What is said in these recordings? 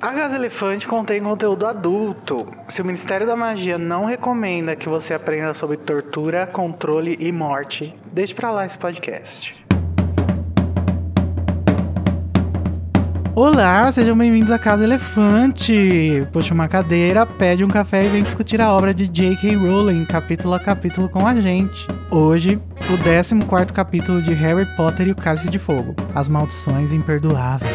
A Casa Elefante contém conteúdo adulto. Se o Ministério da Magia não recomenda que você aprenda sobre tortura, controle e morte, deixe pra lá esse podcast. Olá, sejam bem-vindos à Casa Elefante. Puxa uma cadeira, pede um café e vem discutir a obra de J.K. Rowling, capítulo a capítulo com a gente. Hoje, o 14º capítulo de Harry Potter e o Cálice de Fogo, As Maldições Imperdoáveis.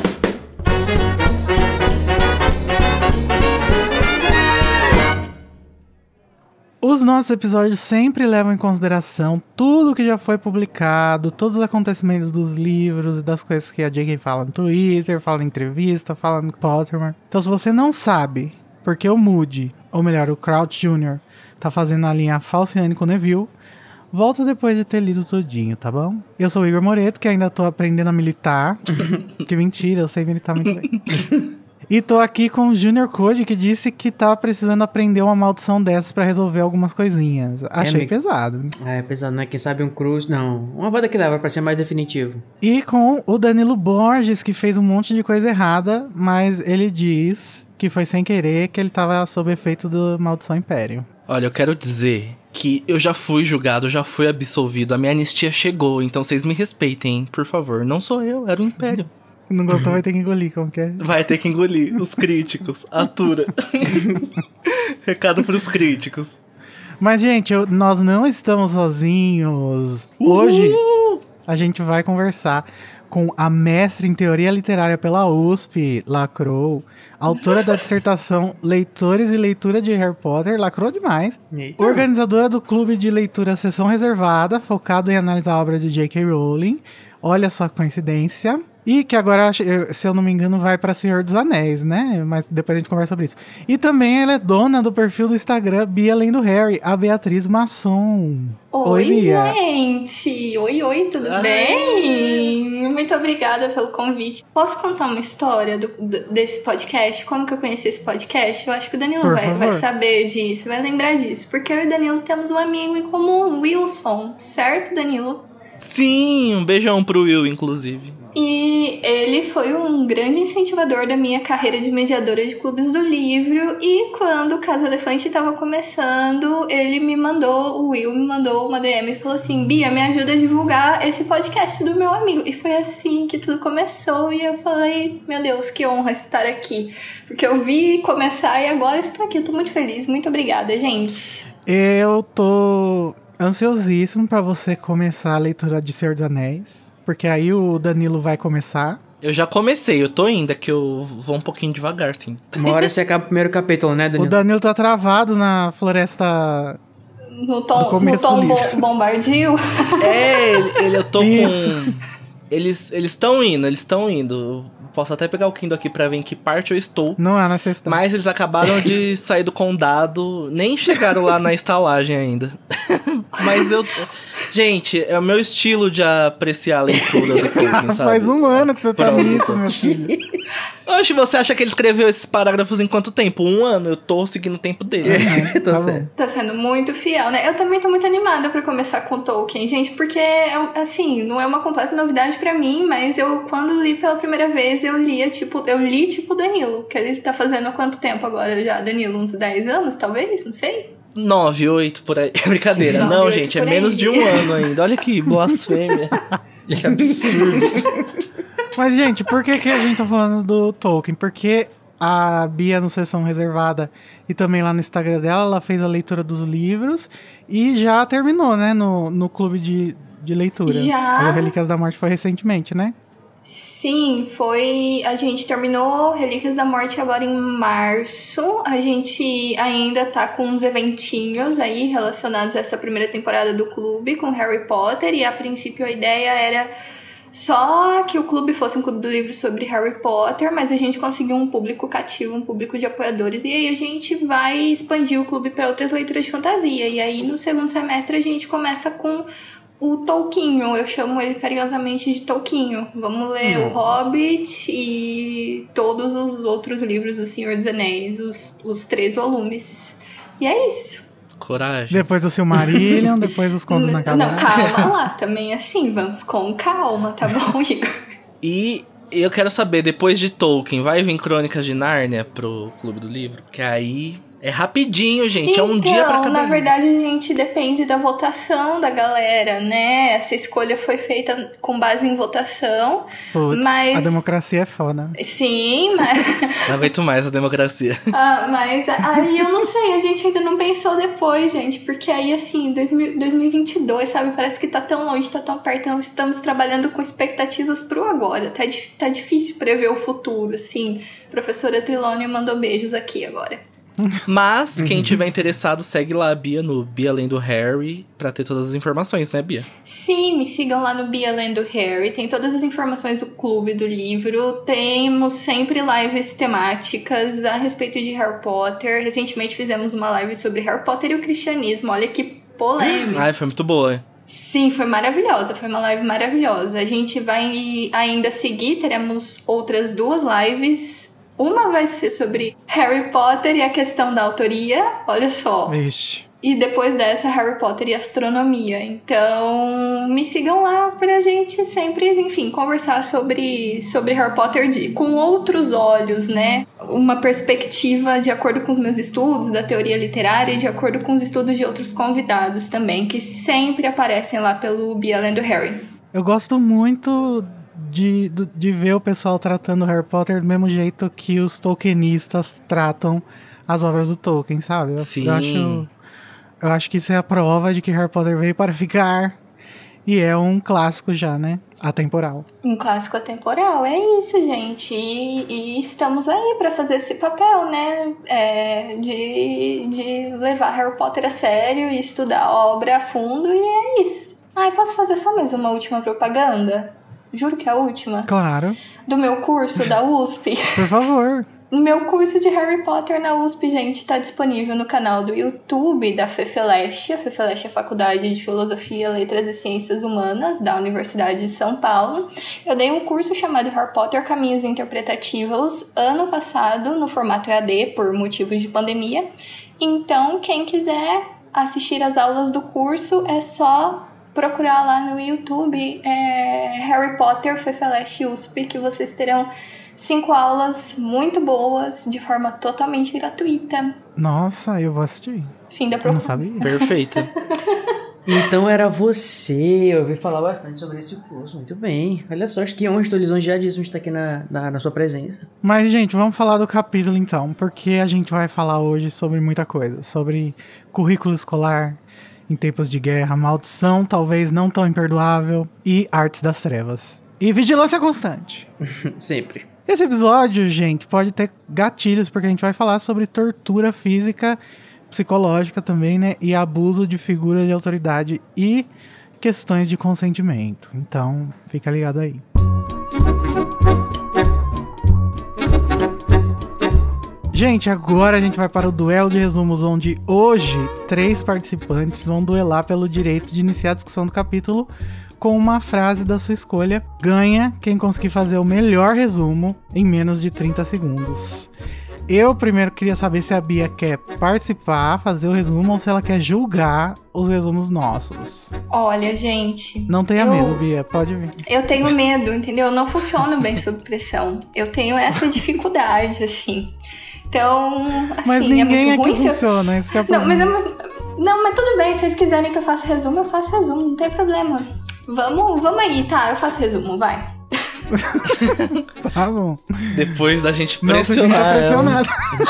Os nossos episódios sempre levam em consideração tudo que já foi publicado, todos os acontecimentos dos livros e das coisas que a J.K. fala no Twitter, fala em entrevista, fala no Pottermore. Então, se você não sabe porque o Moody, ou melhor, o Crouch Jr., tá fazendo a linha Falciane com o Neville, volta depois de ter lido tudinho, tá bom? Eu sou o Igor Moreto, que ainda tô aprendendo a militar. Que mentira, eu sei militar muito bem. E tô aqui com o Junior Code, que disse que tá precisando aprender uma maldição dessas pra resolver algumas coisinhas. Achei pesado. É pesado, né? Quem sabe um cruz... Não, uma vada que dava pra ser mais definitivo. E com o Danilo Borges, que fez um monte de coisa errada, mas ele diz que foi sem querer, que ele tava sob efeito do Maldição Império. Olha, eu quero dizer que eu já fui julgado, já fui absolvido, a minha anistia chegou, então vocês me respeitem, por favor. Não sou eu, era o Império. Não gostou, vai ter que engolir, como que é? Vai ter que engolir, os críticos, atura. Recado pros críticos. Mas, gente, nós não estamos sozinhos. Hoje, a gente vai conversar com a mestre em teoria literária pela USP, Lacrou, autora da dissertação Leitores e Leitura de Harry Potter, lacrou demais, organizadora do clube de leitura Sessão Reservada, focado em analisar a obra de J.K. Rowling, olha só a coincidência, e que agora, se eu não me engano, vai para Senhor dos Anéis, né? Mas depois a gente conversa sobre isso. E também ela é dona do perfil do Instagram Bia Além do Harry, a Beatriz Masson. Oi, Bia. gente! Oi, tudo bem? Muito obrigada pelo convite. Posso contar uma história desse podcast? Como que eu conheci esse podcast? Eu acho que o Danilo vai saber disso, vai lembrar disso. Porque eu e o Danilo temos um amigo em comum, Wilson. Certo, Danilo? Sim, um beijão pro Will, inclusive. E ele foi um grande incentivador da minha carreira de mediadora de clubes do livro. E quando o Casa Elefante estava começando, o Will me mandou uma DM e falou assim: Bia, me ajuda a divulgar esse podcast do meu amigo. E foi assim que tudo começou. E eu falei, meu Deus, que honra estar aqui. Porque eu vi começar e agora estou aqui. Eu tô muito feliz. Muito obrigada, gente. Eu tô ansiosíssimo pra você começar a leitura de Senhor dos Anéis. Porque aí o Danilo vai começar. Eu já comecei, eu tô indo, é que eu vou um pouquinho devagar, sim. Uma hora você acaba o primeiro capítulo, né, Danilo? O Danilo tá travado na floresta... No tom Bombadil? Eu tô com... Eles estão indo. Posso até pegar o Kindle aqui pra ver em que parte eu estou. Não há necessidade. Mas eles acabaram de sair do condado, nem chegaram lá na estalagem ainda. Mas gente, é o meu estilo de apreciar a leitura do Tolkien, sabe? Faz um ano que você tá nisso, meu filho. Oxe, você acha que ele escreveu esses parágrafos em quanto tempo? 1 ano? Eu tô seguindo o tempo dele. Tá certo. Tá sendo muito fiel, né? Eu também tô muito animada pra começar com Tolkien, gente, porque, assim, não é uma completa novidade pra mim, mas quando li pela primeira vez, eu li tipo Danilo, que ele tá fazendo há quanto tempo agora já, Danilo? Uns 10 anos, talvez? Não sei. 9, 8, por aí. Brincadeira. 9, não, gente, é menos de 1 ano ainda. Olha que blasfêmia. Que absurdo. Mas, gente, por que a gente tá falando do Tolkien? Porque a Bia, no Sessão Reservada, e também lá no Instagram dela, ela fez a leitura dos livros e já terminou, né, no clube de leitura. Já. O Relíquias da Morte foi recentemente, né? Sim, a gente terminou Relíquias da Morte agora em março. A gente ainda tá com uns eventinhos aí relacionados a essa primeira temporada do clube com Harry Potter. E a princípio a ideia era só que o clube fosse um clube do livro sobre Harry Potter, mas a gente conseguiu um público cativo, um público de apoiadores. E aí a gente vai expandir o clube para outras leituras de fantasia. E aí no segundo semestre a gente começa com o Tolkienho, eu chamo ele carinhosamente de Tolkienho. Vamos ler O Hobbit e todos os outros livros do Senhor dos Anéis, os 3 volumes. E é isso. Coragem. Depois o Silmarillion, depois os Contos na Cabana. Não, calma lá, também assim, vamos com calma, tá bom, Igor? E Eu quero saber, depois de Tolkien, vai vir Crônicas de Nárnia pro Clube do Livro? Que aí é rapidinho, gente. Então, é um dia pra cada na livro. verdade, a gente depende da votação da galera, né? Essa escolha foi feita com base em votação. Putz, mas a democracia é foda. Sim, mas... Não aguento mais a democracia. mas aí eu não sei, a gente ainda não pensou depois, gente. Porque aí, assim, 2022, sabe? Parece que tá tão longe, tá tão perto. Então, estamos trabalhando com expectativas pro agora. Tá difícil prever o futuro, assim. A professora Trilone mandou beijos aqui agora. Mas, quem tiver interessado, segue lá a Bia no Bia Lendo Harry pra ter todas as informações, né, Bia? Sim, me sigam lá no Bia Lendo Harry. Tem todas as informações do Clube do Livro. Temos sempre lives temáticas a respeito de Harry Potter. Recentemente fizemos uma live sobre Harry Potter e o cristianismo. Olha que polêmica. Ai, foi muito boa. Sim, foi maravilhosa. Foi uma live maravilhosa. A gente vai ainda seguir. Teremos outras 2 lives. Uma vai ser sobre Harry Potter e a questão da autoria, olha só. Vixe. E depois dessa, Harry Potter e astronomia. Então, me sigam lá pra gente sempre, enfim, conversar sobre Harry Potter com outros olhos, né? Uma perspectiva de acordo com os meus estudos da teoria literária e de acordo com os estudos de outros convidados também, que sempre aparecem lá pelo Bia Lendo Harry. Eu gosto muito de ver o pessoal tratando Harry Potter do mesmo jeito que os tolkienistas tratam as obras do Tolkien, sabe? Sim. Eu acho que isso é a prova de que Harry Potter veio para ficar e é um clássico já, né? Atemporal. Um clássico atemporal, é isso, gente. E estamos aí para fazer esse papel, né? De levar Harry Potter a sério e estudar a obra a fundo, e é isso. Posso fazer só mais uma última propaganda? Juro que é a última. Claro. Do meu curso da USP. Por favor. O meu curso de Harry Potter na USP, gente, está disponível no canal do YouTube da FEFELESH. A FEFELESH é a Faculdade de Filosofia, Letras e Ciências Humanas da Universidade de São Paulo. Eu dei um curso chamado Harry Potter Caminhos Interpretativos ano passado, no formato EAD, por motivos de pandemia. Então, quem quiser assistir às aulas do curso, é só procurar lá no YouTube Harry Potter FEFELESH USP, que vocês terão 5 aulas muito boas, de forma totalmente gratuita. Nossa, eu vou assistir. Fim da Eu não propaganda. sabia. Perfeito. Então era você, eu ouvi falar bastante sobre esse curso, muito bem. Olha só, acho que honra, estou lisonjeadíssimo de estar aqui na sua presença. Mas, gente, vamos falar do capítulo então, porque a gente vai falar hoje sobre muita coisa. Sobre currículo escolar em tempos de guerra, maldição talvez não tão imperdoável e artes das trevas. E vigilância constante. Sempre. Esse episódio, gente, pode ter gatilhos, porque a gente vai falar sobre tortura física, psicológica também, né? E abuso de figura de autoridade e questões de consentimento. Então, fica ligado aí. Gente, agora a gente vai para o duelo de resumos, onde hoje 3 participantes vão duelar pelo direito de iniciar a discussão do capítulo com uma frase da sua escolha. Ganha quem conseguir fazer o melhor resumo em menos de 30 segundos. Eu primeiro queria saber se a Bia quer participar, fazer o resumo, ou se ela quer julgar os resumos nossos. Olha, gente... Não tenha medo, Bia, pode vir. Eu tenho medo, entendeu? Eu não funciono bem sob pressão. Eu tenho essa dificuldade, assim. Então, assim, mas ninguém é muito ruim aqui funciona, isso que é Não, mas tudo bem, se vocês quiserem que eu faça resumo, eu faço resumo, não tem problema. Vamos aí, tá? Eu faço resumo, vai. Tá bom. Depois da gente Não, você fica pressionar. pressionado.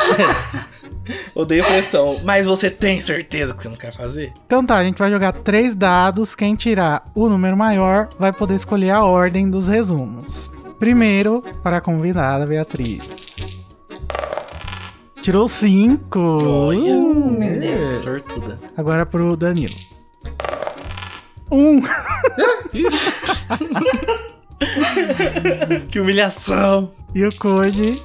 Odeio pressão. Mas você tem certeza que você não quer fazer? Então tá, a gente vai jogar 3 dados. Quem tirar o número maior vai poder escolher a ordem dos resumos. Primeiro, para a convidada Beatriz. Tirou 5. Olha, meu Deus. Sortuda. Agora pro Danilo. 1. Que humilhação. E o Code.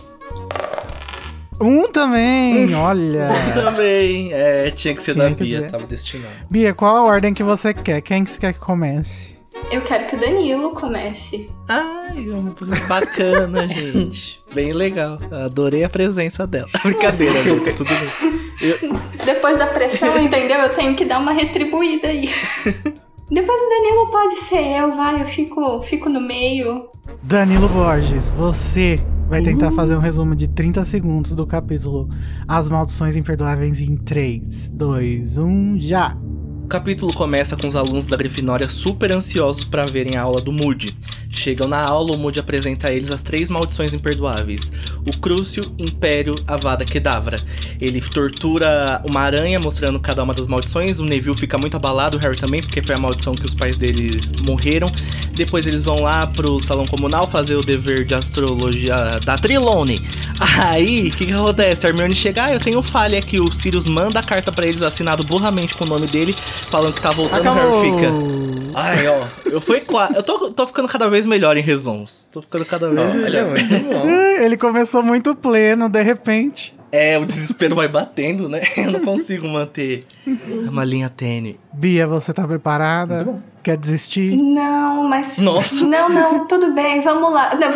1 também. Olha. Também. Tinha que ser Tinha da que Bia, ser. tava destinado. Bia, qual a ordem que você quer? Quem que você quer que comece? Eu quero que o Danilo comece. Ai, bacana, gente. Bem legal. Adorei a presença dela. Brincadeira, Luca, tudo bem. Depois da pressão, entendeu? Eu tenho que dar uma retribuída aí. Depois o Danilo pode ser eu, vai, eu fico no meio. Danilo Borges, você vai tentar fazer um resumo de 30 segundos do capítulo As Maldições Imperdoáveis em 3, 2, 1, já! O capítulo começa com os alunos da Grifinória super ansiosos para verem a aula do Moody. Chegam na aula, o Moody apresenta a eles as 3 maldições imperdoáveis. O Crucio, Império, Avada Kedavra. Ele tortura uma aranha, mostrando cada uma das maldições. O Neville fica muito abalado, o Harry também, porque foi a maldição que os pais deles morreram. Depois eles vão lá pro salão comunal fazer o dever de astrologia da Trelawney. Aí, o que acontece? A Hermione chega, eu tenho falha aqui. O Sirius manda a carta pra eles, assinado burramente com o nome dele, falando que tá voltando. O Harry fica... Ai, ó, eu tô ficando cada vez melhor em resumos. Tô ficando cada vez melhor. Muito bom. Ele começou muito pleno, de repente. O desespero vai batendo, né? Eu não consigo manter uma linha tênue. Bia, você tá preparada? Quer desistir? Não, mas... Nossa. Não, tudo bem, vamos lá. Não,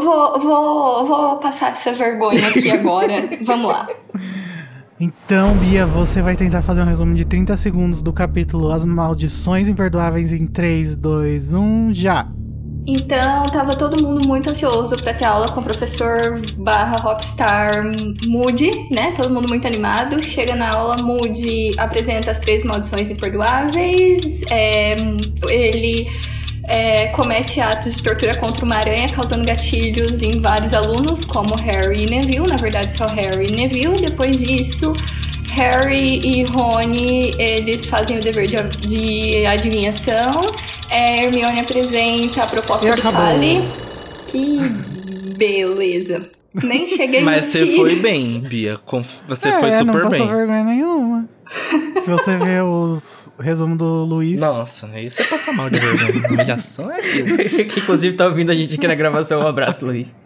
vou passar essa vergonha aqui agora. Vamos lá. Então, Bia, você vai tentar fazer um resumo de 30 segundos do capítulo As Maldições Imperdoáveis em 3, 2, 1, já! Então, tava todo mundo muito ansioso pra ter aula com o professor /rockstar Moody, né? Todo mundo muito animado. Chega na aula, Moody apresenta as 3 maldições imperdoáveis. Ele comete atos de tortura contra uma aranha, causando gatilhos em vários alunos, como Harry e Neville. Na verdade, só Harry e Neville. Depois disso, Harry e Rony, eles fazem o dever de adivinhação. Hermione apresenta a proposta do Fale. Que beleza. Nem cheguei no Mas você Sirius. foi bem, Bia. Você foi super não bem. Não passou vergonha nenhuma. Se você ver os resumos do Luiz... Nossa, aí você passa mal de vergonha. Humilhação é aquilo. Que inclusive tá ouvindo a gente aqui na gravação. Um abraço, Luiz.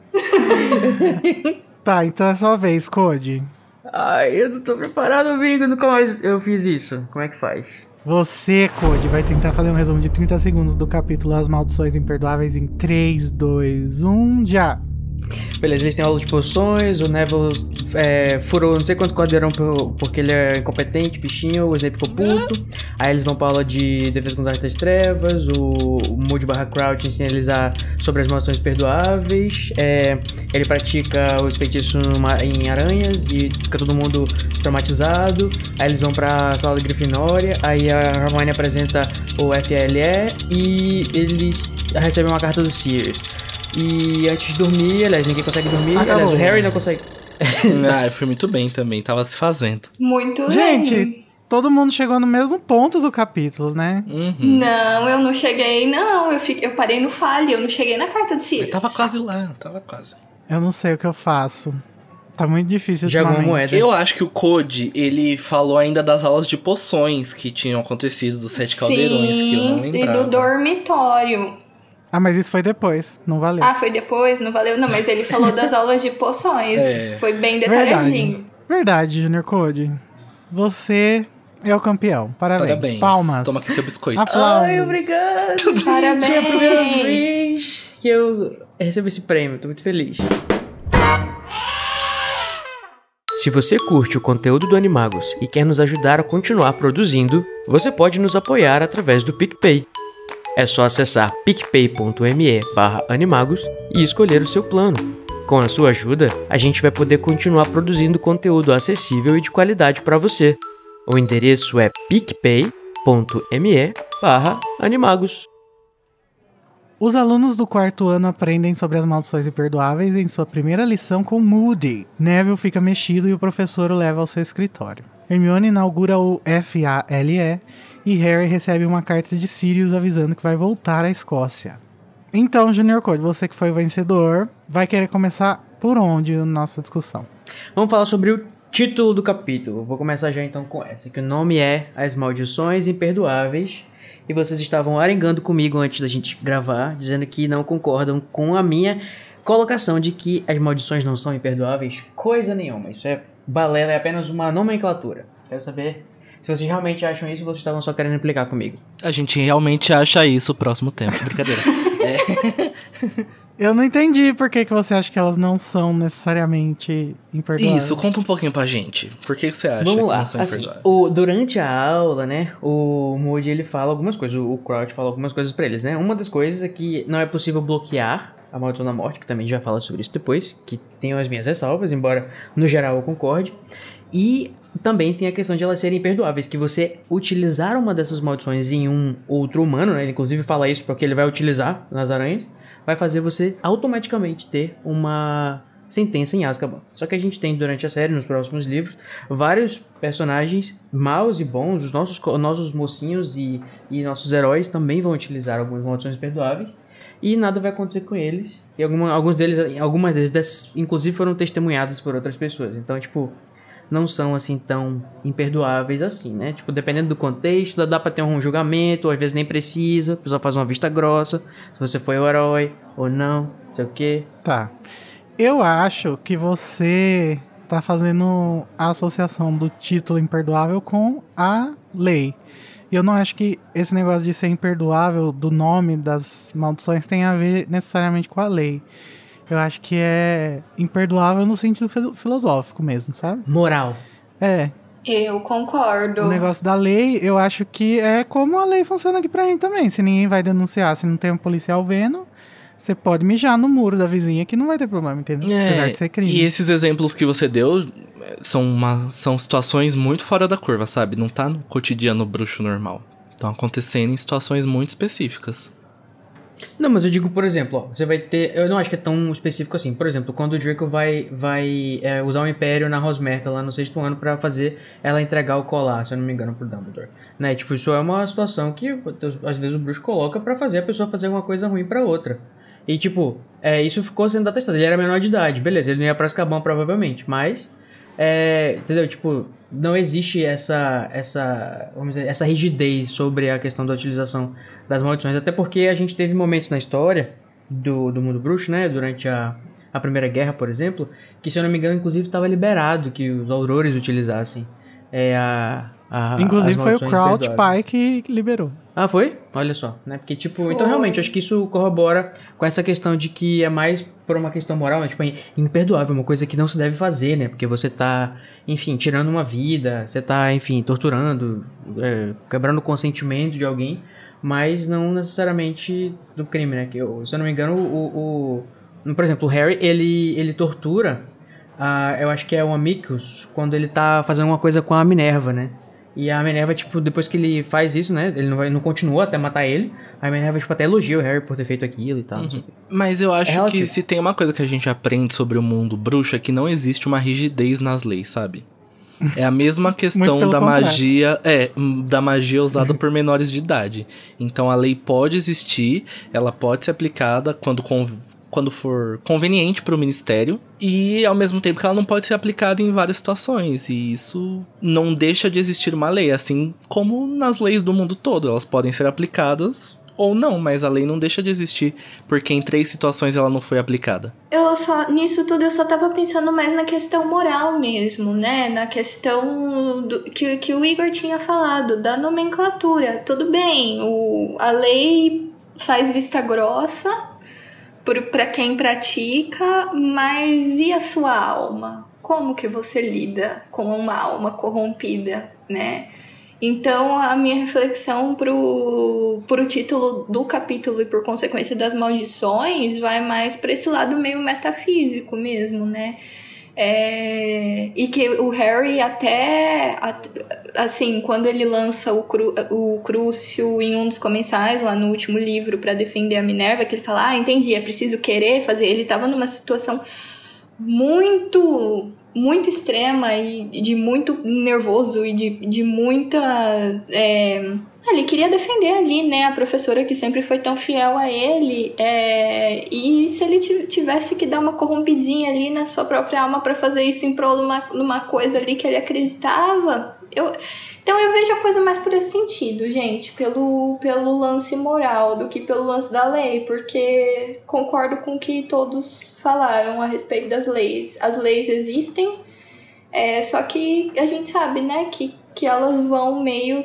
Tá, então é sua vez, Code. Ai, eu não tô preparado, amigo. Nunca mais eu fiz isso. Como é que faz? Você, Code, vai tentar fazer um resumo de 30 segundos do capítulo As Maldições Imperdoáveis em 3, 2, 1, já! Beleza, eles têm aula de poções, o Neville furou não sei quantos cordeirão porque ele é incompetente, bichinho, o Snape ficou puto. Aí eles vão pra aula de defesa contra as artes das trevas, o Moody /Crouch ensina eles sobre as maldições perdoáveis. Ele pratica os feitiços em aranhas e fica todo mundo traumatizado. Aí eles vão pra sala de Grifinória, aí a Hermione apresenta o FLE e eles recebem uma carta do Sirius. E antes de dormir, aliás, ninguém consegue dormir. Acabou. Aliás, o Harry não consegue. Eu fui muito bem também, tava se fazendo. Muito Gente, bem. todo mundo chegou no mesmo ponto do capítulo, né? Uhum. Não, eu não cheguei, não. Eu parei no Fale, eu não cheguei na carta do Sirius. Tava quase lá, tava quase. Eu não sei o que eu faço. Tá muito difícil Joga uma ultimamente. moeda. Eu acho que o Code, ele falou ainda das aulas de poções que tinham acontecido, dos 7 caldeirões, que eu não lembrava. E do dormitório. Ah, mas isso foi depois, não valeu. Ah, foi depois? Não valeu? Não, mas ele falou das aulas de poções. Foi bem detalhadinho. Verdade, Junior Code. Você é o campeão. Parabéns. Palmas. Toma aqui seu biscoito. Aplausos. Ai, obrigado. Parabéns. É a primeira vez que eu recebo esse prêmio. Tô muito feliz. Se você curte o conteúdo do Animagos e quer nos ajudar a continuar produzindo, você pode nos apoiar através do PicPay. É só acessar picpay.me/animagos e escolher o seu plano. Com a sua ajuda, a gente vai poder continuar produzindo conteúdo acessível e de qualidade para você. O endereço é picpay.me/animagos. Os alunos do 4º ano aprendem sobre as maldições imperdoáveis em sua primeira lição com Moody. Neville fica mexido e o professor o leva ao seu escritório. Hermione inaugura o FALE e Harry recebe uma carta de Sirius avisando que vai voltar à Escócia. Então, Junior Code, você que foi o vencedor, vai querer começar por onde a nossa discussão? Vamos falar sobre o título do capítulo. Vou começar já então com essa, que o nome é As Maldições Imperdoáveis. E vocês estavam arengando comigo antes da gente gravar, dizendo que não concordam com a minha colocação de que as maldições não são imperdoáveis. Coisa nenhuma, isso é balela, é apenas uma nomenclatura. Quero saber se vocês realmente acham isso ou vocês estavam só querendo implicar comigo. A gente realmente acha isso o próximo tempo. Brincadeira. Eu não entendi por que você acha que elas não são necessariamente imperdoáveis. Isso, conta um pouquinho pra gente. Por que você acha Vamos que lá, não são assim, imperdoáveis? durante a aula, né, o Moody, ele fala algumas coisas, o Crouch fala algumas coisas pra eles, né? Uma das coisas é que não é possível bloquear a Maldição da Morte, que também já fala sobre isso depois, que tenho as minhas ressalvas, embora no geral eu concorde. E também tem a questão de elas serem imperdoáveis, que você utilizar uma dessas maldições em um outro humano, né? Ele inclusive fala isso porque ele vai utilizar nas aranhas, vai fazer você automaticamente ter uma sentença em Azkaban. Só que a gente tem durante a série, nos próximos livros, vários personagens maus e bons, os nossos mocinhos e nossos heróis também vão utilizar algumas maldições imperdoáveis e nada vai acontecer com eles. E algumas dessas, inclusive, foram testemunhadas por outras pessoas. Então, tipo, não são assim tão imperdoáveis assim, né? Tipo, dependendo do contexto, dá pra ter um julgamento, ou às vezes nem precisa, a pessoa faz uma vista grossa, se você foi o herói ou não, não sei o quê. Tá. Eu acho que você tá fazendo a associação do título imperdoável com a lei. E eu não acho que esse negócio de ser imperdoável do nome das maldições tem a ver necessariamente com a lei. Eu acho que é imperdoável no sentido filosófico mesmo, sabe? Moral. É. Eu concordo. O negócio da lei, eu acho que é como a lei funciona aqui pra gente também. Se ninguém vai denunciar, se não tem um policial vendo, você pode mijar no muro da vizinha que não vai ter problema, entendeu? Apesar de ser crime. E esses exemplos que você deu são situações muito fora da curva, sabe? Não tá no cotidiano bruxo normal. Estão acontecendo em situações muito específicas. Não, mas eu digo, por exemplo, ó, você vai ter... Eu não acho que é tão específico assim. Por exemplo, quando o Draco vai usar o Império na Rosmerta lá no 6º ano pra fazer ela entregar o colar, se eu não me engano, pro Dumbledore. Né? Tipo, isso é uma situação que às vezes o bruxo coloca pra fazer a pessoa fazer alguma coisa ruim pra outra. E tipo, isso ficou sendo atestado. Ele era menor de idade, beleza, ele não ia pra Azkaban provavelmente, mas... entendeu? Tipo, não existe vamos dizer, essa rigidez sobre a questão da utilização das maldições, até porque a gente teve momentos na história do mundo bruxo, né, durante a Primeira Guerra, por exemplo, que, se eu não me engano, inclusive estava liberado que os aurores utilizassem inclusive as foi o maldições Crouch perdoáveis. pai que liberou. Ah, foi? Olha só, né? Porque, tipo, Foi. então realmente, eu acho que isso corrobora com essa questão de que é mais por uma questão moral, né? Tipo, é imperdoável, uma coisa que não se deve fazer, né? Porque você tá, enfim, tirando uma vida, você tá, enfim, torturando, quebrando o consentimento de alguém, mas não necessariamente do crime, né? Que se eu não me engano, por exemplo, o Harry, ele tortura, eu acho que é o Amicus, quando ele tá fazendo uma coisa com a Minerva, né? E a Minerva, tipo, depois que ele faz isso, né? Ele não continua até matar ele. A Minerva, tipo, até elogia o Harry por ter feito aquilo e tal. Uhum. Mas eu acho que se tem uma coisa que a gente aprende sobre o mundo bruxo é que não existe uma rigidez nas leis, sabe? É a mesma questão da magia. Da magia usada por menores de idade. Então a lei pode existir, ela pode ser aplicada quando for conveniente para o ministério, e ao mesmo tempo que ela não pode ser aplicada em várias situações, e isso não deixa de existir uma lei, assim como nas leis do mundo todo, elas podem ser aplicadas ou não, mas a lei não deixa de existir porque em 3 situações ela não foi aplicada. Nisso tudo eu só tava pensando mais na questão moral mesmo, né? Na questão que o Igor tinha falado, da nomenclatura. Tudo bem, a lei faz vista grossa para quem pratica, mas e a sua alma? Como que você lida com uma alma corrompida, né? Então, a minha reflexão pro título do capítulo e por consequência das maldições vai mais para esse lado meio metafísico mesmo, né? E que o Harry até assim, quando ele lança o Crucio em um dos comensais lá no último livro para defender a Minerva, que ele fala, entendi, é preciso querer fazer. Ele tava numa situação muito, muito extrema e de muito nervoso e de muita... ele queria defender ali, né, a professora que sempre foi tão fiel a ele, e se ele tivesse que dar uma corrompidinha ali na sua própria alma para fazer isso em prol de uma coisa ali que ele acreditava... Então eu vejo a coisa mais por esse sentido, gente, pelo lance moral do que pelo lance da lei, porque concordo com o que todos falaram a respeito das leis. As leis existem, só que a gente sabe, né, que elas vão meio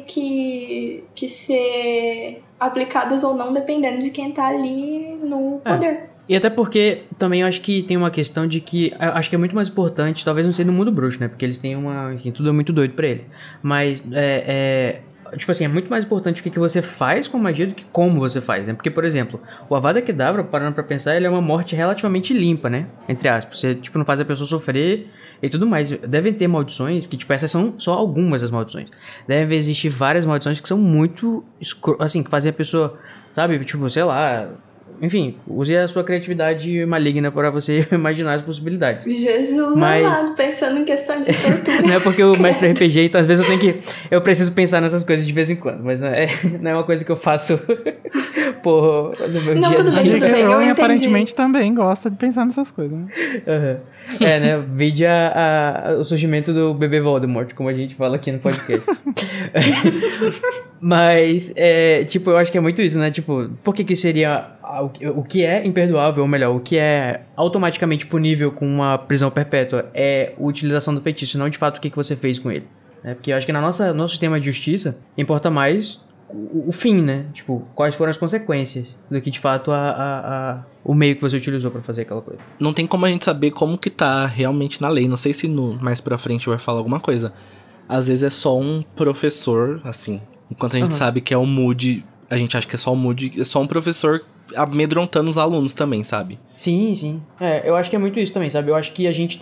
que ser aplicadas ou não, dependendo de quem tá ali no poder. E até porque também eu acho que tem uma questão de que eu acho que é muito mais importante, talvez não seja no mundo bruxo, né? Porque eles têm enfim, tudo é muito doido pra eles. Mas tipo assim, é muito mais importante o que você faz com a magia do que como você faz, né? Porque, por exemplo, o Avada Kedavra, parando pra pensar, ele é uma morte relativamente limpa, né? Entre aspas. Você, tipo, não faz a pessoa sofrer e tudo mais. Devem ter maldições, que, tipo, essas são só algumas das maldições. Devem existir várias maldições que são muito, assim, que fazem a pessoa, sabe? Tipo, sei lá... Enfim, use a sua criatividade maligna para você imaginar as possibilidades. Jesus amado, pensando em questões de tortura. Não é porque o mestre RPG, então às vezes eu preciso pensar nessas coisas de vez em quando, mas não é uma coisa que eu faço no meu dia a dia. Tudo bem, tudo bem, eu entendi. Aparentemente também gosta de pensar nessas coisas, né? Uhum. Né? Vide o surgimento do bebê Voldemort, como a gente fala aqui no podcast. Mas, tipo, eu acho que é muito isso, né? Tipo, por que seria o que é imperdoável, ou melhor, o que é automaticamente punível com uma prisão perpétua é a utilização do feitiço, não de fato o que você fez com ele. Porque eu acho que no nosso sistema de justiça importa mais o fim, né? Tipo, quais foram as consequências do que de fato o meio que você utilizou pra fazer aquela coisa. Não tem como a gente saber como que tá realmente na lei. Não sei se mais pra frente vai falar alguma coisa. Às vezes é só um professor, assim. Enquanto a gente sabe que é o Moody, a gente acha que é só o Moody, é só um professor amedrontando os alunos também, sabe? Sim. Eu acho que é muito isso também, sabe? Eu acho que a gente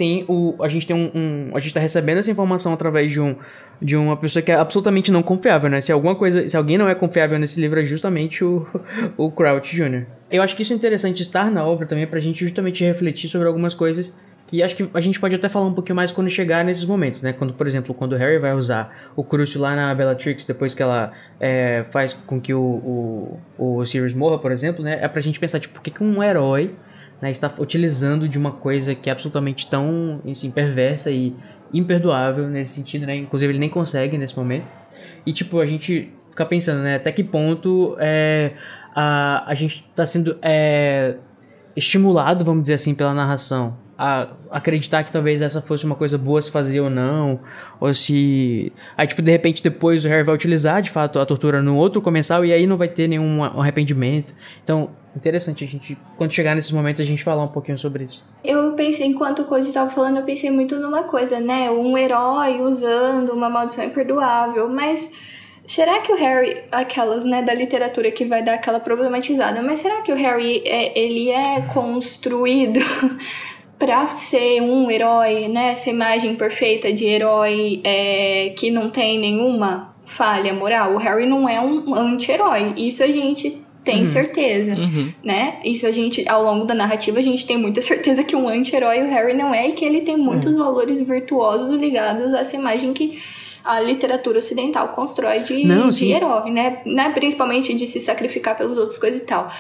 tá recebendo essa informação através de uma pessoa que é absolutamente não confiável, né? Se alguém não é confiável nesse livro é justamente o Crouch Jr. Eu acho que isso é interessante estar na obra também pra gente justamente refletir sobre algumas coisas que acho que a gente pode até falar um pouquinho mais quando chegar nesses momentos, né? Quando, por exemplo, quando o Harry vai usar o Crucio lá na Bellatrix, depois que ela faz com que o Sirius morra, por exemplo, né? É pra gente pensar, tipo, por que um herói, né, está utilizando de uma coisa que é absolutamente tão, assim, perversa e imperdoável nesse sentido, né? Inclusive ele nem consegue nesse momento. E, tipo, a gente fica pensando, né? Até que ponto a gente tá sendo estimulado, vamos dizer assim, pela narração a acreditar que talvez essa fosse uma coisa boa se fazer ou não, ou se... Aí, tipo, de repente, depois o Harry vai utilizar, de fato, a tortura no outro comensal e aí não vai ter nenhum arrependimento. Então, interessante a gente, quando chegar nesses momentos, a gente falar um pouquinho sobre isso. Eu pensei, enquanto o Cody estava falando, eu pensei muito numa coisa, né? Um herói usando uma maldição imperdoável, mas... Será que o Harry, aquelas, né, da literatura que vai dar aquela problematizada, mas será que o Harry, ele é construído pra ser um herói, né, essa imagem perfeita de herói que não tem nenhuma falha moral? O Harry não é um anti-herói, isso a gente tem certeza, né? Isso a gente, ao longo da narrativa, a gente tem muita certeza que um anti-herói o Harry não é e que ele tem muitos valores virtuosos ligados a essa imagem que a literatura ocidental constrói de herói, né? Principalmente de se sacrificar pelos outros, coisas e tal.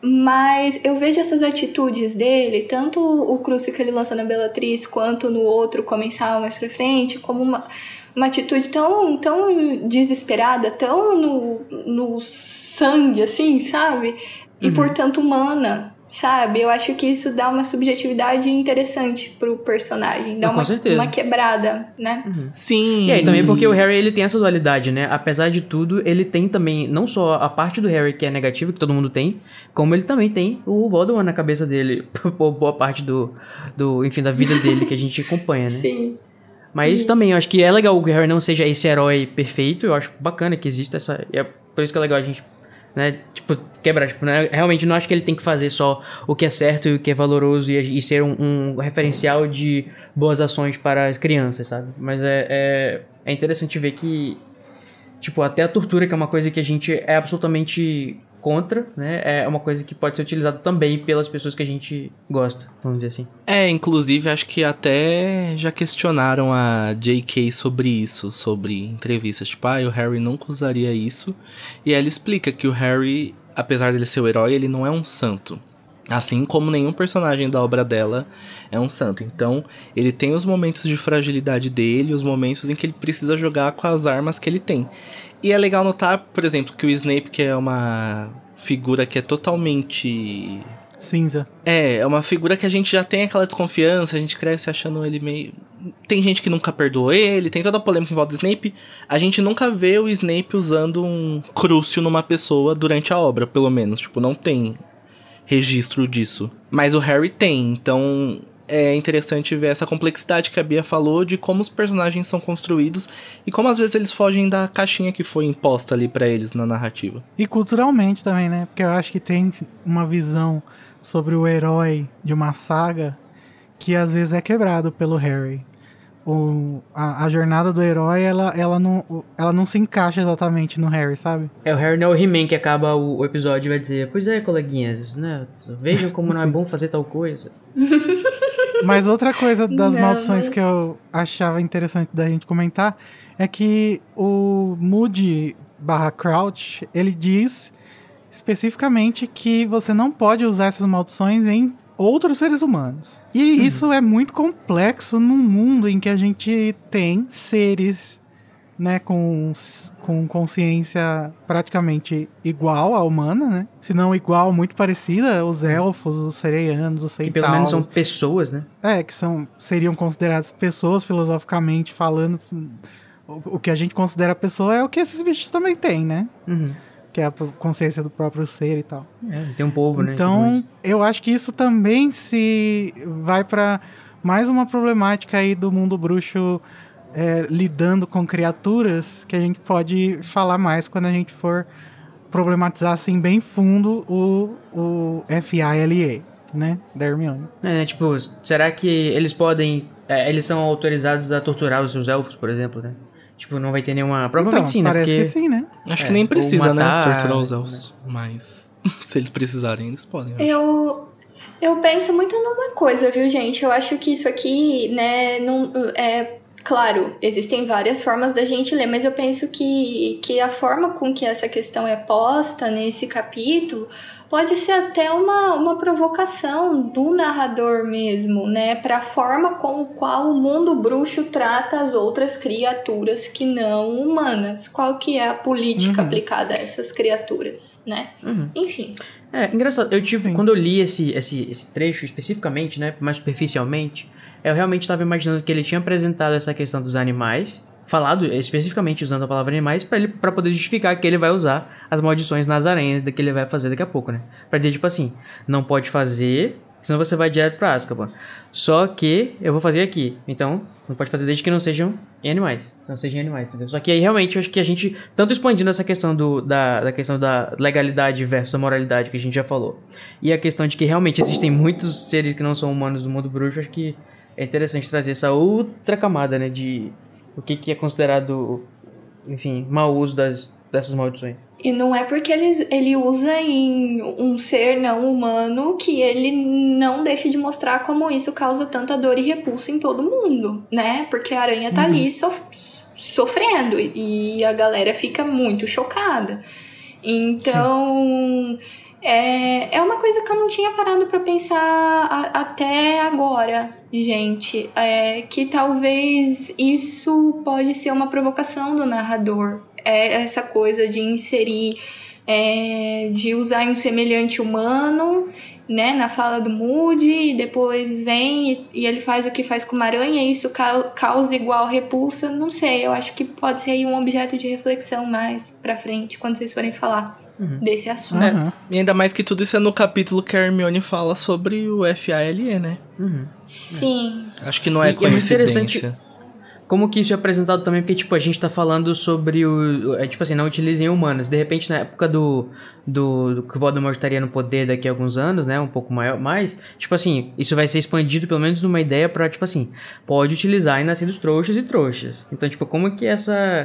Mas eu vejo essas atitudes dele, tanto o Crucio que ele lança na Bellatrix, quanto no outro comensal mais pra frente, como uma atitude tão desesperada, tão no sangue, assim, sabe? E, portanto, humana, sabe? Eu acho que isso dá uma subjetividade interessante pro personagem. Dá uma quebrada, né? Sim. E aí também porque o Harry, ele tem essa dualidade, né? Apesar de tudo, ele tem também, não só a parte do Harry que é negativa, que todo mundo tem, como ele também tem o Voldemort na cabeça dele, por boa parte enfim, da vida dele que a gente acompanha, né? Sim. Mas isso também, eu acho que é legal que o Harry não seja esse herói perfeito, eu acho bacana que exista essa... E é por isso que é legal a gente... Né, tipo, quebrar, tipo, né? Realmente não acho que ele tem que fazer só o que é certo e o que é valoroso e ser um referencial de boas ações para as crianças, sabe? Mas é interessante ver que, tipo, até a tortura, que é uma coisa que a gente é absolutamente contra, né? É uma coisa que pode ser utilizada também pelas pessoas que a gente gosta, vamos dizer assim. Inclusive, acho que até já questionaram a J.K. sobre isso, sobre entrevistas. Tipo, o Harry nunca usaria isso. E ela explica que o Harry, apesar dele ser o herói, ele não é um santo. Assim como nenhum personagem da obra dela é um santo. Então, ele tem os momentos de fragilidade dele, os momentos em que ele precisa jogar com as armas que ele tem. E é legal notar, por exemplo, que o Snape, que é uma figura que é totalmente... cinza. É uma figura que a gente já tem aquela desconfiança, a gente cresce achando ele meio... Tem gente que nunca perdoou ele, tem toda a polêmica em volta do Snape. A gente nunca vê o Snape usando um Crucio numa pessoa durante a obra, pelo menos. Tipo, não tem registro disso. Mas o Harry tem, então é interessante ver essa complexidade que a Bia falou de como os personagens são construídos e como às vezes eles fogem da caixinha que foi imposta ali pra eles na narrativa. E culturalmente também, né? Porque eu acho que tem uma visão sobre o herói de uma saga que às vezes é quebrado pelo Harry. A jornada do herói, ela não se encaixa exatamente no Harry, sabe? O Harry não é o He-Man que acaba o episódio e vai dizer: pois é, coleguinhas, né? Vejam como não é bom fazer tal coisa. Mas outra coisa das maldições que eu achava interessante da gente comentar é que o Moody / Crouch, ele diz especificamente que você não pode usar essas maldições em outros seres humanos. E isso é muito complexo num mundo em que a gente tem seres, né, com consciência praticamente igual à humana, né? Se não igual, muito parecida, os elfos, os sereianos, os centauros. Que pelo menos são pessoas, né? Que seriam consideradas pessoas filosoficamente falando. O que a gente considera pessoa é o que esses bichos também têm, né? Que é a consciência do próprio ser e tal. Tem um povo, né? Então, eu acho que isso também se vai pra mais uma problemática aí do mundo bruxo lidando com criaturas que a gente pode falar mais quando a gente for problematizar assim bem fundo o FILA, né? Da Hermione. Tipo, será que eles podem... eles são autorizados a torturar os seus elfos, por exemplo, né? Tipo, não vai ter nenhuma... Provavelmente sim, né? Parece que sim, né? Acho que nem precisa, matar, né? Torturar os elfos. Né? Mas se eles precisarem, eles podem. Eu penso muito numa coisa, viu, gente? Eu acho que isso aqui, né, não claro, existem várias formas da gente ler, mas eu penso que a forma com que essa questão é posta nesse capítulo pode ser até uma provocação do narrador mesmo, né? Para a forma com a qual o mundo bruxo trata as outras criaturas que não humanas. Qual que é a política aplicada a essas criaturas, né? Enfim. Engraçado. Quando eu li esse trecho especificamente, né, mais superficialmente, eu realmente estava imaginando que ele tinha apresentado essa questão dos animais, falado especificamente usando a palavra animais, pra poder justificar que ele vai usar as maldições nas aranhas que ele vai fazer daqui a pouco, né? Pra dizer, tipo assim, não pode fazer, senão você vai direto pra Azkaban. Só que eu vou fazer aqui. Então, não pode fazer desde que não sejam animais. Não sejam animais, entendeu? Só que aí, realmente, eu acho que a gente, tanto expandindo essa questão da questão da legalidade versus a moralidade, que a gente já falou, e a questão de que realmente existem muitos seres que não são humanos no mundo bruxo, acho que é interessante trazer essa outra camada, né, de o que é considerado, enfim, mau uso dessas maldições. E não é porque ele usa em um ser não humano que ele não deixa de mostrar como isso causa tanta dor e repulsa em todo mundo, né? Porque a aranha tá ali sofrendo e a galera fica muito chocada. Então... É uma coisa que eu não tinha parado pra pensar até agora, gente. Que talvez isso pode ser uma provocação do narrador. Essa coisa de inserir, de usar um semelhante humano, né, na fala do Moody, e depois vem e ele faz o que faz com uma aranha, e isso causa igual repulsa. Não sei, eu acho que pode ser aí um objeto de reflexão mais pra frente, quando vocês forem falar desse assunto. E ainda mais que tudo isso é no capítulo que a Hermione fala sobre o FILE, né? Sim. Acho que não é coincidência. É interessante como que isso é apresentado também, porque, tipo, a gente tá falando sobre tipo assim, não utilizem humanos. De repente, na época do que o Voldemort estaria no poder daqui a alguns anos, né, um pouco mais, tipo assim, isso vai ser expandido pelo menos numa ideia pra, tipo assim, pode utilizar em nascidos trouxas e trouxas. Então, tipo, como que essa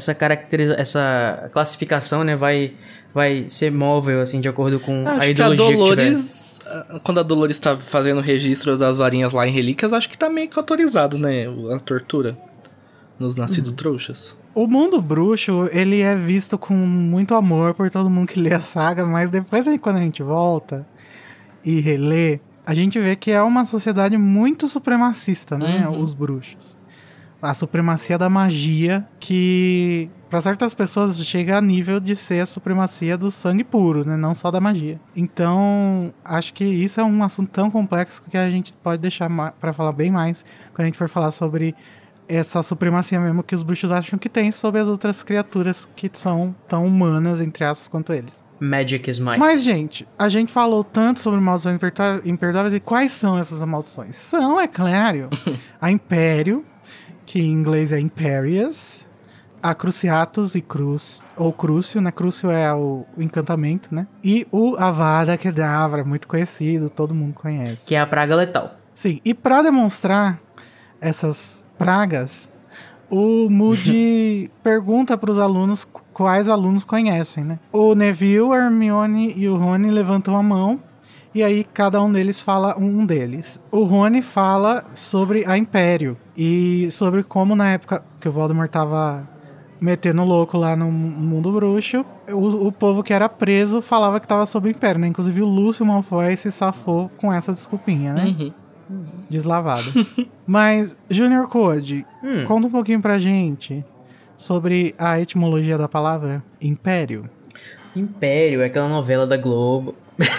classificação, né, vai ser móvel, assim, de acordo com a ideologia que tiver. Quando a Dolores tá fazendo o registro das varinhas lá em Relíquias, acho que tá meio que autorizado, né, a tortura nos nascidos trouxas. O mundo bruxo, ele é visto com muito amor por todo mundo que lê a saga, mas depois, quando a gente volta e relê, a gente vê que é uma sociedade muito supremacista, né, os bruxos. A supremacia da magia, que para certas pessoas chega a nível de ser a supremacia do sangue puro, né? Não só da magia. Então, acho que isso é um assunto tão complexo que a gente pode deixar para falar bem mais quando a gente for falar sobre essa supremacia mesmo que os bruxos acham que tem sobre as outras criaturas que são tão humanas, entre aspas, quanto eles. Magic is might. Mas, gente, a gente falou tanto sobre maldições imperdoáveis, e quais são essas maldições? São, é claro, a Império, que em inglês é Imperious, a Cruciatus e ou Crucio, né? Crucio é o encantamento, né? E o Avada Kedavra, muito conhecido, todo mundo conhece. Que é a praga letal. Sim, e pra demonstrar essas pragas, o Moody pergunta pros alunos quais alunos conhecem, né? O Neville, a Hermione e o Rony levantam a mão, e aí cada um deles fala um deles. O Rony fala sobre a Império, e sobre como na época que o Voldemort tava metendo louco lá no mundo bruxo, o povo que era preso falava que tava sob o Império, né? Inclusive o Lúcio Malfoy se safou com essa desculpinha, né? Deslavado. Mas, Junior Code, conta um pouquinho pra gente sobre a etimologia da palavra Império. Império é aquela novela da Globo.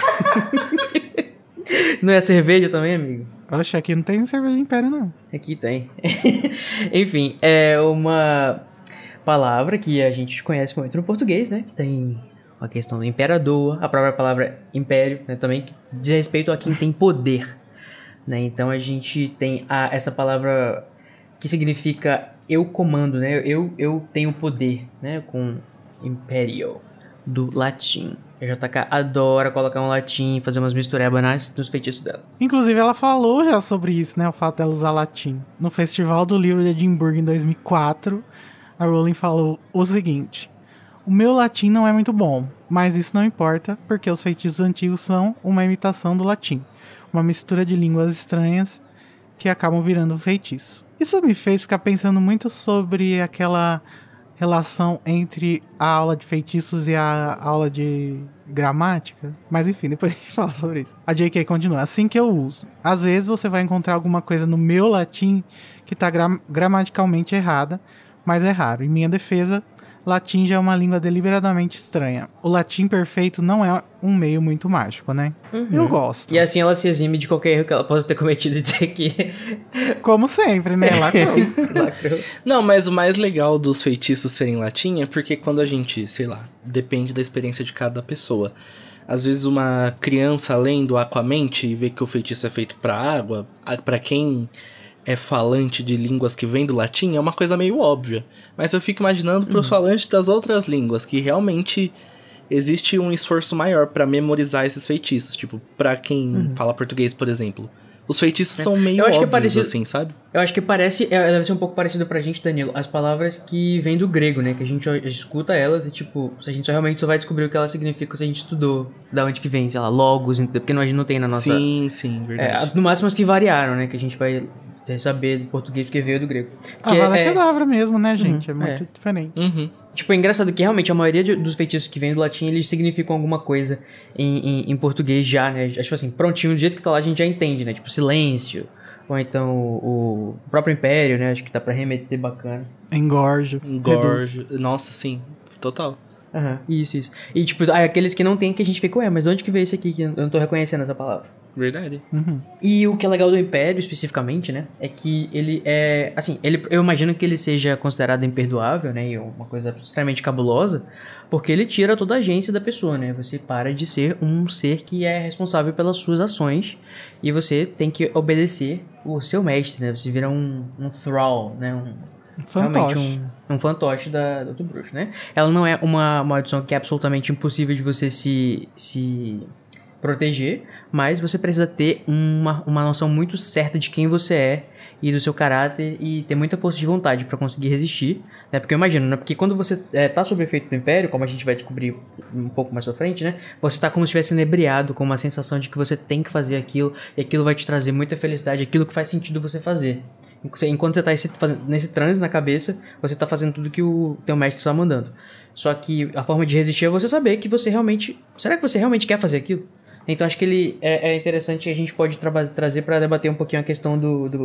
Não é cerveja também, amigo? Oxe, aqui não tem cerveja de Império, não. Aqui tem. Enfim, é uma palavra que a gente conhece muito no português, né? Que tem a questão do imperador, a própria palavra império, né? Também que diz respeito a quem tem poder, né? Então a gente tem essa palavra que significa eu comando, né? Eu tenho poder, né? Com imperio, do latim. A JK adora colocar um latim e fazer umas misturebas nos feitiços dela. Inclusive, ela falou já sobre isso, né? O fato dela usar latim. No Festival do Livro de Edimburgo, em 2004, a Rowling falou o seguinte: o meu latim não é muito bom, mas isso não importa, porque os feitiços antigos são uma imitação do latim. Uma mistura de línguas estranhas que acabam virando um feitiço. Isso me fez ficar pensando muito sobre aquela relação entre a aula de feitiços e a aula de gramática. Mas enfim, depois a gente fala sobre isso. A J.K. continua: assim que eu uso. Às vezes você vai encontrar alguma coisa no meu latim que está gramaticalmente errada, mas é raro. Em minha defesa, latim já é uma língua deliberadamente estranha. O latim perfeito não é um meio muito mágico, né? Eu gosto. E assim ela se exime de qualquer erro que ela possa ter cometido e dizer que... Como sempre, né? Lacrou. Não, mas o mais legal dos feitiços serem latim é porque quando a gente, sei lá, depende da experiência de cada pessoa. Às vezes uma criança lendo Aquamente e vê que o feitiço é feito pra água, pra quem é falante de línguas que vem do latim, é uma coisa meio óbvia. Mas eu fico imaginando pros falantes das outras línguas, que realmente existe um esforço maior pra memorizar esses feitiços. Tipo, pra quem fala português, por exemplo. Os feitiços são meio óbvios, parecido, assim, sabe? Eu acho que deve ser um pouco parecido pra gente, Danilo, as palavras que vêm do grego, né? Que a gente escuta elas e, tipo, a gente realmente só vai descobrir o que elas significam se a gente estudou da onde que vem, sei lá, logos, porque a gente não tem na nossa... Sim, verdade. No máximo as que variaram, né? Que a gente vai saber do português que veio do grego. A Avada Kedavra mesmo, né, gente? É muito diferente. Tipo, é engraçado que realmente a maioria dos feitiços que vêm do latim, eles significam alguma coisa em português já, né? Tipo assim, prontinho, do jeito que tá lá a gente já entende, né? Tipo, silêncio, ou então o próprio império, né? Acho que dá pra remeter bacana. Engorjo. Nossa, sim, total. Isso. E tipo, aqueles que não tem, que a gente fica, ué, mas de onde que veio isso aqui que eu não tô reconhecendo essa palavra? Verdade. E o que é legal do Império, especificamente, né, é que ele é, assim, eu imagino que ele seja considerado imperdoável, né, e uma coisa extremamente cabulosa, porque ele tira toda a agência da pessoa, né, você para de ser um ser que é responsável pelas suas ações, e você tem que obedecer o seu mestre, né, você vira um thrall, né, fantoche. Um fantoche do bruxo, né? Ela não é uma maldição que é absolutamente impossível de você se proteger, mas você precisa ter uma noção muito certa de quem você é e do seu caráter e ter muita força de vontade pra conseguir resistir, né? Porque eu imagino, né? Porque quando você tá sob efeito do Império, como a gente vai descobrir um pouco mais pra frente, né? Você tá como se estivesse inebriado, com uma sensação de que você tem que fazer aquilo e aquilo vai te trazer muita felicidade, aquilo que faz sentido você fazer. Enquanto você tá nesse transe na cabeça, você tá fazendo tudo que o teu mestre está mandando. Só que a forma de resistir é você saber que você realmente... Será que você realmente quer fazer aquilo? Então acho que ele é interessante e a gente pode trazer pra debater um pouquinho a questão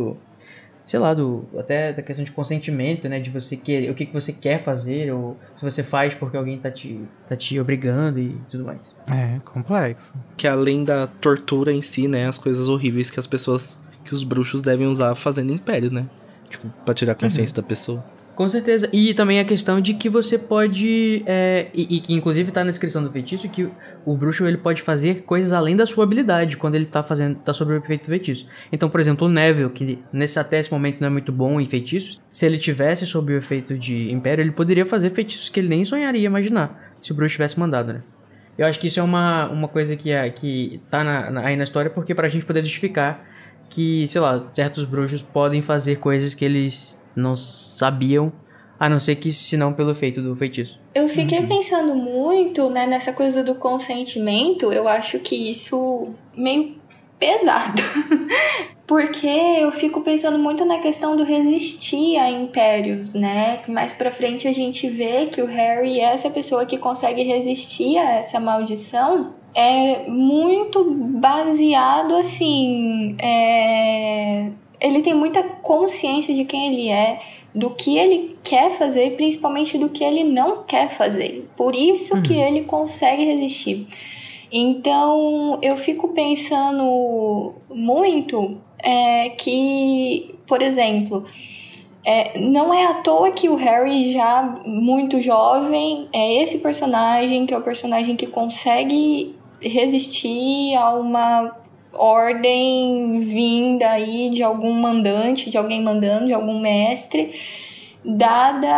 sei lá, até da questão de consentimento, né? De você querer, o que você quer fazer, ou se você faz porque alguém tá te obrigando e tudo mais. É, complexo. Que além da tortura em si, né? As coisas horríveis que os bruxos devem usar fazendo império, né? Tipo, pra tirar a consciência da pessoa. Com certeza. E também a questão de que você pode... E que inclusive tá na descrição do feitiço, que o bruxo ele pode fazer coisas além da sua habilidade quando ele tá sob o efeito do feitiço. Então, por exemplo, o Neville, que até esse momento não é muito bom em feitiços, se ele tivesse sob o efeito de Império, ele poderia fazer feitiços que ele nem sonharia imaginar, se o bruxo tivesse mandado, né? Eu acho que isso é uma coisa que tá aí na história, porque pra gente poder justificar que, sei lá, certos bruxos podem fazer coisas que eles não sabiam, a não ser que senão pelo efeito do feitiço. Eu fiquei pensando muito, né, nessa coisa do consentimento. Eu acho que isso meio pesado. Porque eu fico pensando muito na questão do resistir a impérios, né? Mais pra frente a gente vê que o Harry é essa pessoa que consegue resistir a essa maldição. É muito baseado, assim... Ele tem muita consciência de quem ele é, do que ele quer fazer e principalmente do que ele não quer fazer. Por isso que ele consegue resistir. Então, eu fico pensando muito que, por exemplo, não é à toa que o Harry, já muito jovem, é esse personagem, que é o personagem que consegue resistir a uma ordem vinda aí de algum mandante, de alguém mandando, de algum mestre, dada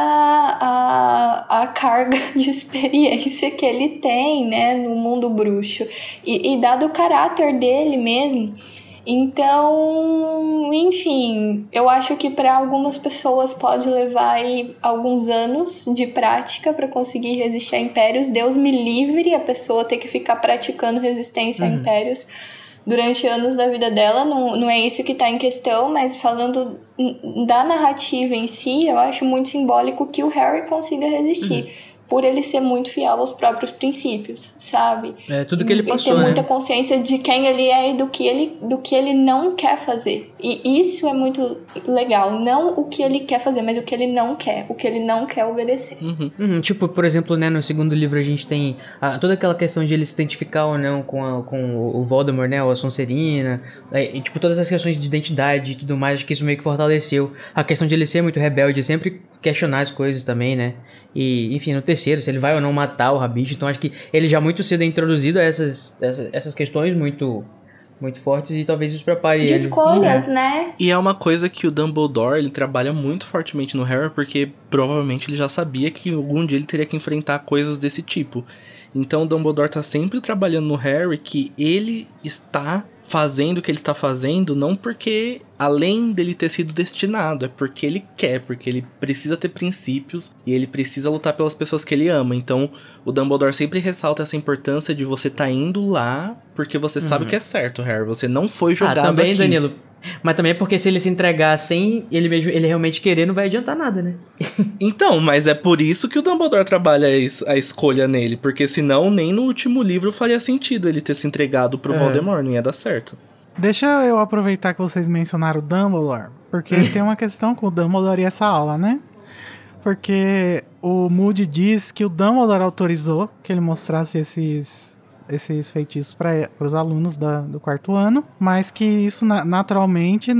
a carga de experiência que ele tem, né, no mundo bruxo, e dado o caráter dele mesmo. Então, enfim, eu acho que para algumas pessoas pode levar aí alguns anos de prática para conseguir resistir a impérios. Deus me livre a pessoa ter que ficar praticando resistência a impérios durante anos da vida dela. Não é isso que está em questão, mas falando da narrativa em si, eu acho muito simbólico que o Harry consiga resistir, por ele ser muito fiel aos próprios princípios, sabe? Tudo que ele passou, e ter muita né? consciência de quem ele é e do que ele não quer fazer. E isso é muito legal. Não o que ele quer fazer, mas o que ele não quer. O que ele não quer obedecer. Tipo, por exemplo, né, no segundo livro a gente tem toda aquela questão de ele se identificar ou não com o Voldemort, né? Ou a Sonserina. E, tipo, todas as questões de identidade e tudo mais, acho que isso meio que fortaleceu. A questão de ele ser muito rebelde, sempre questionar as coisas também, né? E, enfim, no terceiro, se ele vai ou não matar o Rabite. Então acho que ele já muito cedo é introduzido a essas questões muito fortes, e talvez isso prepare de ele. escolhas, né? E é uma coisa que o Dumbledore, ele trabalha muito fortemente no Harry, porque provavelmente ele já sabia que algum dia ele teria que enfrentar coisas desse tipo. Então o Dumbledore tá sempre trabalhando no Harry que ele está fazendo o que ele está fazendo, não porque além dele ter sido destinado, é porque ele quer, porque ele precisa ter princípios e ele precisa lutar pelas pessoas que ele ama. Então o Dumbledore sempre ressalta essa importância de você tá indo lá porque você sabe o que é certo, Harry. Você não foi jogado também, aqui. Danilo. Mas também é porque se ele se entregar sem ele realmente querer, não vai adiantar nada, né? Então, mas é por isso que o Dumbledore trabalha a escolha nele, porque senão nem no último livro faria sentido ele ter se entregado pro Voldemort, não ia dar certo. Deixa eu aproveitar que vocês mencionaram o Dumbledore, porque tem uma questão com o Dumbledore e essa aula, né? Porque o Moody diz que o Dumbledore autorizou que ele mostrasse esses feitiços para os alunos do quarto ano, mas que isso naturalmente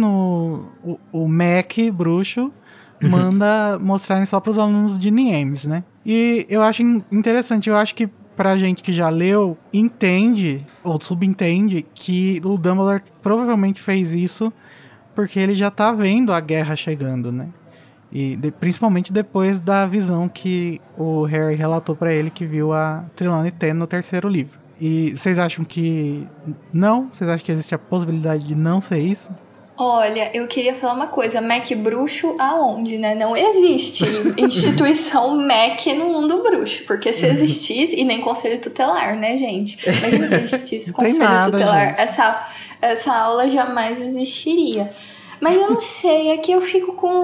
o MEC bruxo manda mostrarem só para os alunos de Niemes, né? E eu acho interessante, eu acho que pra gente que já leu, entende ou subentende que o Dumbledore provavelmente fez isso porque ele já tá vendo a guerra chegando, né? E principalmente depois da visão que o Harry relatou pra ele que viu a Trelawney tendo no terceiro livro. E vocês acham que não? Vocês acham que existe a possibilidade de não ser isso? Olha, eu queria falar uma coisa, MEC bruxo aonde, né? Não existe instituição MEC no mundo bruxo, porque se existisse, e nem conselho tutelar, né, gente? Imagina se existisse conselho tutelar, essa aula jamais existiria. Mas eu não sei, é que eu fico com...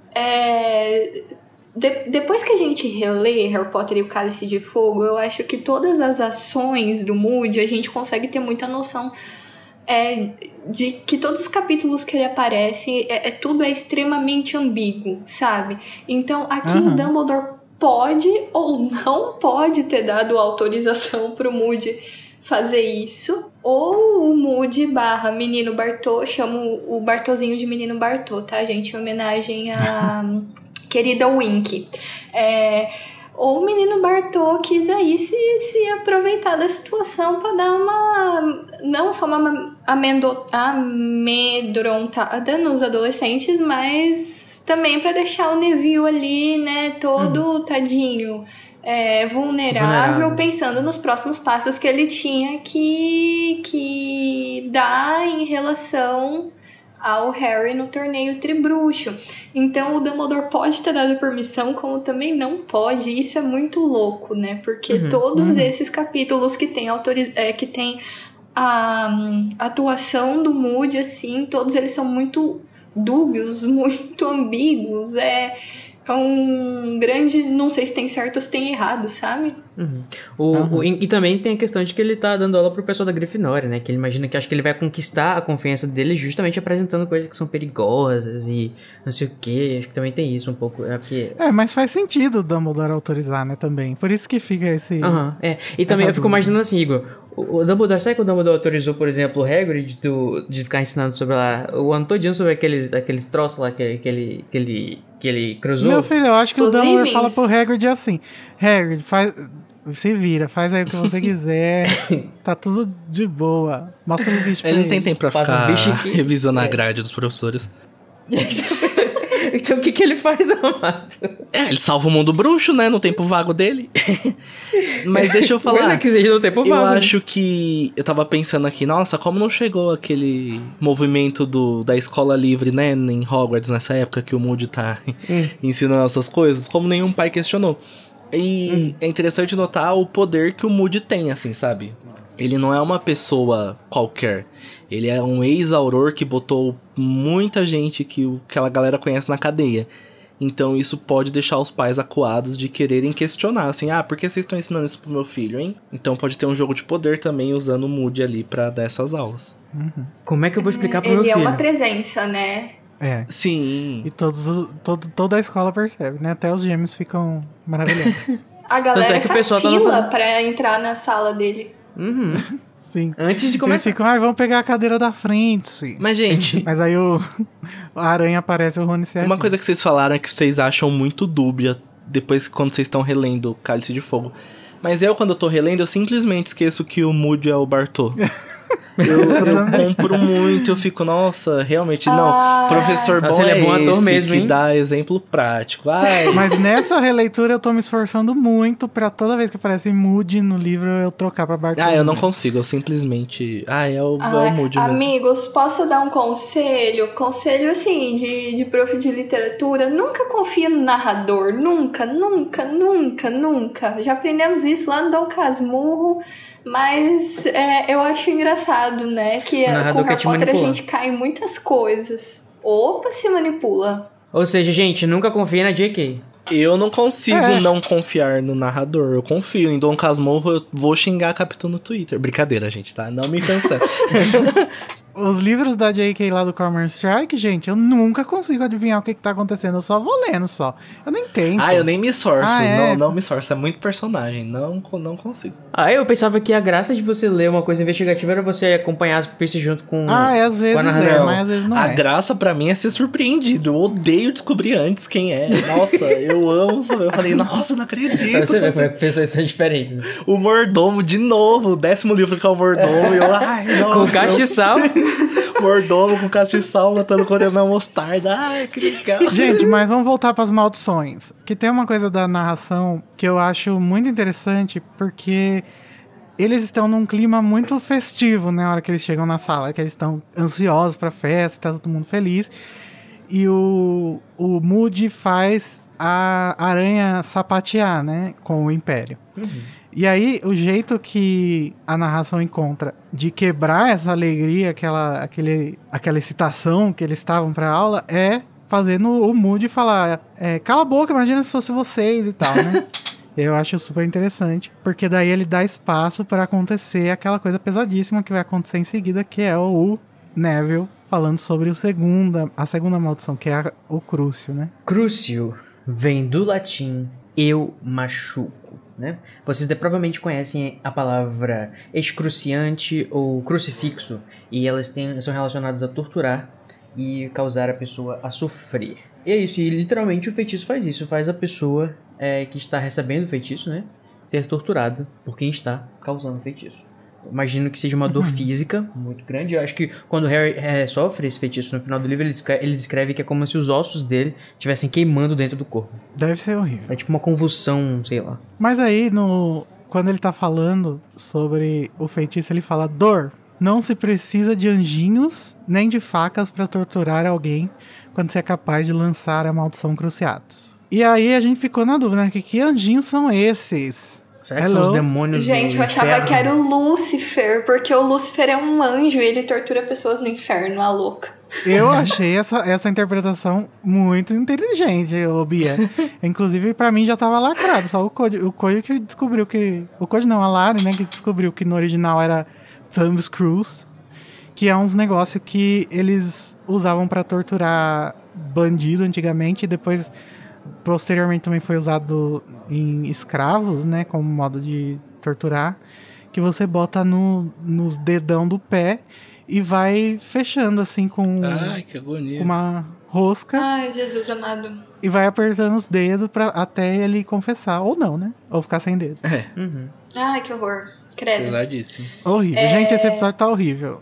Depois que a gente relê Harry Potter e o Cálice de Fogo, eu acho que todas as ações do Moody, a gente consegue ter muita noção de que todos os capítulos que ele aparece, tudo é extremamente ambíguo, sabe? Então, aqui o Dumbledore pode ou não pode ter dado autorização pro Moody fazer isso, ou o Moody / Menino Bartô, chamo o Bartozinho de Menino Bartô, tá, gente? Em homenagem a querida Wink. O menino Bartô quis aí se aproveitar da situação para dar não só uma amedrontada nos adolescentes, mas também para deixar o Neville ali, né, todo tadinho, vulnerável, pensando nos próximos passos que ele tinha que dar em relação ao Harry no torneio Tribruxo. Então o Dumbledore pode ter dado permissão, como também não pode. Isso é muito louco, né? Porque todos esses capítulos que tem que tem a atuação do Moody, assim, todos eles são muito dúbios, muito ambíguos. É um grande, não sei se tem certo ou se tem errado, sabe? E também tem a questão de que ele tá dando aula pro pessoal da Grifinória, né? Que ele imagina que acho que ele vai conquistar a confiança dele justamente apresentando coisas que são perigosas e não sei o quê. Acho que também tem isso um pouco. Mas faz sentido o Dumbledore autorizar, né, também. Por isso que fica esse... E também eu fico imaginando assim, Igor, o Dumbledore, sabe que o Dumbledore autorizou, por exemplo, o Hagrid de ficar ensinando sobre lá, o ano todinho sobre aqueles troços lá que ele cruzou? Meu filho, eu acho que o Dumbledore fala pro Hagrid assim, Hagrid, se vira, faz aí o que você quiser, tá tudo de boa. Mostra os bichos pra ele. Ele não tem tempo pra ficar revisando a grade dos professores. Então o que ele faz, Amado? Ele salva o mundo bruxo, né? No tempo vago dele. Mas deixa eu falar. Coisa que seja no tempo vago. Eu acho que... Eu tava pensando aqui, nossa, como não chegou aquele movimento da escola livre, né? Em Hogwarts, nessa época que o Moody tá ensinando essas coisas. Como nenhum pai questionou. E é interessante notar o poder que o Moody tem, assim, sabe? Ele não é uma pessoa qualquer. Ele é um ex-auror que botou muita gente que aquela galera conhece na cadeia. Então isso pode deixar os pais acuados de quererem questionar, assim, por que vocês estão ensinando isso pro meu filho, hein? Então pode ter um jogo de poder também usando o Moody ali pra dar essas aulas. Como é que eu vou explicar pro meu filho? Ele é uma presença, né? Sim. E toda a escola percebe, né? Até os gêmeos ficam maravilhosos. A galera faz fila pra entrar na sala dele. Sim. Antes de começar. Eles ficam, vamos pegar a cadeira da frente. Mas, gente... Mas aí a aranha aparece, o Rony se Uma coisa que vocês falaram é que vocês acham muito dúbia depois quando vocês estão relendo Cálice de Fogo. Mas quando eu tô relendo, eu simplesmente esqueço que o Moody é o Bartô. Eu compro muito, eu fico, nossa, realmente, não, professor bom ele é bom ator esse mesmo, que hein? dá exemplo prático. Mas nessa releitura eu tô me esforçando muito pra toda vez que aparece Moody no livro eu trocar pra Bartô. Eu não consigo, eu simplesmente... é o Moody mesmo. Amigos, posso dar um conselho? Conselho, assim, de prof de literatura. Nunca confia no narrador, nunca. Já aprendemos isso lá no Dom Casmurro. Mas eu acho engraçado, né? Que com Harry Potter a gente cai em muitas coisas. Opa, se manipula. Ou seja, gente, nunca confia na J.K. Eu não consigo não confiar no narrador. Eu confio em Dom Casmurro, eu vou xingar a Capitão no Twitter. Brincadeira, gente, tá? Não me cancela. Os livros da J.K. lá do Cormoran Strike, gente, eu nunca consigo adivinhar o que tá acontecendo. Eu só vou lendo, só. Eu nem tento. Eu nem me esforço. Não me esforço. É muito personagem. Não consigo. Eu pensava que a graça de você ler uma coisa investigativa era você acompanhar as pistas junto com às vezes com a narração. mas às vezes não A graça pra mim é ser surpreendido. Eu odeio descobrir antes quem é. Nossa, eu amo. Eu falei, nossa, não acredito. Pra você ver como é que pessoas são diferentes. Né? O Mordomo, de novo. O 10º livro que é o Mordomo. E eu, nossa. Com castiçal. Mordomo com castiçal matando coronel mostarda. Que legal. Gente, mas vamos voltar pras maldições. Que tem uma coisa da narração que eu acho muito interessante, porque eles estão num clima muito festivo, né? Na hora que eles chegam na sala, que eles estão ansiosos pra festa, tá todo mundo feliz. E o Moody faz a aranha sapatear, né? Com o Império. E aí, o jeito que a narração encontra de quebrar essa alegria, aquela excitação que eles estavam pra aula, é fazendo o Moody falar, cala a boca, imagina se fosse vocês e tal, né? Eu acho super interessante, porque daí ele dá espaço para acontecer aquela coisa pesadíssima que vai acontecer em seguida, que é o Neville falando sobre a segunda maldição, que é o Crucio, né? Crucio vem do latim eu machuco. Né? Vocês provavelmente conhecem a palavra excruciante ou crucifixo, e elas são relacionadas a torturar e causar a pessoa a sofrer. E é isso, e literalmente o feitiço faz isso. Faz a pessoa que está recebendo o feitiço, né, ser torturada por quem está causando o feitiço. Imagino que seja uma dor física muito grande. Eu acho que quando o Harry sofre esse feitiço no final do livro, ele descreve que é como se os ossos dele estivessem queimando dentro do corpo. Deve ser horrível. É tipo uma convulsão, sei lá. Mas aí, quando ele tá falando sobre o feitiço, ele fala: dor. Não se precisa de anjinhos nem de facas pra torturar alguém quando você é capaz de lançar a maldição Cruciatus. E aí a gente ficou na dúvida, né? Que anjinhos são esses? Será que são os demônios Gente, do eu achava inferno? que era o Lúcifer, porque o Lúcifer é um anjo e ele tortura pessoas no inferno, a louca. Eu achei essa interpretação muito inteligente, ô Bia. Inclusive, pra mim já tava lacrado. Só o Cody que descobriu que... O Cody não, a Lari, né? Que descobriu que no original era Thumbscrews. Que é uns negócios que eles usavam pra torturar bandido antigamente. E depois, posteriormente, também foi usado em escravos, né? Como modo de torturar. Que você bota nos dedão do pé e vai fechando assim com, Ai, que agonia. com uma rosca. Ai, Jesus amado. E vai apertando os dedos até ele confessar. Ou não, né? Ou ficar sem dedo. Uhum. Ai, que horror. Credo. Pesadíssimo. Horrível. Gente, esse episódio tá horrível.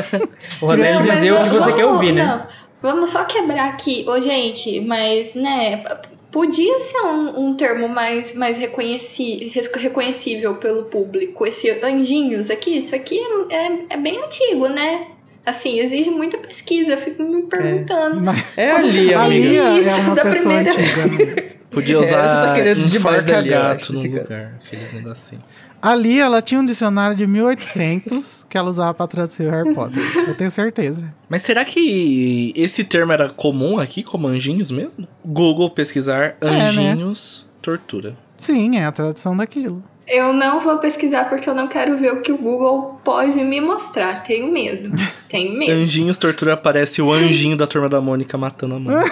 O Rodrigo Não, mas dizer o que você quer ouvir, né? Não, vamos só quebrar aqui. Ô, gente, mas, né... Podia ser um termo mais reconhecível pelo público. Esse anjinhos aqui, isso aqui é bem antigo, né? Assim, exige muita pesquisa. Eu fico me perguntando. É ali, A amiga. Lia Isso, é uma da pessoa primeira- antiga. Amiga. Podia usar você tá querendo demais da Lia, eu gato acho, no esse cara. lugar. Aqueles negocinhos. A Lia, ela tinha um dicionário de 1800 que ela usava pra traduzir o Harry Potter. Eu tenho certeza. Mas será que esse termo era comum aqui, como anjinhos mesmo? Google pesquisar anjinhos tortura. Sim, é a tradução daquilo. Eu não vou pesquisar porque eu não quero ver o que o Google pode me mostrar. Tenho medo. Tenho medo. Anjinhos tortura aparece o anjinho da Turma da Mônica matando a mãe.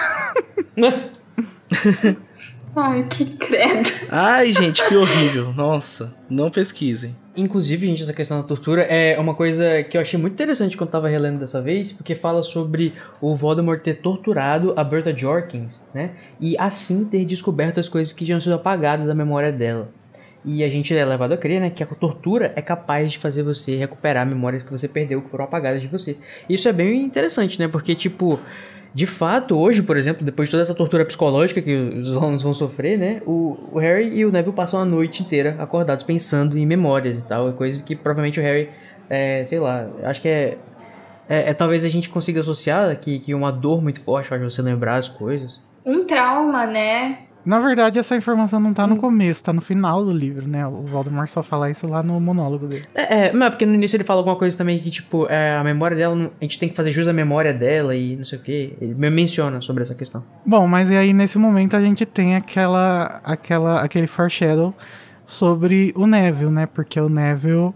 Ai, que credo. Ai, gente, que horrível. Nossa, não pesquisem. Inclusive, gente, essa questão da tortura é uma coisa que eu achei muito interessante quando eu tava relendo dessa vez, porque fala sobre o Voldemort ter torturado a Bertha Jorkins, né? E assim ter descoberto as coisas que tinham sido apagadas da memória dela. E a gente é levado a crer, né, que a tortura é capaz de fazer você recuperar memórias que você perdeu, que foram apagadas de você. Isso é bem interessante, né? Porque, tipo... De fato, hoje, por exemplo, depois de toda essa tortura psicológica que os alunos vão sofrer, né? O Harry e o Neville passam a noite inteira acordados pensando em memórias e tal. É coisa que provavelmente o Harry, sei lá, acho que talvez a gente consiga associar que uma dor muito forte faz você lembrar as coisas. Um trauma, né? Na verdade, essa informação não tá no começo, tá no final do livro, né? O Voldemort só fala isso lá no monólogo dele. Mas porque no início ele fala alguma coisa também que, tipo, a memória dela, a gente tem que fazer jus à memória dela e não sei o quê. Ele menciona sobre essa questão. Bom, mas e aí nesse momento a gente tem aquele foreshadow sobre o Neville, né? Porque o Neville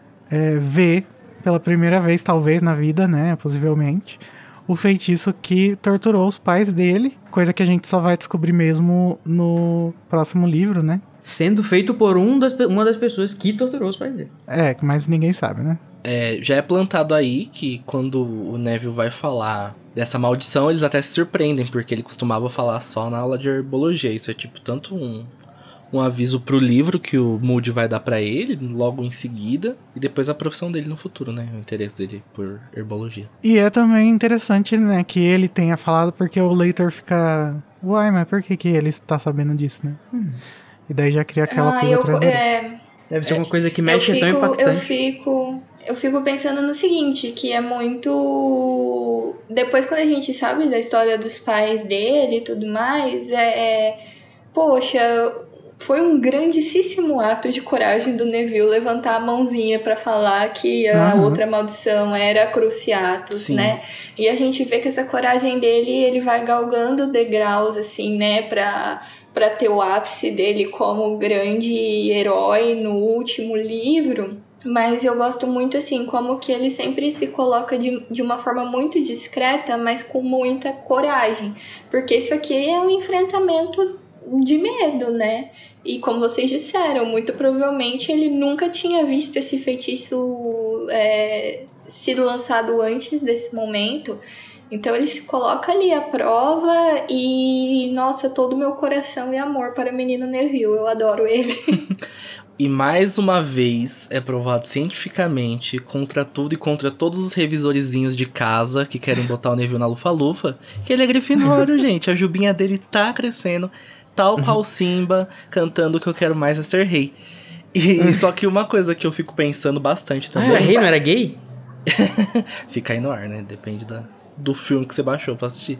vê pela primeira vez, talvez, na vida, né? Possivelmente, o feitiço que torturou os pais dele. Coisa que a gente só vai descobrir mesmo no próximo livro, né? Sendo feito por uma das pessoas que torturou os pais dele. Mas ninguém sabe, né? Já é plantado aí que quando o Neville vai falar dessa maldição, eles até se surpreendem, porque ele costumava falar só na aula de herbologia. Isso é tipo tanto um aviso pro livro que o Moody vai dar pra ele logo em seguida, e depois a profissão dele no futuro, né? O interesse dele por herbologia. E é também interessante, né, que ele tenha falado, porque o leitor fica... Uai, mas por que ele está sabendo disso, né? E daí já cria aquela pulga atrás dele. Deve ser uma coisa que mexe tão impactante. Eu fico pensando no seguinte, que é muito... Depois, quando a gente sabe da história dos pais dele e tudo mais, poxa... Foi um grandíssimo ato de coragem do Neville levantar a mãozinha pra falar que a outra maldição era Cruciatus, Sim. né? E a gente vê que essa coragem dele, ele vai galgando degraus, assim, né? Pra ter o ápice dele como grande herói no último livro. Mas eu gosto muito, assim, como que ele sempre se coloca de uma forma muito discreta, mas com muita coragem. Porque isso aqui é um enfrentamento de medo, né? E como vocês disseram, muito provavelmente ele nunca tinha visto esse feitiço sido lançado antes desse momento. Então ele se coloca ali à prova e, nossa, todo o meu coração e amor para o menino Neville. Eu adoro ele. E mais uma vez é provado cientificamente, contra tudo e contra todos os revisorizinhos de casa que querem botar o Neville na lufa-lufa, que ele é Grifinório, gente. A jubinha dele tá crescendo, tal qual Simba, cantando que eu quero mais é ser rei. E só que uma coisa que eu fico pensando bastante também... era rei, não era gay? Fica aí no ar, né? Depende do filme que você baixou pra assistir.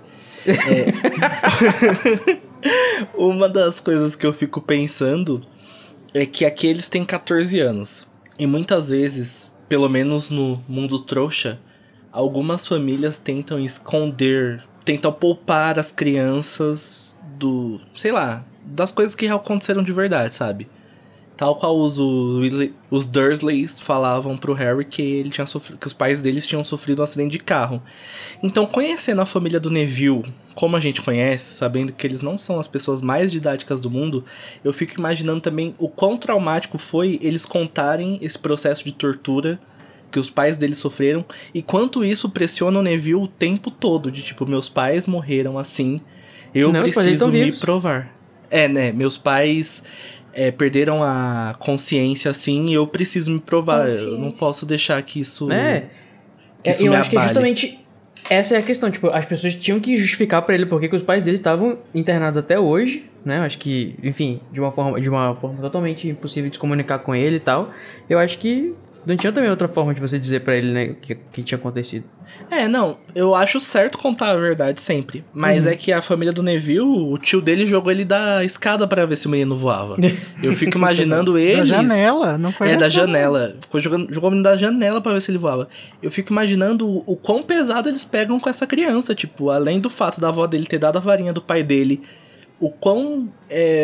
Uma das coisas que eu fico pensando... é que aqui eles têm 14 anos. E muitas vezes, pelo menos no mundo trouxa, algumas famílias tentam esconder, tentam poupar as crianças sei lá, das coisas que aconteceram de verdade, sabe? Tal qual os Dursleys falavam pro Harry que que os pais deles tinham sofrido um acidente de carro. Então, conhecendo a família do Neville, como a gente conhece, sabendo que eles não são as pessoas mais didáticas do mundo, eu fico imaginando também o quão traumático foi eles contarem esse processo de tortura que os pais deles sofreram e quanto isso pressiona o Neville o tempo todo, de tipo, meus pais morreram assim, eu preciso me provar. Né, meus pais... perderam a consciência assim e eu preciso me provar. Eu não posso deixar que isso isso eu me acho que abale. Justamente essa é a questão, tipo, as pessoas tinham que justificar pra ele porque que os pais dele estavam internados até hoje, né? Eu acho que, enfim, de uma forma totalmente impossível de se comunicar com ele e tal. Eu acho que não tinha também outra forma de você dizer pra ele, né, o que tinha acontecido. Não, eu acho certo contar a verdade sempre. Mas é que a família do Neville, o tio dele jogou ele da escada pra ver se o menino voava. Eu fico imaginando eles... Da janela, não foi da janela. Jogou o menino da janela pra ver se ele voava. Eu fico imaginando o quão pesado eles pegam com essa criança. Tipo, além do fato da avó dele ter dado a varinha do pai dele, o quão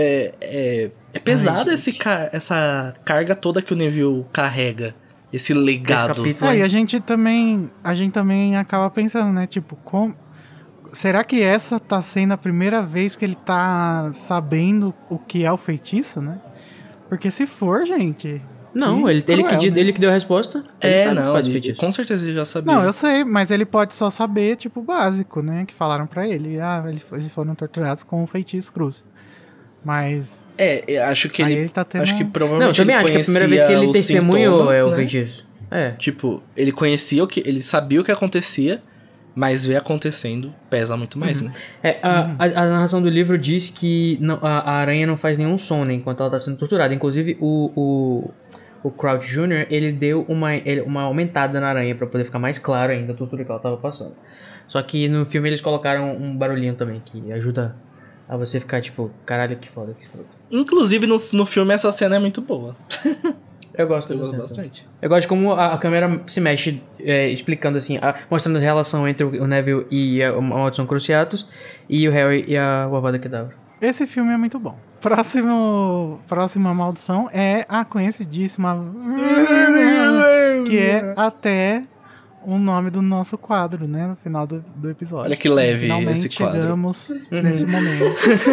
é pesada essa carga toda que o Neville carrega. Esse legado. E a gente também acaba pensando, né? Tipo, será que essa tá sendo a primeira vez que ele tá sabendo o que é o feitiço, né? Porque se for, gente... Não, ele que deu a resposta. Com certeza ele já sabia. Não, eu sei, mas ele pode só saber, tipo, o básico, né? Que falaram pra ele. Eles foram torturados com o feitiço cruz. Mas... acho que ele tá tendo... Acho que provavelmente não, eu também acho que a primeira vez que ele testemunhou o feitiço. Tipo, ele conhecia ele sabia o que acontecia, mas ver acontecendo pesa muito mais, né? A narração do livro diz que a aranha não faz nenhum som, né, enquanto ela tá sendo torturada. Inclusive, o Crouch Jr., ele deu uma aumentada na aranha pra poder ficar mais claro ainda a tortura que ela tava passando. Só que no filme eles colocaram um barulhinho também, que ajuda a você ficar tipo, caralho, que foda, que escroto. Inclusive, no filme, essa cena é muito boa. Eu gosto bastante. Eu gosto de como a câmera se mexe, explicando assim, mostrando a relação entre o Neville e a Maldição Cruciatus e o Harry e a Avada Kedavra. Esse filme é muito bom. Próxima maldição é a conhecidíssima... que é até o nome do nosso quadro, né? No final do episódio. Olha que leve finalmente esse quadro. Chegamos nesse momento.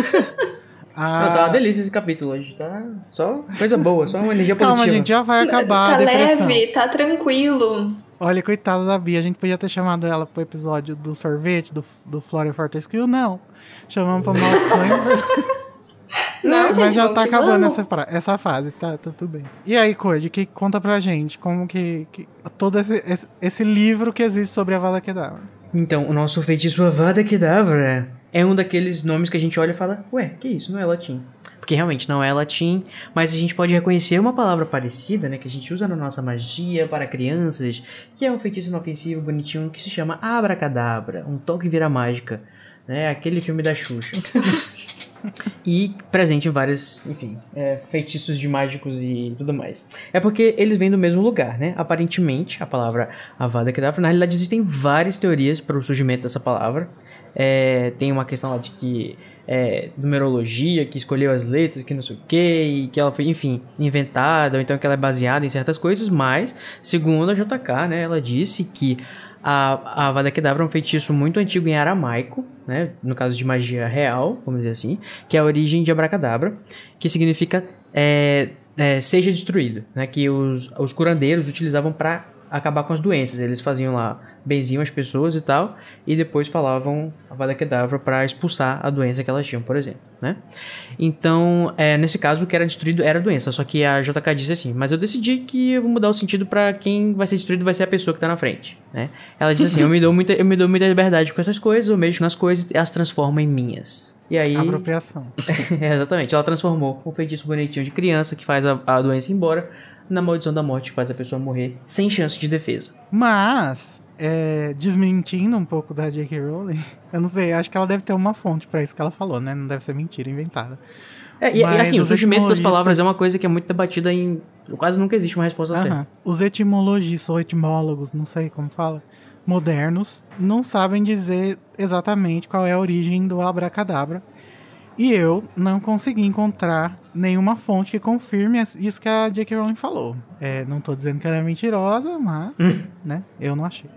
Tá uma delícia esse capítulo hoje, tá só coisa boa, só uma energia positiva. Calma, gente, já vai acabar tá a depressão. leve, tá tranquilo. Olha, coitada da Bia, a gente podia ter chamado ela pro episódio do sorvete, do Flora Fortescue, não. Chamamos pra maldição. Não, gente, mas já tá acabando vamos. essa fase, tá tudo bem. E aí, Code, conta pra gente como que todo esse livro que existe sobre a Avada Kedavra. Então, o nosso feitiço Avada Kedavra é um daqueles nomes que a gente olha e fala, ué, que isso, não é latim. Porque realmente não é latim, mas a gente pode reconhecer uma palavra parecida, né, que a gente usa na nossa magia para crianças, que é um feitiço inofensivo, bonitinho, que se chama Abracadabra, um toque vira mágica, né, aquele filme da Xuxa. E presente em vários, enfim, feitiços de mágicos e tudo mais. É porque eles vêm do mesmo lugar, né? Aparentemente, a palavra Avada Kedavra, na realidade existem várias teorias para o surgimento dessa palavra. Tem uma questão lá de que numerologia, que escolheu as letras, que não sei o que, e que ela foi, enfim, inventada, ou então que ela é baseada em certas coisas, mas, segundo a JK, né, ela disse que a Avada Kedavra é um feitiço muito antigo em aramaico, né, no caso de magia real, vamos dizer assim, que é a origem de Abracadabra, que significa seja destruído, né, que os curandeiros utilizavam para acabar com as doenças. Eles faziam lá, benziam as pessoas e tal, e depois falavam Avada Kedavra pra expulsar a doença que elas tinham, por exemplo, né? Então, nesse caso, o que era destruído era a doença, só que a JK disse assim, mas eu decidi que eu vou mudar o sentido pra quem vai ser destruído vai ser a pessoa que tá na frente, né? Ela disse assim, eu me dou muita liberdade com essas coisas, eu mexo nas coisas e as transformo em minhas. E aí... Apropriação. Exatamente, ela transformou um feitiço bonitinho de criança que faz a doença ir embora na maldição da morte que faz a pessoa morrer sem chance de defesa. Mas, desmentindo um pouco da J.K. Rowling, eu não sei, acho que ela deve ter uma fonte pra isso que ela falou, né? Não deve ser mentira inventada. E assim, o surgimento das palavras é uma coisa que é muito debatida em... Quase nunca existe uma resposta certa. Os etimologistas ou etimólogos, não sei como fala, modernos, não sabem dizer exatamente qual é a origem do abracadabra. E eu não consegui encontrar nenhuma fonte que confirme isso que a J.K. Rowling falou. Não tô dizendo que ela é mentirosa, mas né, eu não achei.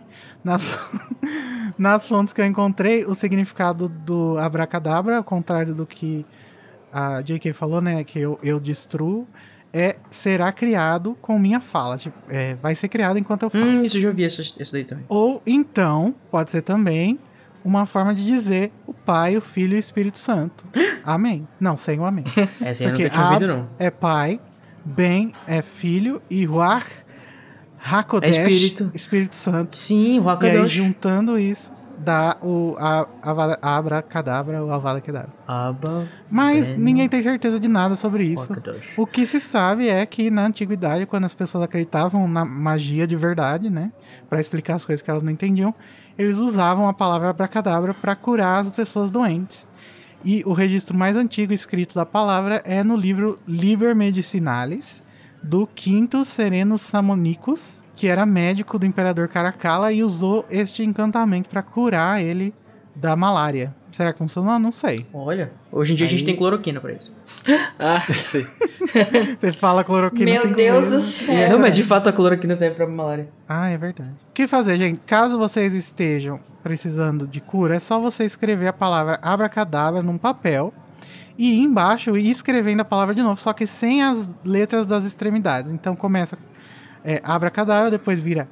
Nas fontes que eu encontrei, o significado do abracadabra, ao contrário do que a J.K. falou, né, que eu destruo, será criado com minha fala. Tipo, vai ser criado enquanto eu falo. Isso eu já ouvi isso daí também. Ou então, pode ser também uma forma de dizer o Pai, o Filho e o Espírito Santo. Amém. Não, sem o amém. Essa eu nunca tinha ouvido, não. É Pai, Ben é Filho e Ruach HaKodesh, Espírito Santo. Sim, Ruach HaKodesh. E aí, juntando isso, dá a abracadabra ou a Avada Kedavra. Mas ninguém tem certeza de nada sobre isso. O que se sabe é que na antiguidade, quando as pessoas acreditavam na magia de verdade, né, para explicar as coisas que elas não entendiam, eles usavam a palavra abracadabra para curar as pessoas doentes. E o registro mais antigo escrito da palavra é no livro Liber Medicinalis, do Quintus Serenus Samonicus, que era médico do imperador Caracalla e usou este encantamento para curar ele da malária. Será que funcionou? Não sei. Olha, hoje em dia a gente tem cloroquina pra isso. Sim. Você fala cloroquina. Meu Deus do céu. Não, mas de fato a cloroquina serve pra malária. É verdade. O que fazer, gente? Caso vocês estejam precisando de cura, é só você escrever a palavra abracadabra num papel e ir embaixo e escrevendo a palavra de novo, só que sem as letras das extremidades. Então começa abracadabra, depois vira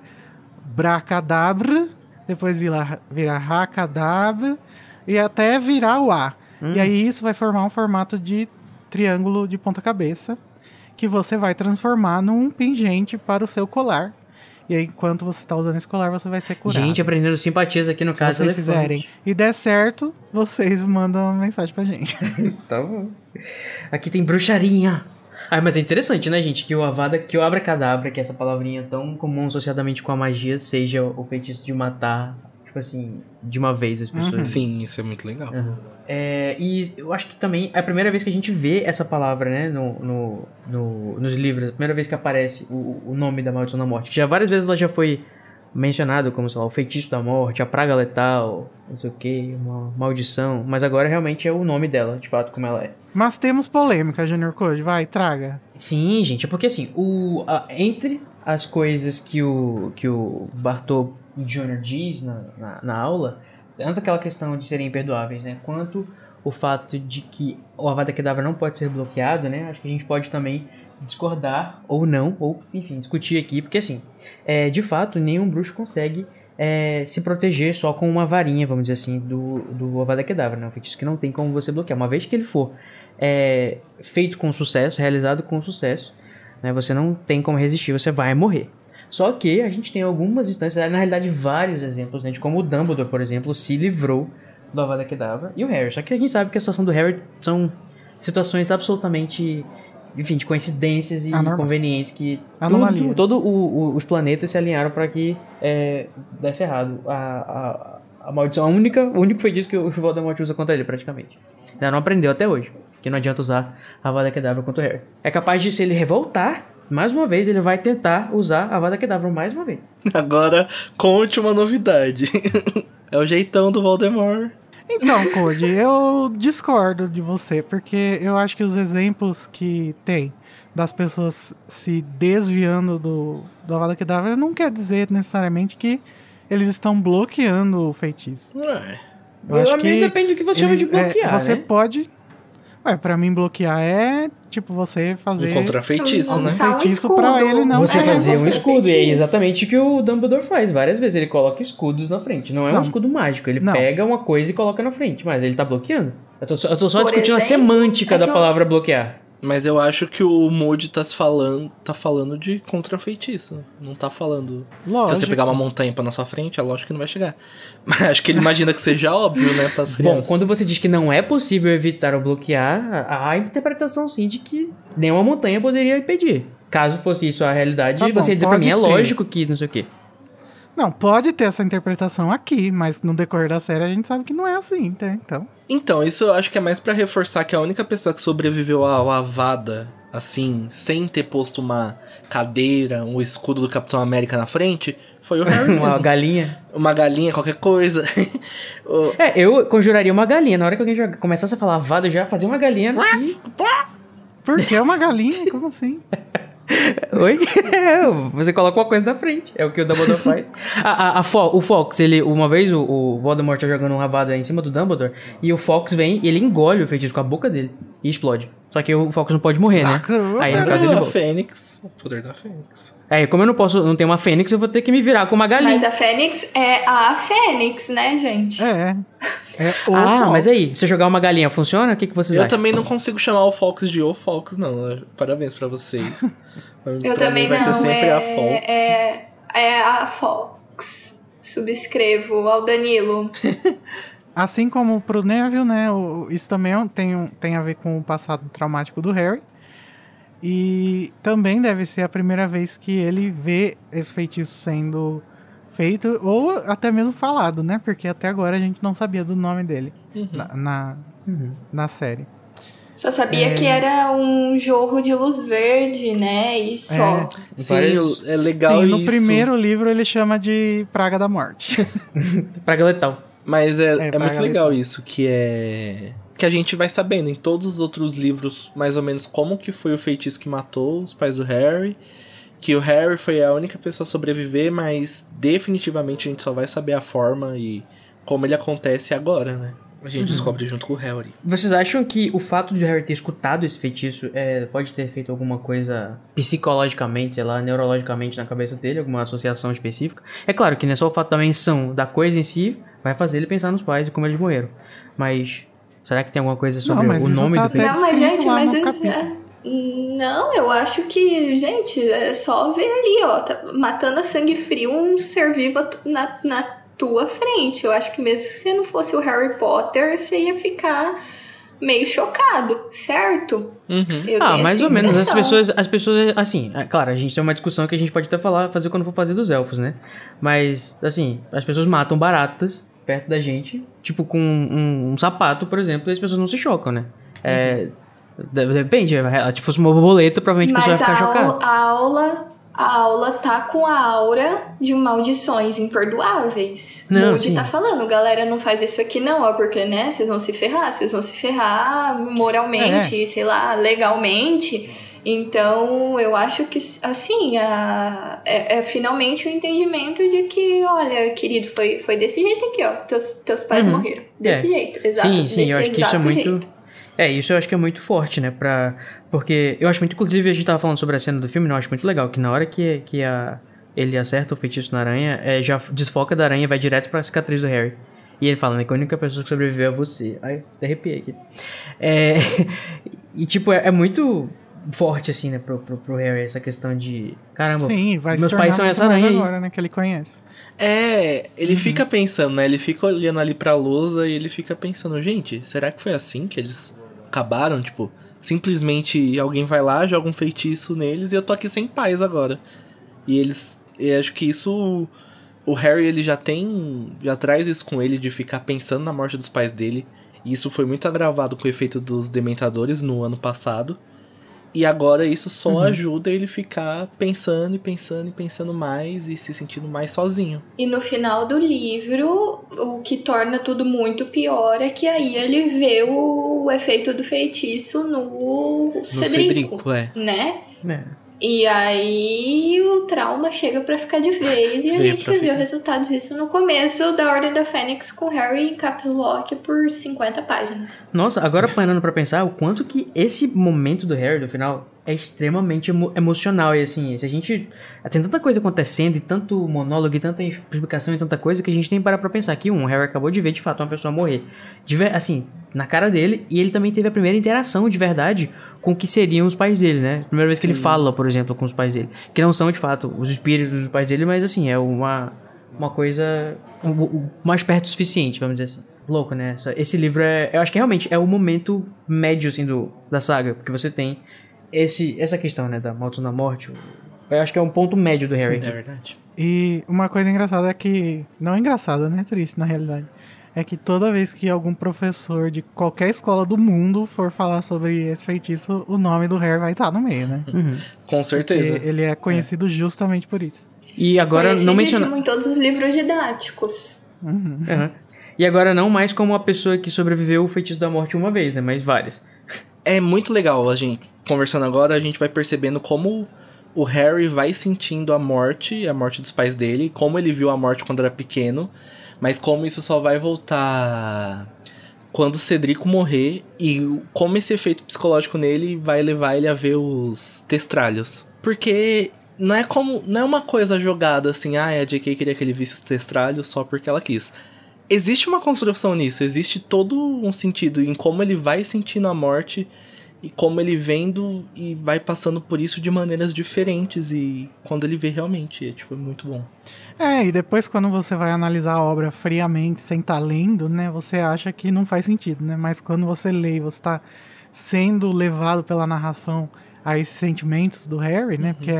bracadabra, depois vira racadabra e até virar o A. E aí isso vai formar um formato de triângulo de ponta cabeça que você vai transformar num pingente para o seu colar. E aí, enquanto você está usando esse colar, você vai ser curado. Gente, aprendendo simpatias aqui no caso. Se vocês fizerem e der certo, vocês mandam uma mensagem pra gente. Tá bom. Aqui tem bruxaria. Mas é interessante, né, gente? Que o abracadabra, que é essa palavrinha tão comum associadamente com a magia, seja o feitiço de matar, tipo assim, de uma vez as pessoas. Sim, isso é muito legal. E eu acho que também é a primeira vez que a gente vê essa palavra, né, nos livros, a primeira vez que aparece o nome da maldição da morte. Já várias vezes ela já foi mencionada como, sei lá, o feitiço da morte, a praga letal, não sei o que, uma maldição, mas agora realmente é o nome dela, de fato, como ela é. Mas temos polêmica, Junior Code, vai, traga. Sim, gente, é porque assim, entre as coisas que o Bartô Jr. diz na aula, tanto aquela questão de serem imperdoáveis, né, quanto o fato de que o Avada Kedavra não pode ser bloqueado, né, acho que a gente pode também discordar ou não, ou enfim, discutir aqui, porque assim, de fato, nenhum bruxo consegue se proteger só com uma varinha, vamos dizer assim, do Avada Kedavra, né, um feitiço que não tem como você bloquear, uma vez que ele for feito com sucesso, realizado com sucesso, né, você não tem como resistir, você vai morrer. Só que a gente tem algumas instâncias, na realidade vários exemplos, né, de como o Dumbledore, por exemplo, se livrou do Avada Kedavra, e o Harry. Só que a gente sabe que a situação do Harry são situações absolutamente, enfim, de coincidências e inconvenientes que todos os planetas se alinharam para que desse errado. A maldição, o único feitiço que o Voldemort usa contra ele, praticamente. Ele não aprendeu até hoje, que não adianta usar a Avada Kedavra contra o Harry. É capaz de, se ele revoltar, mais uma vez, ele vai tentar usar a Avada Kedavra mais uma vez. Agora, conte uma novidade. É o jeitão do Voldemort. Então, Cody, eu discordo de você, porque eu acho que os exemplos que tem das pessoas se desviando do Avada Kedavra não quer dizer necessariamente que eles estão bloqueando o feitiço. Eu acho que depende do que você chama de bloquear, você né? Pra mim bloquear é, tipo, você fazer... Encontrar feitiço, né? Usar um feitiço escudo. pra ele não... Você fazer um você escudo, e é feitiço. exatamente o que o Dumbledore faz. Várias vezes ele coloca escudos na frente. Não é um Não. escudo mágico, ele Não. pega uma coisa e coloca na frente, mas ele tá bloqueando. Eu tô só Por discutindo a exemplo, semântica é da que eu- palavra bloquear. Mas eu acho que o Moody tá falando de contra-feitiço. Não tá falando... Lógico. Se você pegar uma montanha pra na sua frente, é lógico que não vai chegar. Mas acho que ele imagina que seja óbvio, né, pras Bom, crianças. quando você diz que não é possível evitar ou bloquear, há a interpretação sim de que nenhuma montanha poderia impedir. Caso fosse isso a realidade, Tá bom, você ia dizer pra pode mim, é ter. lógico que não sei o quê. Não, pode ter essa interpretação aqui, mas no decorrer da série a gente sabe que não é assim, tá? Então, isso eu acho que é mais pra reforçar que a única pessoa que sobreviveu ao Avada, assim, sem ter posto uma cadeira, um escudo do Capitão América na frente, foi o Harry Uma mesmo. galinha. Uma galinha, qualquer coisa. Eu conjuraria uma galinha. Na hora que alguém começasse a falar vada, eu já fazia uma galinha e... Por que uma galinha? Como assim? Oi? Você coloca uma coisa na frente. É o que o Dumbledore faz. O Fox, ele... Uma vez o Voldemort tá jogando uma vada em cima do Dumbledore e o Fox vem e ele engole o feitiço com a boca dele e explode. Só que o Fox não pode morrer, né? Lacrou, Aí, no cara. caso, ele a volta. Fênix. O poder da Fênix. Aí, como eu não tenho uma fênix, eu vou ter que me virar com uma galinha. Mas a Fênix é a Fênix, né, gente? É o Ah, Fox. mas aí, se eu jogar uma galinha, funciona? O que vocês Eu acham? também não consigo chamar o Fox de O Fox, não. Parabéns pra vocês. Eu Pra também mim vai não. ser sempre a Fox. É a Fox. Subscrevo ao Danilo. Assim como pro Neville, né? Isso também tem a ver com o passado traumático do Harry. E também deve ser a primeira vez que ele vê esse feitiço sendo feito, ou até mesmo falado, né? Porque até agora a gente não sabia do nome dele na série. Só sabia que era um jorro de luz verde, né? E só. Sim, é legal Sim, isso. no primeiro livro ele chama de Praga da Morte. Praga letal. Mas é Praga muito legal letal. isso, que a gente vai sabendo em todos os outros livros, mais ou menos, como que foi o feitiço que matou os pais do Harry. Que o Harry foi a única pessoa a sobreviver, mas definitivamente a gente só vai saber a forma e como ele acontece agora, né? A gente descobre junto com o Harry. Vocês acham que o fato de Harry ter escutado esse feitiço pode ter feito alguma coisa psicologicamente, sei lá, neurologicamente na cabeça dele, alguma associação específica? É claro que não é só o fato da menção da coisa em si, vai fazer ele pensar nos pais e como eles morreram. Mas será que tem alguma coisa sobre mas o isso nome tá do até- feitiço? Não, mas descrito gente, lá mas no isso capítulo. Não, eu acho que, gente, é só ver ali, ó, tá matando a sangue frio um ser vivo na tua frente. Eu acho que mesmo se você não fosse o Harry Potter, você ia ficar meio chocado, certo? Eu tenho Mais essa ou menos. impressão. As pessoas, assim, claro, a gente tem uma discussão que a gente pode até fazer quando for fazer dos elfos, né? Mas, assim, as pessoas matam baratas perto da gente, tipo com um sapato, por exemplo, e as pessoas não se chocam, né? Depende, se fosse uma borboleta, provavelmente a pessoa Mas vai ficar chocada. a aula tá com a aura de maldições imperdoáveis. Não, Moody sim. tá falando, galera, não faz isso aqui não, ó, porque, né, vocês vão se ferrar moralmente, sei lá, legalmente. Então, eu acho que, assim, é finalmente o entendimento de que, olha, querido, foi desse jeito aqui, ó, teus pais morreram. Desse jeito, exato. Sim, eu acho que isso é muito... Jeito. Isso eu acho que é muito forte, né? Porque eu acho muito... Inclusive, a gente tava falando sobre a cena do filme, eu acho muito legal. Que na hora que ele acerta o feitiço na aranha, já desfoca da aranha e vai direto pra cicatriz do Harry. E ele fala, né? Que a única pessoa que sobreviveu é você. Ai, até arrepiei aqui. E tipo, é muito forte, assim, né? Pro Harry, essa questão de... Caramba, Sim, vai meus se pais tornar são muito essa mais aranha aí. agora, né? Que ele conhece. Ele fica pensando, né? Ele fica olhando ali pra lousa e ele fica pensando, gente, será que foi assim que eles acabaram? Tipo, simplesmente alguém vai lá, joga um feitiço neles e eu tô aqui sem paz agora. E acho que isso, o Harry, ele já traz isso com ele de ficar pensando na morte dos pais dele. E isso foi muito agravado com o efeito dos Dementadores no ano passado. E agora isso só ajuda ele ficar pensando e pensando e pensando mais e se sentindo mais sozinho. E no final do livro, o que torna tudo muito pior é que aí ele vê o efeito do feitiço no Cedrico, Cedrico, né? E aí o trauma chega pra ficar de vez e a gente viu o resultado disso no começo da Ordem da Fênix com Harry em caps lock por 50 páginas. Nossa, agora parando pra pensar o quanto que esse momento do Harry, do final, é extremamente emocional. E assim, se a gente... Tem tanta coisa acontecendo, e tanto monólogo, e tanta explicação, e tanta coisa, que a gente tem que parar pra pensar que o Harry acabou de ver, de fato, uma pessoa morrer. Assim, na cara dele, e ele também teve a primeira interação, de verdade, com o que seriam os pais dele, né? Primeira vez que ele fala, por exemplo, com os pais dele. Que não são, de fato, os espíritos dos pais dele, mas assim, é uma coisa mais perto o suficiente, vamos dizer assim. Louco, né? Esse livro eu acho que realmente é o momento médio, assim, da saga, porque você tem essa questão, né, da Maldição da Morte. Eu acho que é um ponto médio do Harry. Sim, é verdade. E uma coisa engraçada é que... Não é engraçada, né? É triste, na realidade. É que toda vez que algum professor de qualquer escola do mundo for falar sobre esse feitiço, o nome do Harry vai estar no meio, né? Uhum. Com certeza. Porque ele é conhecido justamente por isso. E agora não menciona... em todos os livros didáticos. Uhum. Uhum. E agora não mais como a pessoa que sobreviveu o feitiço da morte uma vez, né? Mas várias. É muito legal, a gente conversando agora, a gente vai percebendo como o Harry vai sentindo a morte dos pais dele, como ele viu a morte quando era pequeno, mas como isso só vai voltar quando o Cedrico morrer e como esse efeito psicológico nele vai levar ele a ver os testralhos. Porque não é uma coisa jogada assim, a J.K. queria que ele visse os testralhos só porque ela quis. Existe uma construção nisso, existe todo um sentido em como ele vai sentindo a morte e como ele vendo e vai passando por isso de maneiras diferentes e quando ele vê realmente, é muito bom. E depois quando você vai analisar a obra friamente, sem estar lendo, né, você acha que não faz sentido, né, mas quando você lê e você tá sendo levado pela narração a esses sentimentos do Harry, né, porque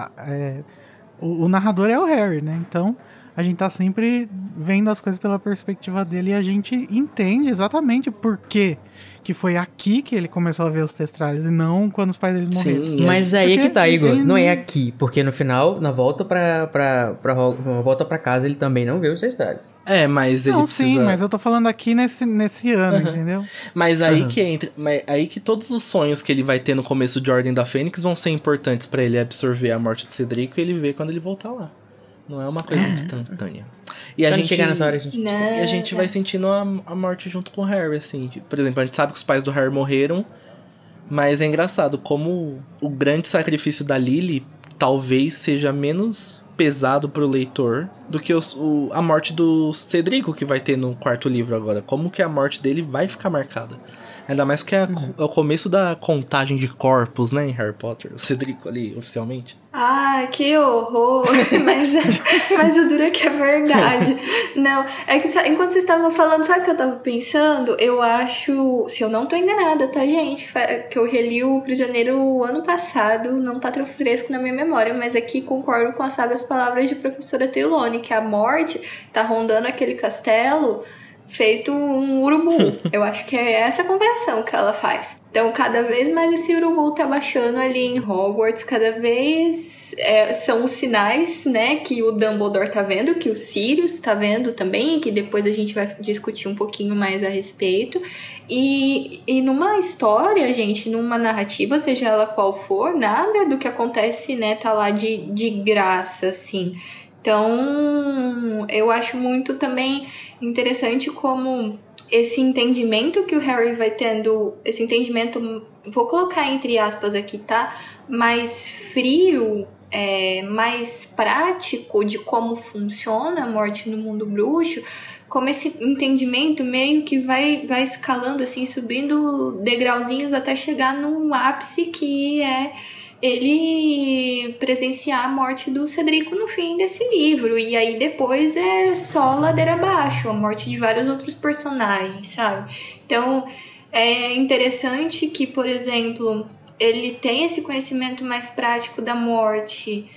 o narrador é o Harry, né, então a gente tá sempre vendo as coisas pela perspectiva dele e a gente entende exatamente por que foi aqui que ele começou a ver os testralhos e não quando os pais dele morreram. Sim, mas aí é que tá, Igor. Não é aqui, porque no final, na volta volta pra casa, ele também não vê os testralhos. Mas ele precisa... Sim, mas eu tô falando aqui nesse ano, entendeu? Mas aí aí que todos os sonhos que ele vai ter no começo de Ordem da Fênix vão ser importantes pra ele absorver a morte de Cedrico e ele ver quando ele voltar lá. Não é uma coisa instantânea. E a gente chegar nessa hora, a gente vai sentindo a morte junto com o Harry, assim. Por exemplo, a gente sabe que os pais do Harry morreram, mas é engraçado como o grande sacrifício da Lily talvez seja menos pesado pro leitor do que a morte do Cedrico que vai ter no quarto livro agora. Como que a morte dele vai ficar marcada. Ainda mais que é o começo da contagem de corpos, né, em Harry Potter. O Cedrico ali, oficialmente. Que horror! mas o duro é que é verdade. Não, é que enquanto vocês estavam falando, sabe o que eu tava pensando? Eu acho, se eu não tô enganada, tá, gente? Que eu reli o Prisioneiro ano passado, não tá tão fresco na minha memória, mas aqui concordo com as sábias palavras de professora Trelawney, que a morte tá rondando aquele castelo feito um urubu. Eu acho que é essa a conversão que ela faz. Então, cada vez mais esse urubu tá baixando ali em Hogwarts, cada vez são os sinais, né, que o Dumbledore tá vendo, que o Sirius tá vendo também, que depois a gente vai discutir um pouquinho mais a respeito. E numa história, gente, numa narrativa, seja ela qual for, nada do que acontece, né, tá lá de graça, assim. Então, eu acho muito também interessante como esse entendimento que o Harry vai tendo, esse entendimento, vou colocar entre aspas aqui, tá? Mais frio, mais prático de como funciona a morte no mundo bruxo, como esse entendimento meio que vai escalando, assim, subindo degrauzinhos até chegar num ápice que é ele presenciar a morte do Cedrico no fim desse livro. E aí depois é só ladeira abaixo, a morte de vários outros personagens, sabe? Então é interessante que, por exemplo, ele tem esse conhecimento mais prático da morte,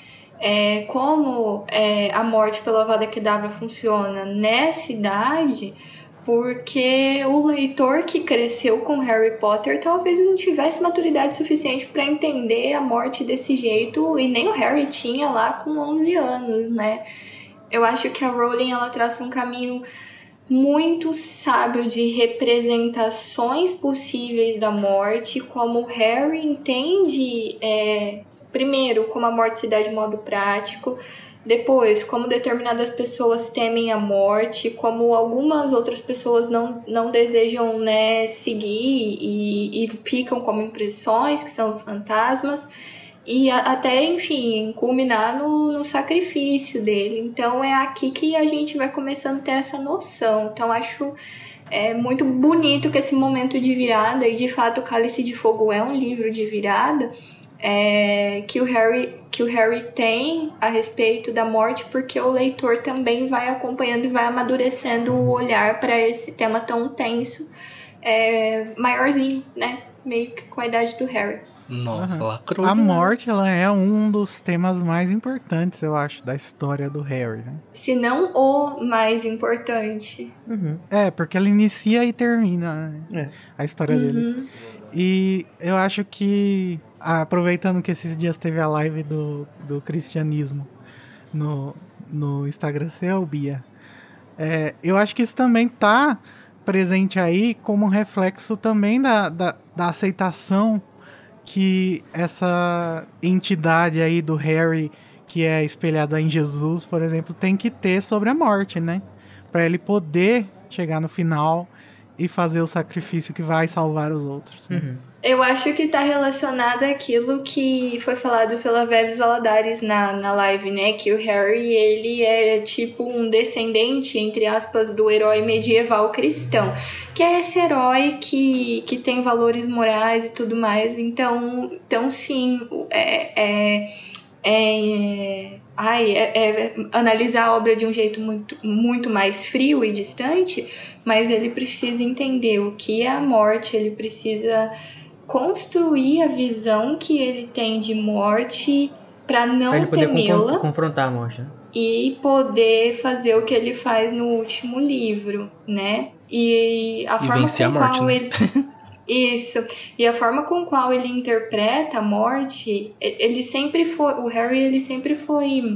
como a morte pela Avada Kedavra funciona nessa idade, porque o leitor que cresceu com Harry Potter talvez não tivesse maturidade suficiente para entender a morte desse jeito, e nem o Harry tinha lá com 11 anos, né? Eu acho que a Rowling, ela traça um caminho muito sábio de representações possíveis da morte, como o Harry entende primeiro, como a morte se dá de modo prático, depois, como determinadas pessoas temem a morte, como algumas outras pessoas não desejam, né, seguir e ficam como impressões, que são os fantasmas, e até, enfim, culminar no sacrifício dele. Então é aqui que a gente vai começando a ter essa noção. Então acho muito bonito que esse momento de virada, e de fato o Cálice de Fogo é um livro de virada, que o Harry tem a respeito da morte, porque o leitor também vai acompanhando e vai amadurecendo o olhar para esse tema tão tenso, maiorzinho, né? Meio que com a idade do Harry. Nossa, lacrou. A morte, ela é um dos temas mais importantes, eu acho, da história do Harry, né? Se não o mais importante. Uhum. Porque ela inicia e termina, né? A história dele. E eu acho que, aproveitando que esses dias teve a live do cristianismo no Instagram seu, Bia, eu acho que isso também tá presente aí como reflexo também da aceitação que essa entidade aí do Harry, que é espelhada em Jesus, por exemplo, tem que ter sobre a morte, né? Pra ele poder chegar no final e fazer o sacrifício que vai salvar os outros. Né? Uhum. Eu acho que tá relacionado àquilo que foi falado pela Vebs Valadares na live, né? Que o Harry, ele é tipo um descendente, entre aspas, do herói medieval cristão. Que é esse herói que tem valores morais e tudo mais. Então sim, analisar a obra de um jeito muito, muito mais frio e distante, mas ele precisa entender o que é a morte, ele precisa construir a visão que ele tem de morte para não ele poder temê-la, confrontar a morte, né? E poder fazer o que ele faz no último livro, né? E a forma vencer com a morte, qual né? ele... Isso. E a forma com qual ele interpreta a morte, ele sempre foi... O Harry, ele sempre foi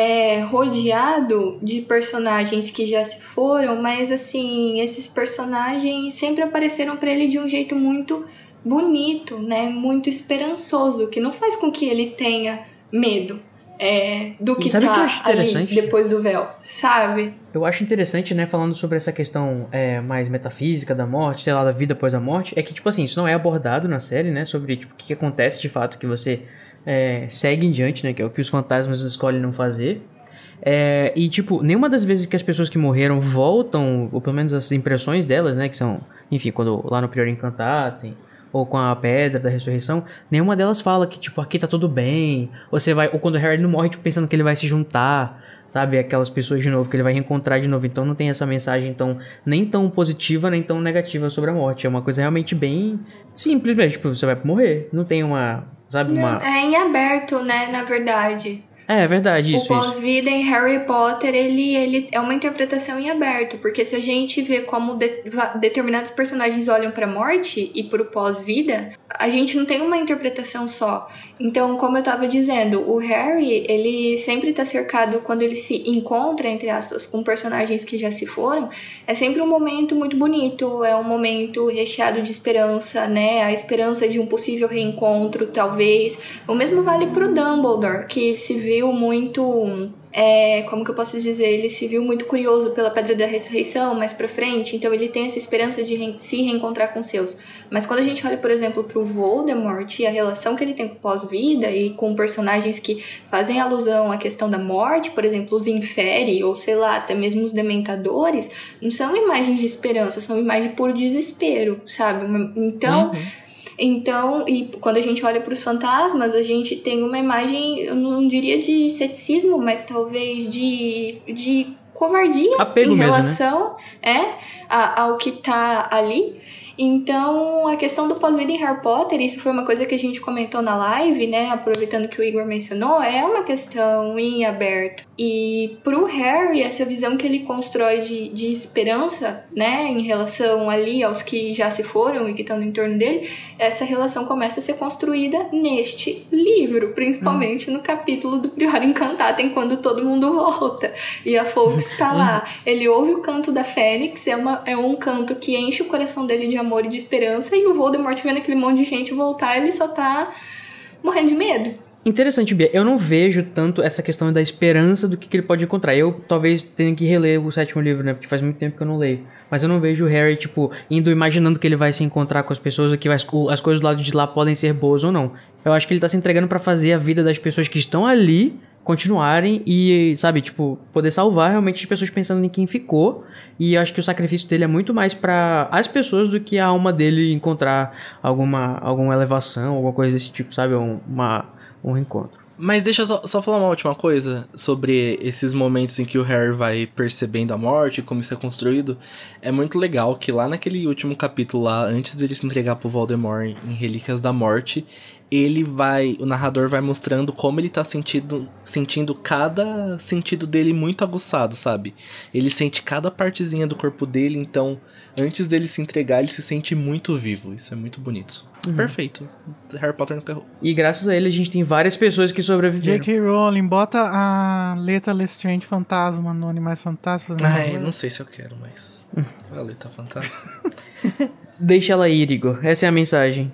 rodeado de personagens que já se foram, mas, assim, esses personagens sempre apareceram para ele de um jeito muito bonito, né? Muito esperançoso, que não faz com que ele tenha medo do que tá ali depois do véu, sabe? Eu acho interessante, né, falando sobre essa questão mais metafísica da morte, sei lá, da vida após a morte, é que, tipo assim, isso não é abordado na série, né, sobre, tipo, o que acontece de fato, que você segue em diante, né, que é o que os fantasmas escolhem não fazer. E, tipo, nenhuma das vezes que as pessoas que morreram voltam, ou pelo menos as impressões delas, né, que são, enfim, quando lá no Prior Incantatem, ou com a Pedra da Ressurreição, nenhuma delas fala que, tipo, aqui tá tudo bem, ou quando o Harry não morre, tipo, pensando que ele vai se juntar, sabe, aquelas pessoas de novo, que ele vai reencontrar de novo, então não tem essa mensagem nem tão positiva, nem tão negativa sobre a morte, é uma coisa realmente bem simples, né? Tipo, você vai morrer, não tem uma, sabe, uma... É em aberto, né, na verdade. É verdade, isso. O pós-vida em Harry Potter, ele é uma interpretação em aberto, porque se a gente vê como determinados personagens olham pra morte e pro pós-vida, a gente não tem uma interpretação só. Então, como eu tava dizendo, o Harry, ele sempre tá cercado, quando ele se encontra, entre aspas, com personagens que já se foram, é sempre um momento muito bonito, é um momento recheado de esperança, né? A esperança de um possível reencontro, talvez. O mesmo vale pro Dumbledore, que se viu muito... como que eu posso dizer? Ele se viu muito curioso pela Pedra da Ressurreição mais pra frente, então ele tem essa esperança de se reencontrar com seus. Mas quando a gente olha, por exemplo, pro Voldemort e a relação que ele tem com o pós-vida e com personagens que fazem alusão à questão da morte, por exemplo, os Inferi, ou sei lá, até mesmo os Dementadores, não são imagens de esperança, são imagens de puro desespero, sabe? Então, e quando a gente olha para os fantasmas, a gente tem uma imagem, eu não diria de ceticismo, mas talvez de covardia apego em mesmo, relação ao que tá ali. Então, a questão do pós-vida em Harry Potter, isso foi uma coisa que a gente comentou na live, né? Aproveitando que o Igor mencionou, é uma questão em aberto. E pro Harry, essa visão que ele constrói de esperança, né? Em relação ali aos que já se foram e que estão no entorno dele, essa relação começa a ser construída neste livro, principalmente no capítulo do Prior Incantatem, quando todo mundo volta. E a Fawkes está lá. Ele ouve o canto da Fênix, é um canto que enche o coração dele de amor e de esperança, e o Voldemort vendo aquele monte de gente voltar, ele só tá morrendo de medo, Interessante, Bia. Eu não vejo tanto essa questão da esperança do que ele pode encontrar. Eu talvez tenha que reler o 7º livro, né? Porque faz muito tempo que eu não leio. Mas eu não vejo o Harry, tipo, indo imaginando que ele vai se encontrar com as pessoas ou que as coisas do lado de lá podem ser boas ou não. Eu acho que ele tá se entregando pra fazer a vida das pessoas que estão ali continuarem e, sabe, tipo, poder salvar realmente as pessoas pensando em quem ficou. E eu acho que o sacrifício dele é muito mais pra as pessoas do que a alma dele encontrar alguma elevação, alguma coisa desse tipo, sabe? Um reencontro. Mas deixa eu só falar uma última coisa sobre esses momentos em que o Harry vai percebendo a morte e como isso é construído. É muito legal que lá naquele último capítulo lá, antes dele se entregar pro Voldemort em Relíquias da Morte, o narrador vai mostrando como ele tá sentindo cada sentido dele muito aguçado, sabe? Ele sente cada partezinha do corpo dele, então antes dele se entregar, ele se sente muito vivo. Isso é muito bonito. Perfeito. Harry Potter nunca errou. E graças a ele a gente tem várias pessoas que sobreviveram. J.K. Rowling, bota a letra Lestrange Fantasma no Animais Fantásticos. Ai, não sei se eu quero, mas... a letra fantasma. Deixa ela ir, Igor. Essa é a mensagem.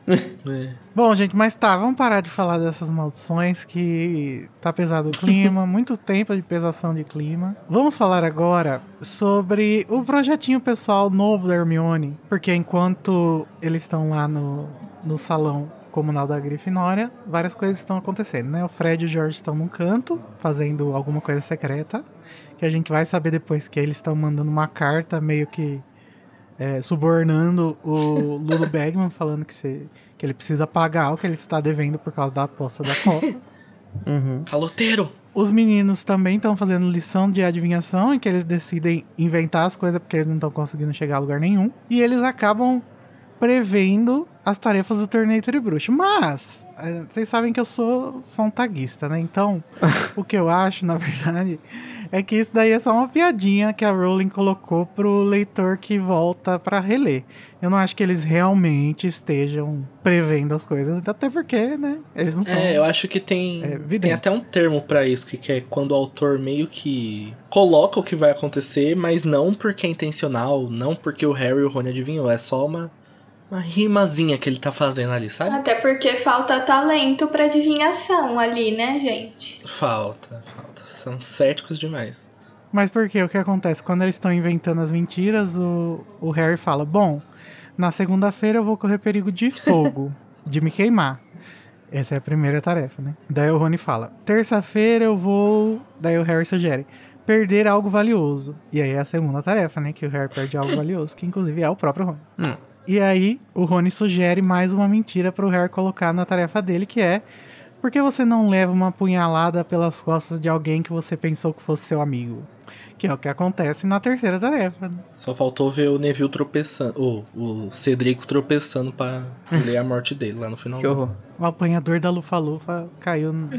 Bom, gente, mas tá, vamos parar de falar dessas maldições que tá pesado o clima, muito tempo de pesação de clima. Vamos falar agora sobre o projetinho pessoal novo da Hermione, porque enquanto eles estão lá no salão comunal da Grifinória, várias coisas estão acontecendo, né? O Fred e o George estão num canto, fazendo alguma coisa secreta, que a gente vai saber depois que eles estão mandando uma carta meio que subornando o Lulu Bagman, falando que ele precisa pagar o que ele está devendo por causa da aposta da Copa. Caloteiro! Os meninos também estão fazendo lição de adivinhação, em que eles decidem inventar as coisas porque eles não estão conseguindo chegar a lugar nenhum. E eles acabam prevendo as tarefas do torneio Tribruxo. Mas vocês sabem que eu sou um taguista, né? Então, o que eu acho, na verdade, é que isso daí é só uma piadinha que a Rowling colocou pro leitor que volta pra reler. Eu não acho que eles realmente estejam prevendo as coisas, até porque, né, eles não são... eu acho que tem até um termo pra isso, que é quando o autor meio que coloca o que vai acontecer, mas não porque é intencional, não porque o Harry e o Rony adivinhou, é só uma rimazinha que ele tá fazendo ali, sabe? Até porque falta talento pra adivinhação ali, né, gente? Falta. São céticos demais. Mas por quê? O que acontece? Quando eles estão inventando as mentiras, o Harry fala, bom, na segunda-feira eu vou correr perigo de fogo, de me queimar. Essa é a primeira tarefa, né? Daí o Rony fala, terça-feira eu vou... Daí o Harry sugere, perder algo valioso. E aí é a segunda tarefa, né? Que o Harry perde algo valioso, que inclusive é o próprio Rony. E aí o Rony sugere mais uma mentira pro Harry colocar na tarefa dele, que é... Por que você não leva uma punhalada pelas costas de alguém que você pensou que fosse seu amigo? Que é o que acontece na terceira tarefa. Né? Só faltou ver o Neville tropeçando, o Cedrico tropeçando pra ler a morte dele lá no final. Que horror. O apanhador da Lufa-Lufa caiu no...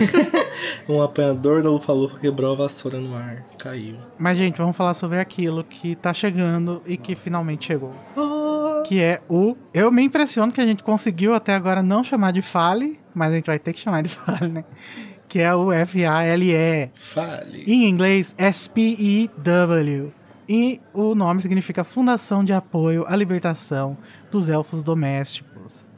Um apanhador da Lufa-Lufa quebrou a vassoura no ar. Caiu. Mas, gente, vamos falar sobre aquilo que tá chegando e que finalmente chegou. Que é o... Eu me impressiono que a gente conseguiu até agora não chamar de Fale, mas a gente vai ter que chamar de Fale, né? Que é o FALE. Fale. Em inglês, SPEW. E o nome significa Fundação de Apoio à Libertação dos Elfos Domésticos.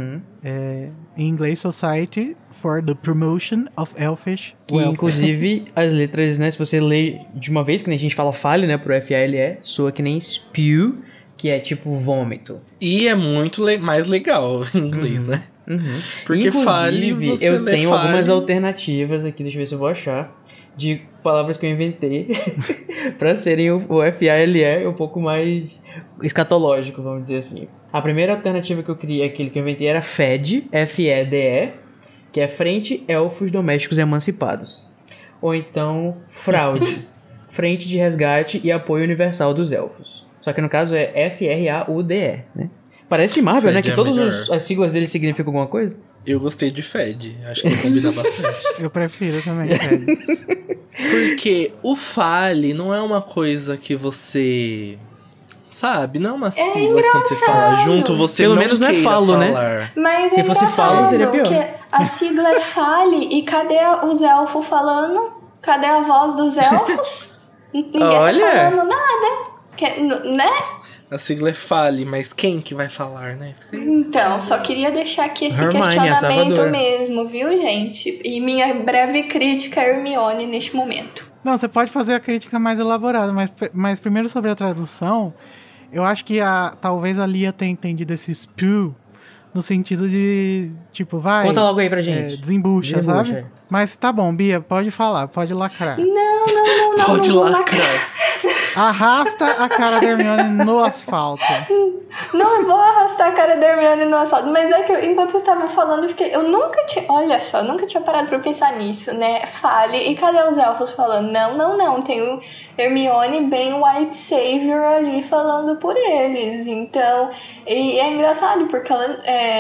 Em inglês, Society for the Promotion of Elfish Que, Welfare. inclusive, as letras, né? Se você lê de uma vez, que nem a gente fala Fale, né? Pro FALE, soa que nem spew, que é tipo vômito. E é muito mais legal em inglês, né? Porque inclusive, Fale, você eu lê tenho Fale. algumas alternativas aqui, deixa eu ver se eu vou achar, de palavras que eu inventei pra serem o FALE um pouco mais escatológico, vamos dizer assim. A primeira alternativa que eu criei, aquele que eu inventei, era FED, F-E-D-E, que é Frente Elfos Domésticos Emancipados. Ou então, Fraude, Frente de Resgate e Apoio Universal dos Elfos. Só que no caso é F-R-A-U-D-E, né? Parece Marvel, né? Que todas as siglas dele significam alguma coisa. Eu gostei de Fed. Acho que combina bastante. Eu prefiro também, Fed. Porque o Fale não é uma coisa que você... Sabe? Não é uma sigla que quando você fala junto, você Pelo não menos não é queira falo, falar. né? Mas Se é fosse Fale, seria pior. que a sigla é Fale e cadê os elfos falando? Cadê a voz dos elfos? Ninguém Olha. tá falando nada. Né? A sigla é Fale, mas quem que vai falar, né? Então, só queria deixar aqui esse Hermione, a questionamento salvadora. mesmo, viu, gente? E minha breve crítica a Hermione neste momento. Não, você pode fazer a crítica mais elaborada, mas primeiro sobre a tradução, eu acho que talvez a Lia tenha entendido esse spew no sentido de, tipo, vai... Conta logo aí pra gente. Desembucha, Desembucha, sabe? é. Mas tá bom, Bia, pode falar, pode lacrar. Não, Pode não vou lacrar. Arrasta a cara da Hermione no asfalto. Não vou arrastar a cara da Hermione no assalto, mas é que enquanto você estava falando, eu nunca tinha... Olha só, eu nunca tinha parado pra pensar nisso, né? Fale, e cadê os elfos falando? Não, tem o Hermione bem White Savior ali falando por eles. Então, e é engraçado, porque ela...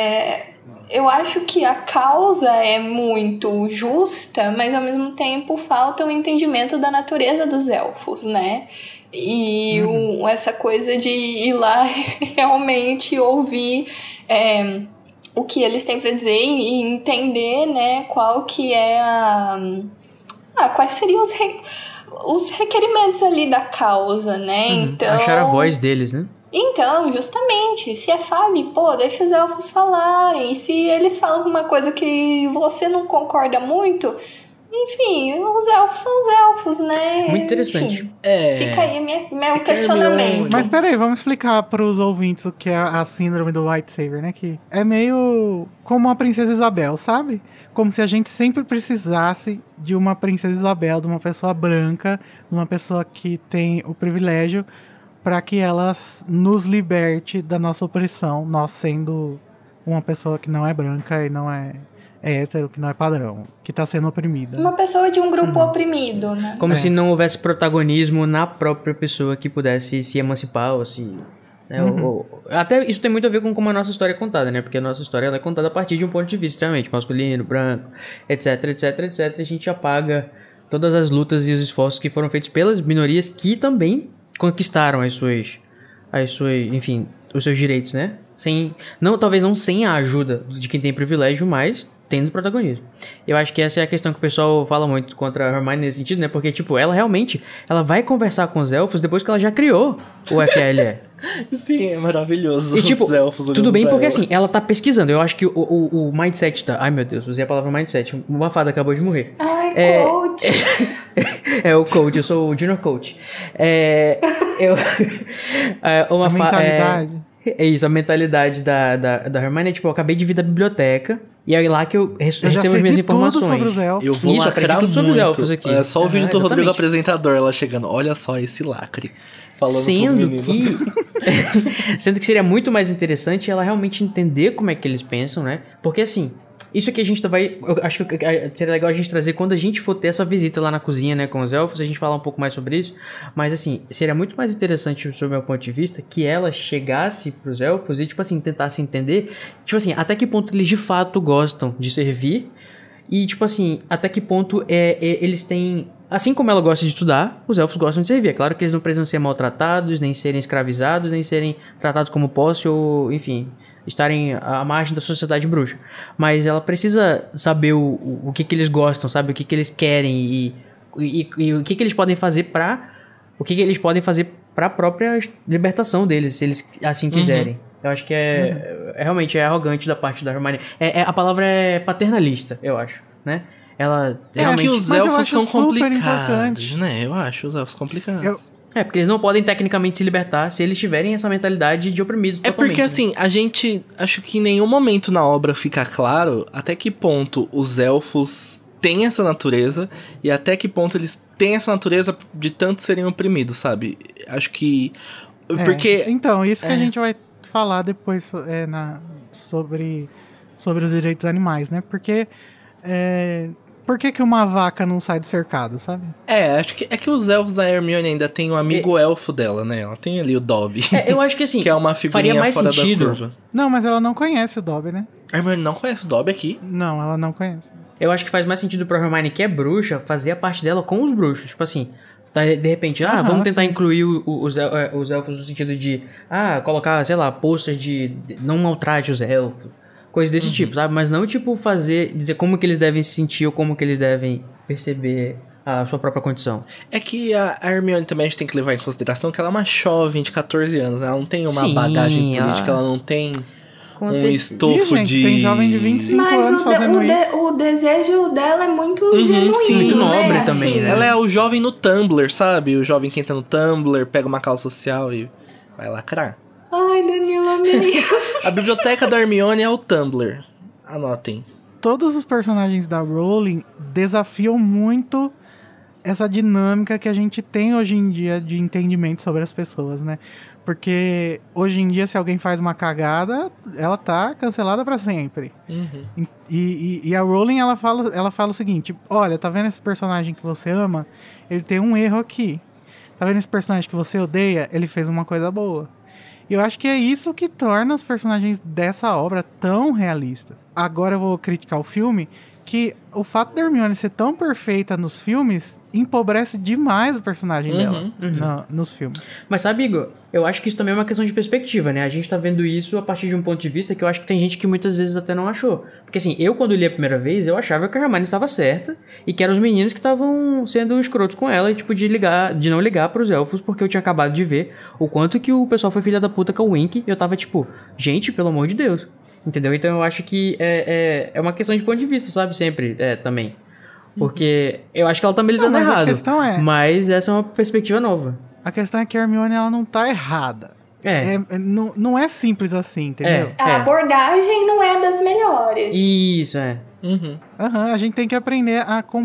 Eu acho que a causa é muito justa, mas ao mesmo tempo falta o entendimento da natureza dos elfos, né? E essa coisa de ir lá realmente ouvir o que eles têm pra dizer e entender, né, qual que é quais seriam os requerimentos ali da causa, né? Então, Achar a voz deles, né? Então, justamente, se Fale, deixa os elfos falarem. E se eles falam uma coisa que você não concorda muito, enfim, os elfos são os elfos, né? Muito interessante. Enfim, fica aí meu que questionamento. Hermione- Mas peraí, vamos explicar pros ouvintes o que é a síndrome do White Savior, né? Que é meio como a Princesa Isabel, sabe? Como se a gente sempre precisasse de uma Princesa Isabel, de uma pessoa branca, de uma pessoa que tem o privilégio para que ela nos liberte da nossa opressão, nós sendo uma pessoa que não é branca e não é hétero, que não é padrão, que tá sendo oprimida. Uma pessoa de um grupo oprimido, né? Como se não houvesse protagonismo na própria pessoa que pudesse se emancipar ou se... Né, até isso tem muito a ver com como a nossa história é contada, né? Porque a nossa história ela é contada a partir de um ponto de vista extremamente masculino, branco, etc. E a gente apaga todas as lutas e os esforços que foram feitos pelas minorias que também conquistaram enfim, os seus direitos, né? Talvez não sem a ajuda de quem tem privilégio, mas tendo protagonismo. Eu acho que essa é a questão que o pessoal fala muito contra a Hermione nesse sentido, né? Porque, tipo, ela realmente, ela vai conversar com os elfos depois que ela já criou o FALE. Sim, é maravilhoso. E, tipo, os elfos tudo olhando bem pra porque, ela. assim, ela tá pesquisando. Eu acho que o mindset da... Ai, meu Deus, usei a palavra mindset. Uma fada acabou de morrer. Ai, coach. O coach, eu sou o junior coach. A mentalidade. É isso, a mentalidade da Hermione é, tipo, eu acabei de vir da biblioteca e é lá que eu já recebo sei as minhas de informações. tudo sobre os elfos. Eu vou Isso, aprendi lacrar tudo sobre os muito. elfos aqui. É só o vídeo do Rodrigo exatamente. apresentador, ela chegando. Olha só esse lacre. Falando Sendo pros meninos. sendo que seria muito mais interessante ela realmente entender como é que eles pensam, né? Porque assim, isso aqui a gente vai... Eu acho que seria legal a gente trazer quando a gente for ter essa visita lá na cozinha, né, com os elfos, a gente falar um pouco mais sobre isso. Mas assim, seria muito mais interessante, sob o meu ponto de vista, que ela chegasse pros elfos e, tipo assim, tentasse entender, tipo assim, até que ponto eles de fato gostam de servir e, tipo assim, até que ponto eles têm... Assim como ela gosta de estudar, os elfos gostam de servir. É claro que eles não precisam ser maltratados, nem serem escravizados, nem serem tratados como posse ou, enfim, estarem à margem da sociedade bruxa. Mas ela precisa saber o que eles gostam, sabe? O que eles querem e o que eles podem fazer pra... O que eles podem fazer pra própria libertação deles, se eles assim quiserem. Eu acho que realmente é arrogante da parte da Hermione. A palavra é paternalista, eu acho, né? Ela realmente... É que os Mas eu elfos acho são super complicados, importante. né? Eu acho os elfos complicados. porque eles não podem tecnicamente se libertar se eles tiverem essa mentalidade de oprimido É totalmente. porque, assim, a gente... Acho que em nenhum momento na obra fica claro até que ponto os elfos têm essa natureza e até que ponto eles têm essa natureza de tanto serem oprimidos, sabe? Acho que... Porque... Então, isso que a gente vai falar depois sobre os direitos animais, né? Porque... Por que uma vaca não sai do cercado, sabe? Acho que é que os elfos da Hermione ainda tem um amigo elfo dela, né? Ela tem ali o Dobby. Eu acho que assim, que é uma figurinha faria mais fora sentido. da curva. Não, mas ela não conhece o Dobby, né? A Hermione não conhece o Dobby aqui. Não, ela não conhece. Eu acho que faz mais sentido pra Hermione, que é bruxa, fazer a parte dela com os bruxos. Tipo assim, de repente, vamos tentar sim. incluir os elfos no sentido de, colocar, sei lá, posters de não maltrate os elfos. Coisas desse tipo, sabe? Mas não, tipo, dizer como que eles devem se sentir ou como que eles devem perceber a sua própria condição. É que a Hermione também a gente tem que levar em consideração que ela é uma jovem de 14 anos, né? Ela não tem uma Sim, bagagem política, ela não tem Com um certeza. estofo gente, tem jovem de 25 Mas anos fazendo isso. o desejo dela é muito genuíno, sim. Muito né? nobre Assim, também, né? Ela é o jovem no Tumblr, sabe? O jovem que entra no Tumblr, pega uma causa social e vai lacrar. Ai, Danilo, amei. A biblioteca da Hermione é o Tumblr. Anotem. Todos os personagens da Rowling desafiam muito essa dinâmica que a gente tem hoje em dia de entendimento sobre as pessoas, né? Porque hoje em dia, se alguém faz uma cagada, ela tá cancelada pra sempre. Uhum. E a Rowling, ela fala o seguinte: olha, tá vendo esse personagem que você ama? Ele tem um erro aqui. Tá vendo esse personagem que você odeia? Ele fez uma coisa boa. E eu acho que é isso que torna os personagens dessa obra tão realistas. Agora eu vou criticar o filme, que o fato da Hermione ser tão perfeita nos filmes empobrece demais o personagem dela nos filmes. Mas sabe, Igor, eu acho que isso também é uma questão de perspectiva, né? A gente tá vendo isso a partir de um ponto de vista que eu acho que tem gente que muitas vezes até não achou. Porque assim, eu quando li a primeira vez, eu achava que a Hermione estava certa e que eram os meninos que estavam sendo escrotos com ela e tipo de não ligar pros elfos, porque eu tinha acabado de ver o quanto que o pessoal foi filha da puta com o Wink e eu tava tipo, gente, pelo amor de Deus. Entendeu? Então eu acho que é uma questão de ponto de vista, sabe? Sempre também. Porque eu acho que ela tá me lidando mas a errado. questão é- Mas essa é uma perspectiva nova. A questão é que a Hermione, ela não tá errada. Não é simples assim, entendeu? A abordagem não é das melhores. Isso, Uhum. A gente tem que aprender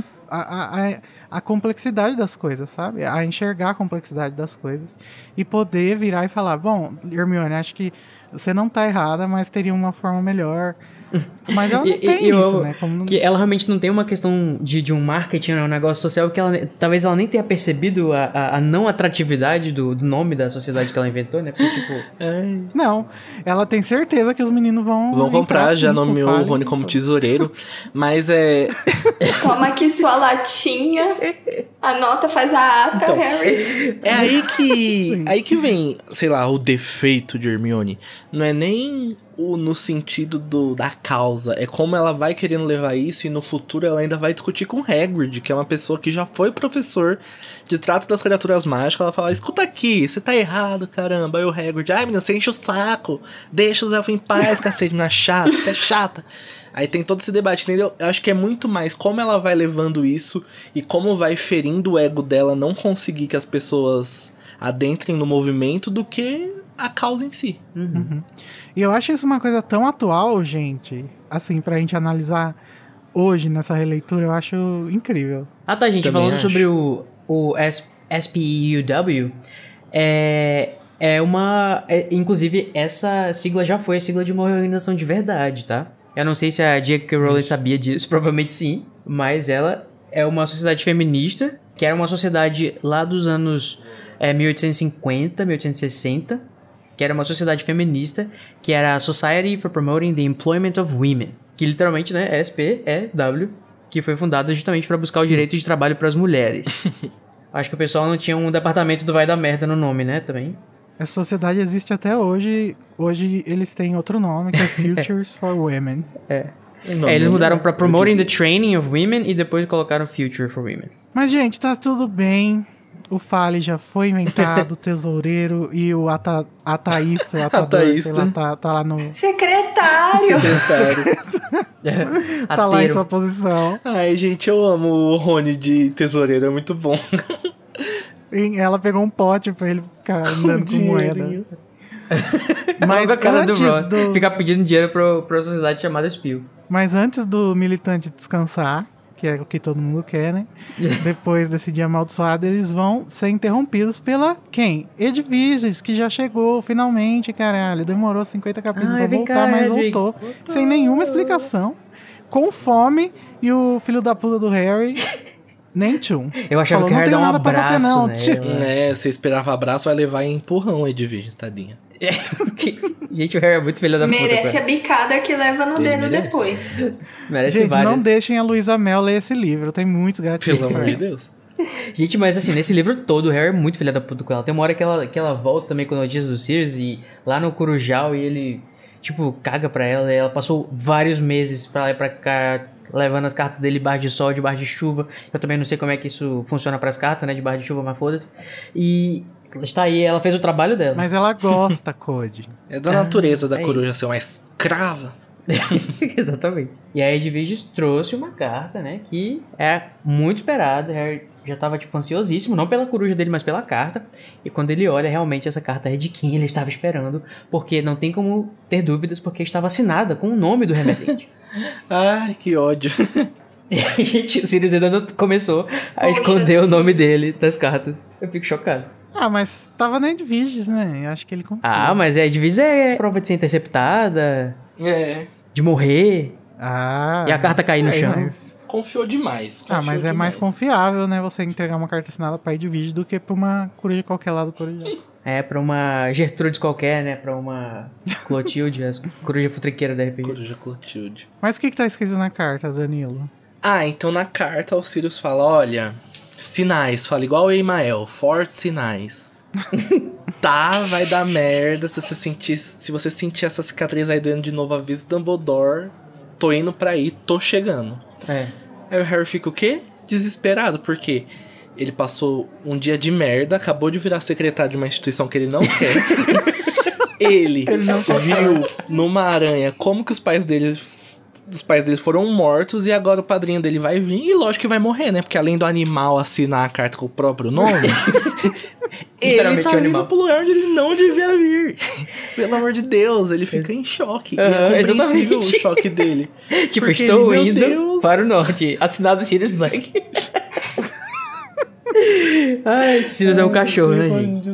a complexidade das coisas, sabe? A enxergar a complexidade das coisas e poder virar e falar, bom, Hermione, acho que você não tá errada, mas teria uma forma melhor. Mas ela não tem isso, né? Que ela realmente não tem uma questão de um marketing, né? Um negócio social que talvez ela nem tenha percebido a não atratividade do nome da sociedade que ela inventou, né? Porque, tipo... Não, ela tem certeza que os meninos vão comprar, já nomeou o Fallen, Rony como tesoureiro, mas é... Toma aqui sua latinha, anota, faz a ata, Então, Harry. É aí que vem, sei lá, o defeito de Hermione. Não é nem no sentido da causa, é como ela vai querendo levar isso e no futuro ela ainda vai discutir com Hagrid, que é uma pessoa que já foi professor de trato das criaturas mágicas. Ela fala, escuta aqui, você tá errado, caramba. Aí o Hagrid, ai menina, você enche o saco, deixa os elfos em paz, cacete, menina chata, você é chata. Aí tem todo esse debate, entendeu? Eu acho que é muito mais como ela vai levando isso e como vai ferindo o ego dela não conseguir que as pessoas adentrem no movimento do que a causa em si. E eu acho isso uma coisa tão atual, gente, assim, pra gente analisar hoje nessa releitura, eu acho incrível. Ah, tá, gente, Também falando acho. sobre o SPEUW, inclusive, essa sigla já foi a sigla de uma organização de verdade, tá? Eu não sei se a J.K. Rowling sabia disso, provavelmente sim, mas ela é uma sociedade feminista, que era uma sociedade lá dos anos 1850, 1860, que era uma sociedade feminista, que era a Society for Promoting the Employment of Women, que literalmente, né, é SPEW, que foi fundada justamente para buscar o direito de trabalho para as mulheres. Acho que o pessoal não tinha um departamento do vai da merda no nome, né, também. Essa sociedade existe até hoje. Hoje eles têm outro nome, que é Futures for Women. Eles mudaram pra Promoting the Training of Women e depois colocaram Future for Women. Mas, gente, tá tudo bem. O Fale já foi inventado, o tesoureiro e o ataísta, o atador, sei lá, tá lá no... Secretário. Tá lá em sua posição. Ai, gente, eu amo o Rony de tesoureiro, é muito bom. E ela pegou um pote pra ele ficar andando com moeda. Mas Mas a cara do antes Ron ficar pedindo dinheiro pra sociedade chamada Spill. Mas antes do militante descansar, que é o que todo mundo quer, né? Depois desse dia amaldiçoado, eles vão ser interrompidos pela quem? Edviges, que já chegou finalmente, caralho. Demorou 50 capítulos pra voltar, mas voltou. Sem nenhuma explicação. Com fome, e o filho da puta do Harry... Nem tchum. Eu achava que o Harry dá um abraço, né? Você esperava abraço, vai levar em empurrão, Edviges, tadinha. Gente, o Harry é muito filho da puta. Merece a bicada que leva no dedo depois. Merece gente, várias. Não deixem a Luísa Mel ler esse livro. Tem muito gatilho. Pelo amor de Deus. Gente, mas assim, nesse livro todo, o Harry é muito filha da puta com ela. Tem uma hora que ela volta também com notícias do Sirius e lá no Corujal e ele... tipo, caga pra ela. E ela passou vários meses pra lá e pra cá, levando as cartas dele debaixo de sol, debaixo de chuva. Eu também não sei como é que isso funciona pras cartas, né? Debaixo de chuva, mas foda-se. E está aí, ela fez o trabalho dela. Mas ela gosta, Code. É da natureza da é coruja ser uma escrava. Exatamente. E aí a Edwiges trouxe uma carta, né? Que é muito esperada. Harry já tava, tipo, ansiosíssimo. Não pela coruja dele, mas pela carta. E quando ele olha, realmente essa carta é de quem ele estava esperando. Porque não tem como ter dúvidas, porque estava assinada com o nome do remetente. Ai, que ódio. Gente, o Sirius ainda não começou a Poxa, esconder o nome Sirius. dele das cartas. Eu fico chocado. Ah, mas tava na Edwiges, né? Eu acho que ele confia. Ah, mas a Edwiges é prova de ser interceptada, É, de morrer, Ah, e a carta cair no sei, chão. mas- confiou demais. Ah, mas é mais confiável, né? Você entregar uma carta assinada pra Edwiges do que pra uma coruja qualquer lá do Corujão. É, pra uma Gertrudes qualquer, né? Pra uma Clotilde, as coruja futriqueira da RPG. Coruja Clotilde. Mas o que tá escrito na carta, Danilo? Ah, então na carta o Sirius fala, olha, sinais, fala igual o Emael, fortes sinais. Tá, vai dar merda se você sentir essa cicatriz aí doendo de novo, avisa o Dumbledore, tô indo pra aí, tô chegando. É. Aí o Harry fica o quê? Desesperado, porque ele passou um dia de merda, acabou de virar secretário de uma instituição que ele não quer. Ele viu numa aranha como que os pais dele foram mortos e agora o padrinho dele vai vir e lógico que vai morrer, né? Porque além do animal assinar a carta com o próprio nome, ele Literalmente tá um vindo animal. pro lugar onde ele não devia vir. Pelo amor de Deus, ele fica em choque. E Aham, é compreensível exatamente. o choque dele. Tipo, Porque estou ele, meu indo Deus. para o norte. Assinado Sirius Black. Ai, Sirius é um cachorro, né, gente?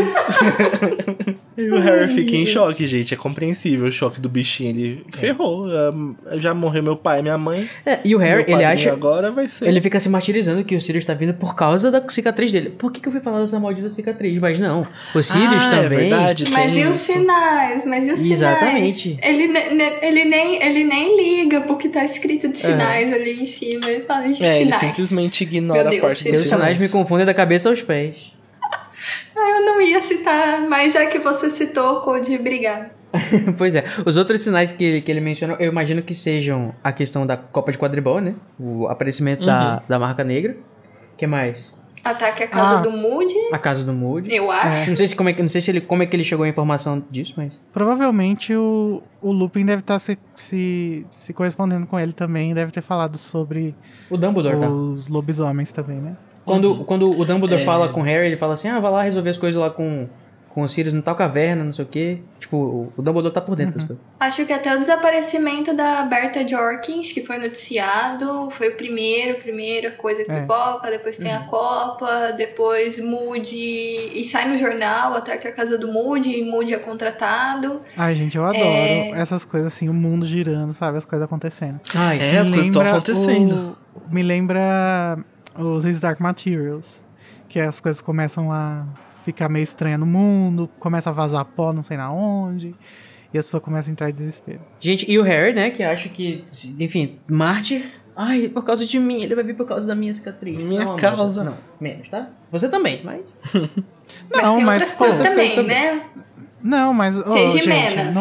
E o Harry fica em choque, gente. É compreensível o choque do bichinho. Ele ferrou. Já morreu meu pai e minha mãe. É, e o Harry, Meu ele padrinho acha... agora vai ser. Ele fica se martirizando que o Sirius tá vindo por causa da cicatriz dele. Por que eu fui falar dessa maldita cicatriz? Mas não, o Sirius É também... verdade, Mas tem e os isso. sinais? Mas e os sinais? Exatamente. Ele nem liga porque tá escrito de sinais ali em cima. Ele fala de Ele sinais. simplesmente ignora Meu a Deus, parte Sirius Seus sinais me confundem da cabeça aos pés. Ah, eu não ia citar, mas já que você citou, Code, obrigada. Pois é, os outros sinais que ele menciona, eu imagino que sejam a questão da Copa de Quadribol, né? O aparecimento da marca negra. O que mais? Ataque à casa do Moody, A casa do Moody. eu acho. Não sei se como é que ele chegou à informação disso, mas... Provavelmente o Lupin deve estar se correspondendo com ele também. Deve ter falado sobre O Dumbledore, tá? os lobisomens também, né? Quando o Dumbledore fala com o Harry, ele fala assim, vai lá resolver as coisas lá com o Sirius no tal caverna, não sei o quê. Tipo, o Dumbledore tá por dentro das coisas. Acho que até o desaparecimento da Berta Jorkins, que foi noticiado, foi a primeira coisa que pipoca, depois tem a Copa, depois Moody, e sai no jornal, Ataque à casa do Moody, e Moody é contratado. Ai, gente, eu adoro essas coisas assim, o mundo girando, sabe? As coisas acontecendo. Ai, As coisas estão acontecendo. Me lembra os His Dark Materials, que as coisas começam a ficar meio estranha no mundo, começa a vazar pó não sei na onde, e as pessoas começam a entrar em desespero. Gente, e o Harry, né, que acha que, enfim, mártir... Ai, por causa de mim, ele vai vir por causa da minha cicatriz. Minha Não, causa. Não, menos, tá? Você também, mas... Mas Não, tem mas, outras pô, coisas outras também, coisas né? Não, mas, Seja gente, menos.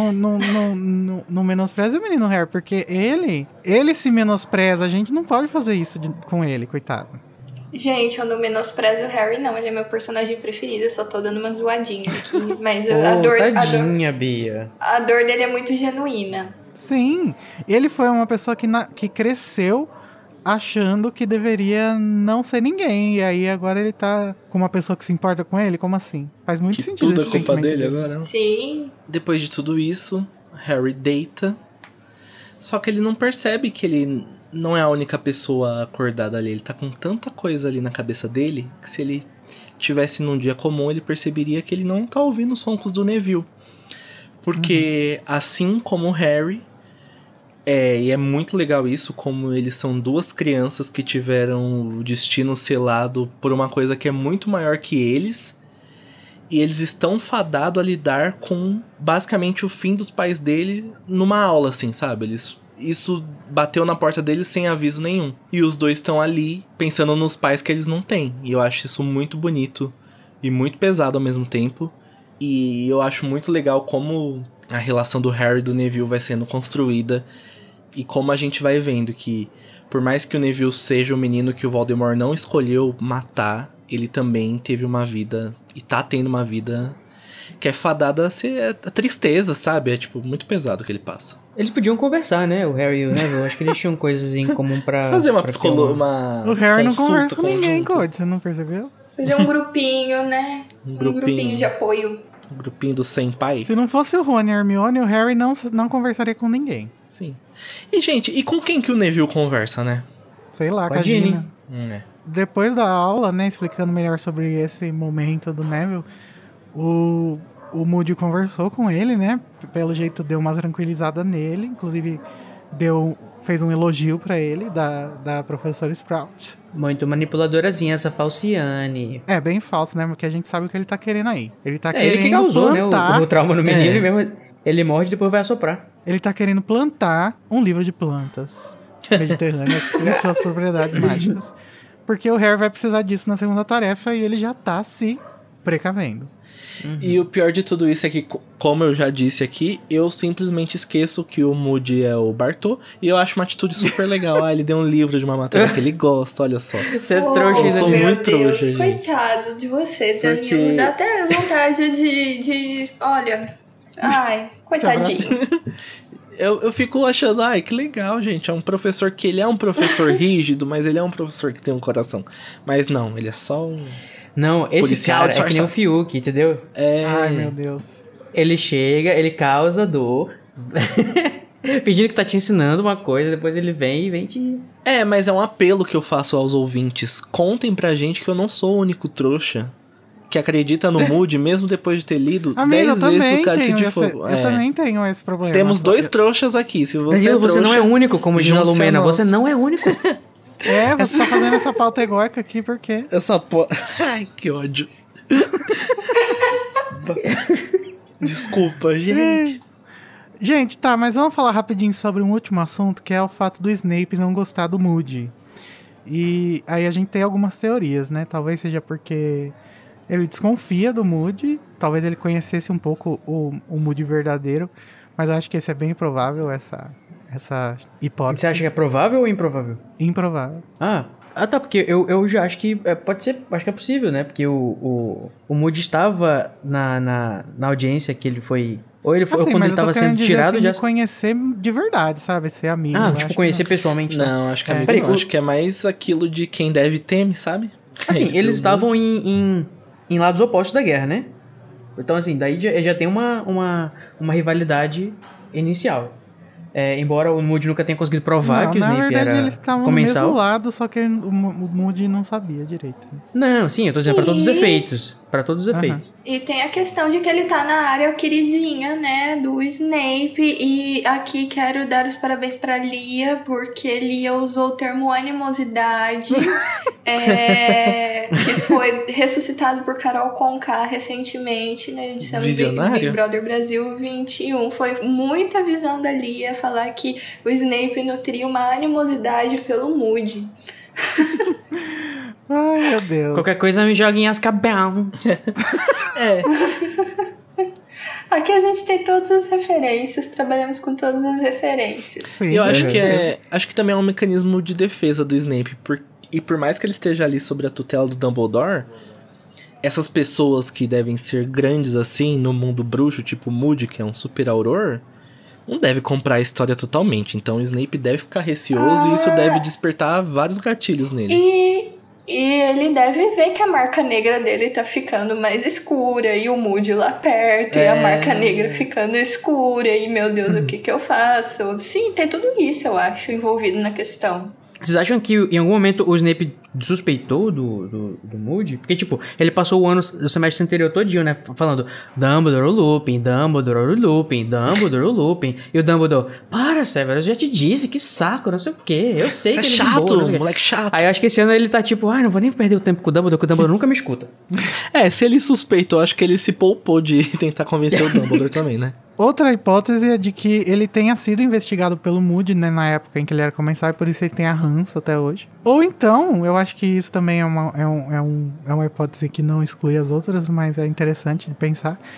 não menospreze o menino Harry, porque ele se menospreza, a gente não pode fazer isso com ele, coitado. Gente, eu não menosprezo o Harry, não. Ele é meu personagem preferido. Eu só tô dando uma zoadinha aqui. Mas tadinha, Bia. a dor dele é muito genuína. Sim, ele foi uma pessoa que cresceu achando que deveria não ser ninguém. E aí agora ele tá com uma pessoa que se importa com ele? Como assim? Faz muito Que sentido tudo é esse culpa sentimento dele agora. Sim. Depois de tudo isso, Harry deita. Só que ele não percebe que ele não é a única pessoa acordada ali. Ele tá com tanta coisa ali na cabeça dele que se ele tivesse num dia comum, ele perceberia que ele não tá ouvindo os roncos do Neville. Porque assim como o Harry, e é muito legal isso, como eles são duas crianças que tiveram o destino selado por uma coisa que é muito maior que eles. E eles estão fadados a lidar com, basicamente, o fim dos pais dele numa aula, assim, sabe? Isso bateu na porta deles sem aviso nenhum. E os dois estão ali pensando nos pais que eles não têm. E eu acho isso muito bonito e muito pesado ao mesmo tempo. E eu acho muito legal como a relação do Harry e do Neville vai sendo construída. E como a gente vai vendo que, por mais que o Neville seja o menino que o Voldemort não escolheu matar, ele também teve uma vida, e tá tendo uma vida que é fadada a ser a tristeza, sabe? É, tipo, muito pesado o que ele passa. Eles podiam conversar, né? O Harry e o Neville. Acho que eles tinham coisas em comum pra... Fazer uma pra psicologia, uma... uma O Harry não consulta conversa com ninguém, conjunta. Code, você não percebeu? Fazer um grupinho, né? Um grupinho de apoio. Um grupinho do Senpai. Se não fosse o Rony e a Hermione, o Harry não conversaria com ninguém. Sim. E, gente, e com quem que o Neville conversa, né? Sei lá, Com com a a Ginny. Gina. É. Depois da aula, né, explicando melhor sobre esse momento do Neville, o Moody conversou com ele, né? Pelo jeito deu uma tranquilizada nele, inclusive fez um elogio pra ele da professora Sprout. Muito manipuladorazinha essa Falciane. É bem falso, né? Porque a gente sabe o que ele tá querendo aí. Ele tá É querendo ele que causou, plantar, né? O trauma no menino e mesmo... Ele morde e depois vai assoprar. Ele tá querendo plantar um livro de plantas mediterrâneas com suas propriedades mágicas. Porque o Harry vai precisar disso na segunda tarefa e ele já tá se precavendo. E o pior de tudo isso é que, como eu já disse aqui, eu simplesmente esqueço que o Moody é o Bartô. E eu acho uma atitude super legal. Ele deu um livro de uma matéria que ele gosta, olha só. Você é Oh, trouxa, eu sou né? meu muito Deus, trouxa, gente. coitado de você, Danilo. Porque- Dá até vontade de... Olha... Ai, coitadinho. Eu fico achando, ai, que legal, gente. É um professor que ele é um professor rígido, mas ele é um professor que tem um coração. Mas não, ele é só um... Não, esse Policial cara é que nem disfarçado. o Fiuk, entendeu? É... Ai, meu Deus. Ele chega, ele causa dor, pedindo que tá te ensinando uma coisa, depois ele vem te... É, mas é um apelo que eu faço aos ouvintes. Contem pra gente que eu não sou o único trouxa que acredita no Moody, mesmo depois de ter lido Amigo, 10 vezes o Cálice de Fogo. eu também tenho esse problema. Temos dois trouxas aqui. Se você Danilo, é trouxa, você não é único, como diz a junte-se a Lumena, nós. você não é único. É, você tá fazendo essa pauta egóica aqui por quê? Essa Ai, que ódio. Desculpa, gente. Gente, tá, mas vamos falar rapidinho sobre um último assunto, que é o fato do Snape não gostar do Moody. E aí a gente tem algumas teorias, né? Talvez seja porque ele desconfia do Moody, talvez ele conhecesse um pouco o Moody verdadeiro, mas eu acho que esse é bem improvável, essa hipótese. Você acha que é provável ou improvável? Improvável. Ah, tá, porque eu já acho que pode ser, acho que é possível, né? Porque o Moody estava na audiência que ele foi... Ou ele foi Assim, quando mas ele eu tô estava querendo sendo dizer, tirado assim, de... de conhecer de verdade, sabe? Ser amigo. eu Ah, acho tipo, que conhecer não. pessoalmente. Tá? Não, acho que amigo Peraí, não. Acho que é mais aquilo de quem deve teme, sabe? Assim, É, eles eu- estavam em lados opostos da guerra, né? Então, assim, daí já tem uma rivalidade inicial. Embora o Moody nunca tenha conseguido provar Não, que o na Snape verdade, era eles estavam no comensal. mesmo lado, só que o Moody não sabia direito. Né? Não, sim, eu tô dizendo pra todos os E- efeitos. Pra todos os Aham. efeitos. E tem a questão de que ele tá na área queridinha, né, do Snape. E aqui quero dar os parabéns pra Lia, porque Lia usou o termo animosidade, que foi ressuscitado por Carol Conká recentemente na edição do Visionária? Big Brother Brasil 21. Foi muita visão da Lia falar que o Snape nutria uma animosidade pelo Moody. Ai, meu Deus. Qualquer coisa me joga em Azkaban. É, Aqui a gente tem todas as referências, trabalhamos com todas as referências. Sim, eu acho é. que acho que também é um mecanismo de defesa do Snape. E por mais que ele esteja ali sob a tutela do Dumbledore, essas pessoas que devem ser grandes assim no mundo bruxo, tipo Moody, que é um super auror, não deve comprar a história totalmente. Então o Snape deve ficar receoso e isso deve despertar vários gatilhos nele. E ele deve ver que a marca negra dele tá ficando mais escura, e o Moody lá perto, e a marca negra ficando escura, e meu Deus, o que que eu faço? Sim, tem tudo isso, eu acho, envolvido na questão. Vocês acham que em algum momento o Snape suspeitou do Moody? Porque, tipo, ele passou o semestre anterior todinho, né? Falando Dumbledore, o Lupin, Dumbledore, o Lupin, Dumbledore, o Lupin. E o Dumbledore, para, Severus, eu já te disse, que saco, não sei o quê. Eu sei Você que é ele chato, é de boa, não sei o quê." moleque chato. Aí eu acho que esse ano ele tá tipo, não vou nem perder o tempo com o Dumbledore, que o Dumbledore nunca me escuta. Se ele suspeitou, acho que ele se poupou de tentar convencer o Dumbledore também, né? Outra hipótese é de que ele tenha sido investigado pelo Moody, né, na época em que ele era comensal, e por isso ele tem a ranço até hoje. Ou então, eu acho que isso também é uma hipótese que não exclui as outras, mas é interessante de pensar,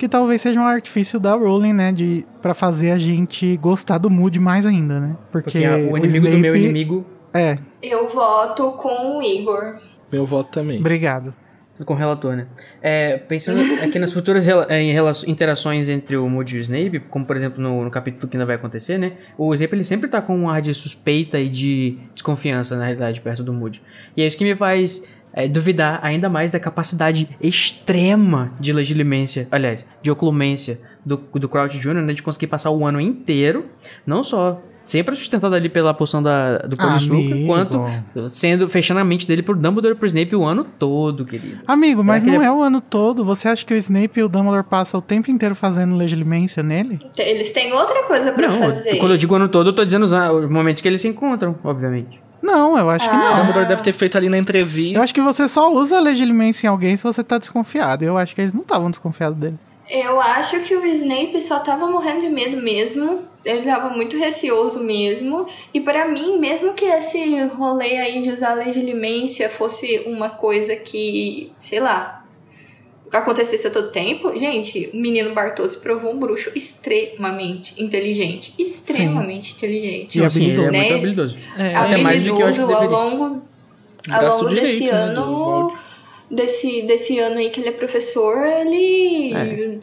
Que talvez seja um artifício da Rowling, né? Pra fazer a gente gostar do Moody mais ainda, né? Porque o inimigo Snape... do meu inimigo... É. Eu voto com o Igor. Meu voto também. Obrigado. Com o relator, né? Pensando aqui nas futuras interações entre o Moody e o Snape, como por exemplo no capítulo que ainda vai acontecer, né? O Snape ele sempre tá com um ar de suspeita e de desconfiança, na realidade, perto do Moody. E é isso que me faz duvidar ainda mais da capacidade extrema de legilimência, aliás, de oclumência do Crouch Jr., né? De conseguir passar o ano inteiro, não só sempre sustentado ali pela poção do Polissuco, quanto fechando a mente dele pro Dumbledore e pro Snape o ano todo, querido. Amigo, mas não é o ano todo. Você acha que o Snape e o Dumbledore passam o tempo inteiro fazendo legilimência nele? Eles têm outra coisa pra fazer. Quando eu digo ano todo, eu tô dizendo os momentos que eles se encontram, obviamente. Não, eu acho que não. O Dumbledore deve ter feito ali na entrevista. Eu acho que você só usa legilimência em alguém se você tá desconfiado. Eu acho que eles não estavam desconfiados dele. Eu acho que o Snape só tava morrendo de medo mesmo. Ele tava muito receoso mesmo. E pra mim, mesmo que esse rolê aí de usar legilimência fosse uma coisa que, sei lá, acontecesse a todo tempo, gente, o menino Bartôs provou um bruxo extremamente inteligente. Extremamente inteligente. E sim, ele é né? muito habilidoso. Até mais do que eu acho que ao longo desse direito, ano... Desse ano aí que ele é professor, ele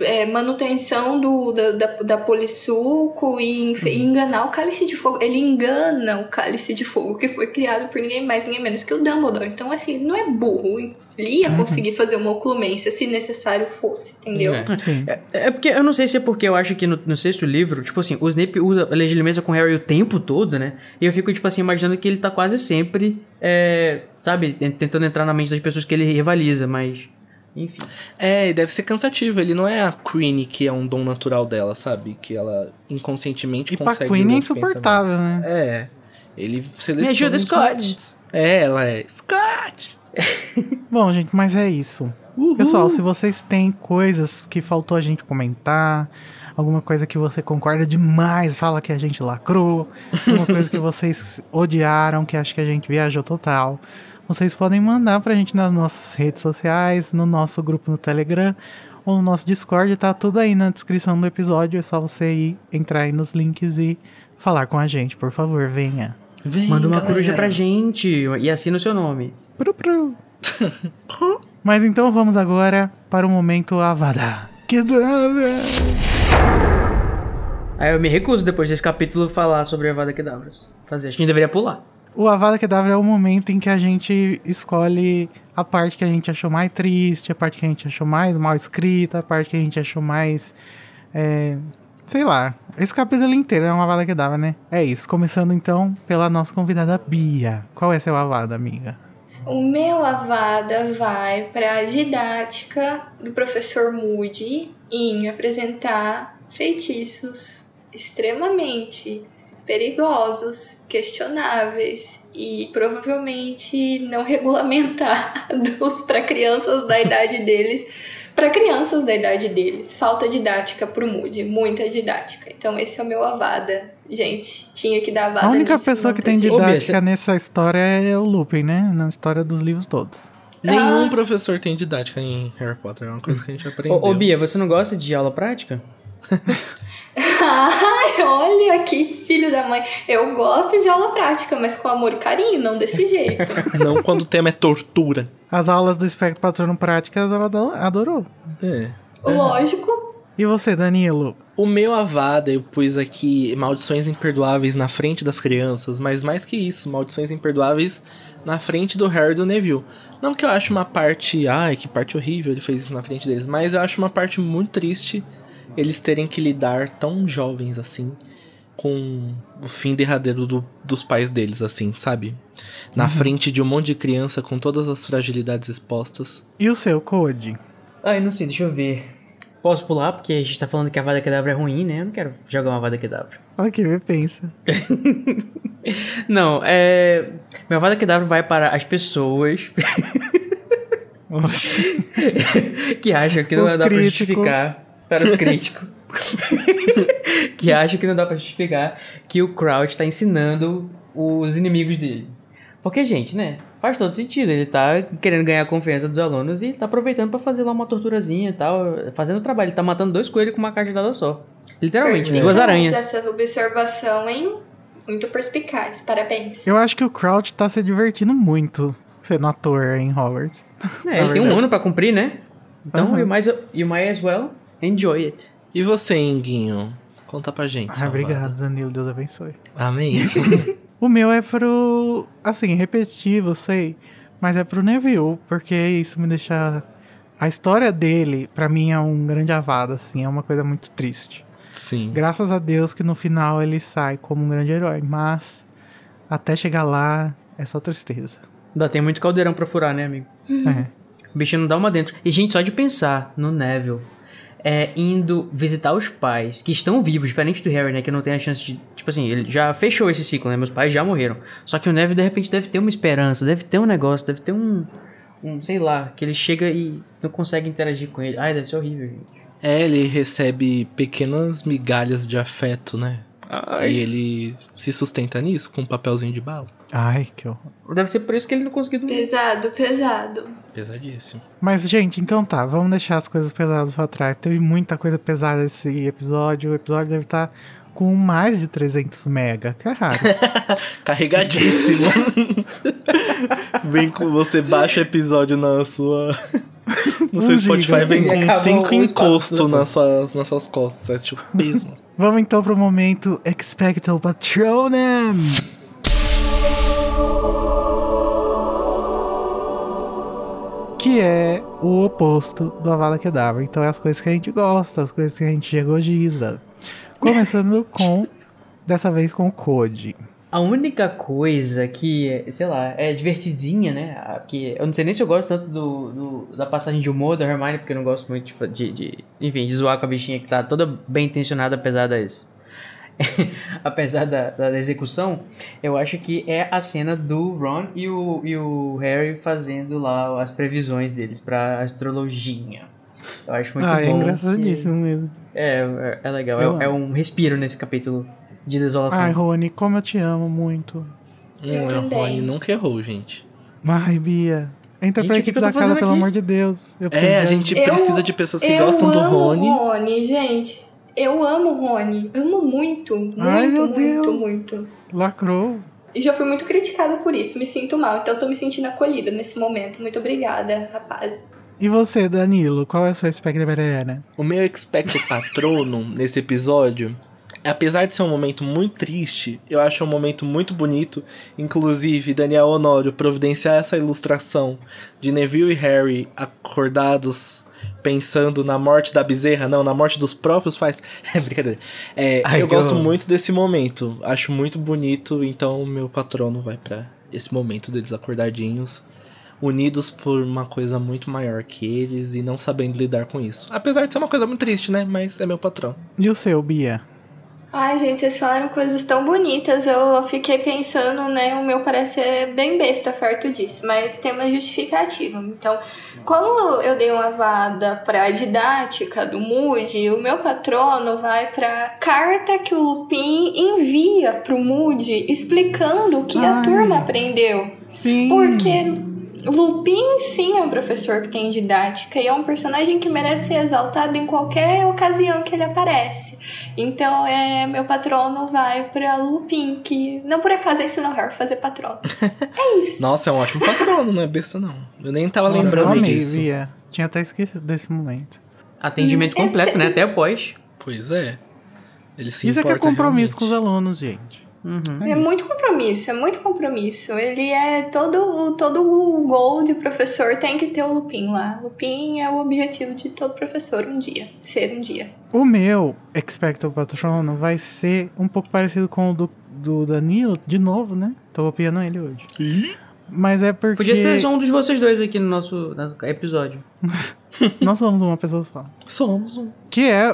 manutenção da Polissuco e enganar o Cálice de Fogo. Ele engana o Cálice de Fogo, que foi criado por ninguém mais, ninguém menos que o Dumbledore. Então, assim, não é burro. Ele ia conseguir fazer uma oclumência se necessário fosse, entendeu? Porque eu não sei se é porque eu acho que no sexto livro, tipo assim, o Snape usa a legilimência com o Harry o tempo todo, né? E eu fico, tipo assim, imaginando que ele tá quase sempre, sabe, tentando entrar na mente das pessoas que ele rivaliza, mas... Enfim. E deve ser cansativo. Ele não é a Queenie, que é um dom natural dela, sabe? Que ela inconscientemente consegue... E pra Queenie é insuportável, né? Ele seleciona... Me ajuda, Scott! Ela é... Scott! Bom, gente, mas é isso. Uhul. Pessoal, se vocês têm coisas que faltou a gente comentar, alguma coisa que você concorda demais, fala que a gente lacrou, alguma coisa que vocês odiaram, que acha que a gente viajou total, vocês podem mandar pra gente nas nossas redes sociais, no nosso grupo no Telegram ou no nosso Discord, tá tudo aí na descrição do episódio, é só você entrar aí nos links e falar com a gente, por favor, venha. Manda uma coruja pra gente e assina o seu nome. Mas então vamos agora para o momento Avada Kedavra. Eu me recuso depois desse capítulo falar sobre Avada Kedavra. Acho que a gente deveria pular. O Avada Kedavra é o momento em que a gente escolhe a parte que a gente achou mais triste, a parte que a gente achou mais mal escrita, a parte que a gente achou mais... sei lá. Esse capítulo inteiro é uma Avada Kedavra, né? É isso. Começando então pela nossa convidada Bia. Qual é seu Avada, amiga? O meu Avada vai para a didática do professor Moody em apresentar feitiços extremamente perigosos, questionáveis e provavelmente não regulamentados para crianças da idade deles. Para crianças da idade deles, falta didática pro Moody, muita didática. Então esse é o meu Avada. Gente, tinha que dar Avada. A única nisso, pessoa que tem didática nessa história é o Lupin, né? Na história dos livros todos. Nenhum professor tem didática em Harry Potter, é uma coisa que a gente aprendeu. Bia, você não gosta de aula prática? Ai, olha que filho da mãe. Eu gosto de aula prática, mas com amor e carinho, não desse jeito. Não quando o tema é tortura. As aulas do Espectro Patrono Práticas, ela adorou. Lógico. E você, Danilo? O meu Avada, eu pus aqui maldições imperdoáveis na frente das crianças, mas mais que isso, maldições imperdoáveis na frente do Harry e do Neville. Não que eu acho uma parte, que parte horrível ele fez isso na frente deles, mas eu acho uma parte muito triste eles terem que lidar tão jovens assim com o fim derradeiro dos pais deles, assim, sabe? Na frente de um monte de criança com todas as fragilidades expostas. E o seu, Code? Não sei, deixa eu ver. Posso pular, porque a gente tá falando que a Avada Kedavra é ruim, né? Eu não quero jogar uma Avada Kedavra. Ok, me pensa. Não, Meu Avada Kedavra vai para as pessoas que acham que não dá pra justificar. Para os críticos. Que acham que não dá pra justificar que o Crouch tá ensinando os inimigos dele. Porque, gente, né? Faz todo sentido. Ele tá querendo ganhar a confiança dos alunos e tá aproveitando pra fazer lá uma torturazinha e tal. Fazendo o trabalho. Ele tá matando 2 coelhos com uma cajadada só. Literalmente, Perspicaz 2 aranhas. essa observação, hein? Muito perspicaz. Parabéns. Eu acho que o Crouch tá se divertindo muito sendo ator em Hogwarts. Ele tem um ano pra cumprir, né? Então, Uhum. you might as well enjoy it. E você, Inguinho? Conta pra gente. Obrigado, Danilo. Deus abençoe. Amém. O meu é pro... Assim, repetitivo, sei. Mas é pro Neville, porque isso me deixa... A história dele, pra mim, é um grande avado, assim. É uma coisa muito triste. Sim. Graças a Deus que no final ele sai como um grande herói. Mas, até chegar lá, é só tristeza. Ainda tem muito caldeirão pra furar, né, amigo? É. O bicho não dá uma dentro. E, gente, só de pensar no Neville indo visitar os pais que estão vivos, diferente do Harry, né? Que não tem a chance de... Tipo assim, ele já fechou esse ciclo, né? Meus pais já morreram. Só que o Neville, de repente, deve ter uma esperança, deve ter um negócio, deve ter um sei lá, que ele chega e não consegue interagir com ele. Ai, deve ser horrível, gente. Ele recebe pequenas migalhas de afeto, né? E ele se sustenta nisso, com um papelzinho de bala. Ai, que horror. Deve ser por isso que ele não conseguiu dormir. Pesado, pesado. Pesadíssimo. Mas, gente, então tá. Vamos deixar as coisas pesadas pra trás. Teve muita coisa pesada esse episódio. O episódio deve estar com mais de 300 mega. Que é raro. Carregadíssimo. Vem com você, baixa o episódio na sua... No seu Spotify, vem E com acabou 5 o espaço encostos do nas suas costas. Você assistiu peso. Vamos então pro momento Expecto Patronum. Que é o oposto do Avada Kedavra. Então é as coisas que a gente gosta, as coisas que a gente egogiza. Começando com, dessa vez com o Code. A única coisa que, sei lá, é divertidinha, né? Que eu não sei nem se eu gosto tanto da passagem de humor da Hermione, porque eu não gosto muito enfim, de zoar com a bichinha que tá toda bem intencionada, apesar da execução. Eu acho que é a cena do Ron e o Harry fazendo lá as previsões deles pra astrologia. Eu acho muito bom. É engraçadíssimo mesmo. É legal. É um respiro nesse capítulo de desolação. Ai, Rony, como eu te amo muito. Eu O também. Rony nunca errou, gente. Ai, Bia. Entra pra Gente, o que equipe eu tô da casa, fazendo pelo aqui? amor de Deus. Eu preciso A da- gente precisa de pessoas que gostam do Eu amo Rony. o Rony, gente. Eu amo o Rony. Amo muito. Muito, Ai, meu muito, Deus. muito. Lacrou. E já fui muito criticada por isso. Me sinto mal. Então tô me sentindo acolhida nesse momento. Muito obrigada, rapaz. E você, Danilo, qual é a sua expectativa? O meu expecto patronum nesse episódio, apesar de ser um momento muito triste, eu acho um momento muito bonito. Inclusive, Daniel Honório providenciar essa ilustração de Neville e Harry acordados pensando na morte da bezerra, não, na morte dos próprios pais. É brincadeira. Ai, Eu que gosto horror. muito desse momento, acho muito bonito, então o meu patrono vai pra esse momento deles acordadinhos, unidos por uma coisa muito maior que eles e não sabendo lidar com isso. Apesar de ser uma coisa muito triste, né? Mas é meu patrão. E o seu, Bia? Ai, gente, vocês falaram coisas tão bonitas. Eu fiquei pensando, né? O meu parece ser bem besta perto disso, mas tem uma justificativa. Então, como eu dei uma vada pra didática do Moody, o meu patrono vai pra carta que o Lupin envia pro Moody explicando o que a Ai. turma aprendeu. Sim. Porque Lupin, sim, é um professor que tem didática e é um personagem que merece ser exaltado em qualquer ocasião que ele aparece. Então, meu patrono vai pra Lupin, que não por acaso ensinou Harry a fazer patronos. É isso. Nossa, é um ótimo patrono, não é besta não. Eu nem tava Nossa, eu lembrando amei, disso. Bia. Tinha até esquecido desse momento. Atendimento completo, né? Até após. Pois é. Ele se Isso é que é importa compromisso com os realmente. alunos, gente. Uhum. É muito compromisso, é muito compromisso. Ele é todo o gol de professor tem que ter o Lupin lá. Lupin é o objetivo de todo professor um dia, ser um dia. O meu Expecto Patrono vai ser um pouco parecido com o do Danilo, de novo, né? Tô copiando ele hoje. Ih, Mas é porque Podia ser só um dos vocês dois aqui no nosso episódio. nós somos uma pessoa só. somos um. Que é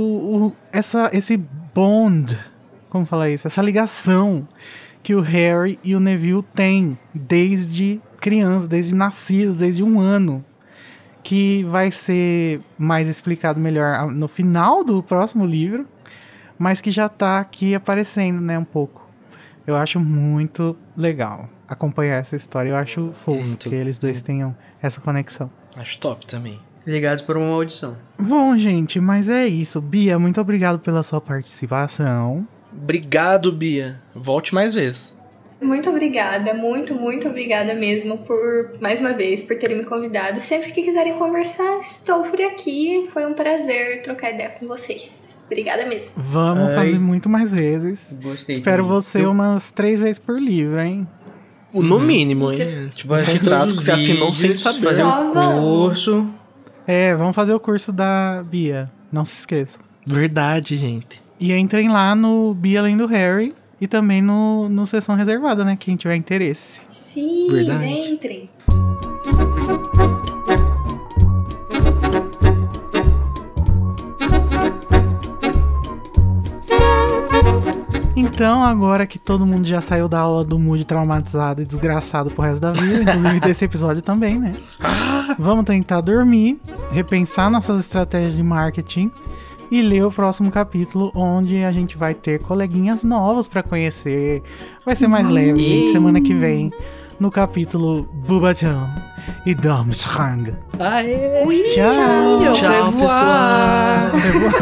esse bond, como falar isso? Essa ligação que o Harry e o Neville têm desde criança, desde nascidos, desde 1 ano. Que vai ser mais explicado melhor no final do próximo livro, mas que já tá aqui aparecendo, né, um pouco. Eu acho muito legal acompanhar essa história. Eu acho fofo Muito. que eles dois tenham essa conexão. Acho top também. Ligados por uma maldição. Bom, gente, mas é isso. Bia, muito obrigado pela sua participação. Obrigado, Bia. Volte mais vezes. Muito obrigada, muito obrigada mesmo por, mais uma vez, por terem me convidado. Sempre que quiserem conversar, estou por aqui. Foi um prazer trocar ideia com vocês. Obrigada mesmo. Vamos fazer muito mais vezes. Gostei. Espero você umas 3 vezes por livro, hein? No mínimo, hein? Tipo, Vou assistir contrato todos que os você assinou sem vídeos, saber. fazer Só um vamos. curso. Vamos fazer o curso da Bia. Não se esqueçam. Verdade, gente. E entrem lá no Bia Além do Harry e também no Sessão Reservada, né? Quem tiver interesse. Sim, Verdade. entrem. Então, agora que todo mundo já saiu da aula do Moody traumatizado e desgraçado pro resto da vida, inclusive desse episódio também, né? Vamos tentar dormir, repensar nossas estratégias de marketing e ler o próximo capítulo, onde a gente vai ter coleguinhas novos pra conhecer. Vai ser mais leve, gente, semana que vem, no capítulo Bubatão e Domstrang. Aê! Tchau! Tchau, pessoal!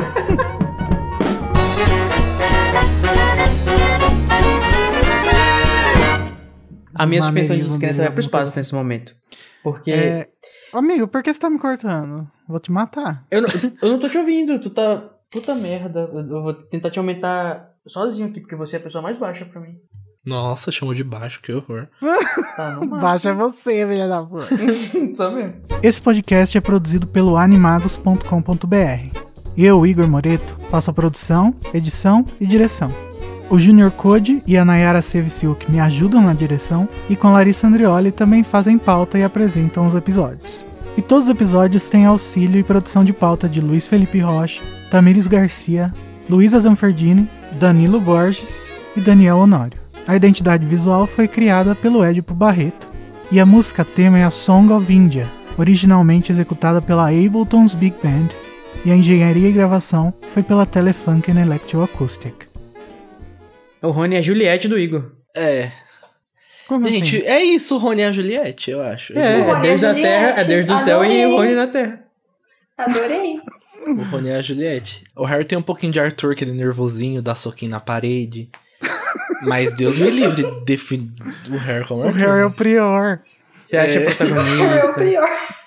A minha suspensão de maneirismos descrença vai pro dele, espaço nesse momento. Porque Amigo, por que você tá me cortando? Vou te matar. eu não tô te ouvindo, tu tá... Puta merda, eu vou tentar te aumentar sozinho aqui, porque você é a pessoa mais baixa pra mim. Nossa, chamou de baixo, que horror. Tá, no máximo. Baixa você, filha da puta. Só mesmo. Esse podcast é produzido pelo animagos.com.br. Eu, Igor Moreto, faço a produção, edição e direção. O Junior Code e a Nayara Seviciuk me ajudam na direção e com Larissa Andrioli também fazem pauta e apresentam os episódios. E todos os episódios têm auxílio e produção de pauta de Luiz Felipe Rocha, Tamires Garcia, Luísa Zanferdini, Danilo Borges e Daniel Honório. A identidade visual foi criada pelo Édipo Barreto. E a música tema é a Song of India, originalmente executada pela Ableton's Big Band, e a engenharia e gravação foi pela Telefunken Electroacoustic. O Rony é a Juliette do Igor. É. Como Gente, assim? é isso, o Rony e a Juliette, eu acho. É Rony Deus e a da terra, é Juliette, Deus do céu e adorei. o Rony na terra. Adorei. O Rony e a Juliette. O Harry tem um pouquinho de Arthur, aquele nervosinho, dá soquinho na parede. Mas Deus me livre, o Harry como O Arthur. Harry é o prior. Você acha É o protagonista? pior.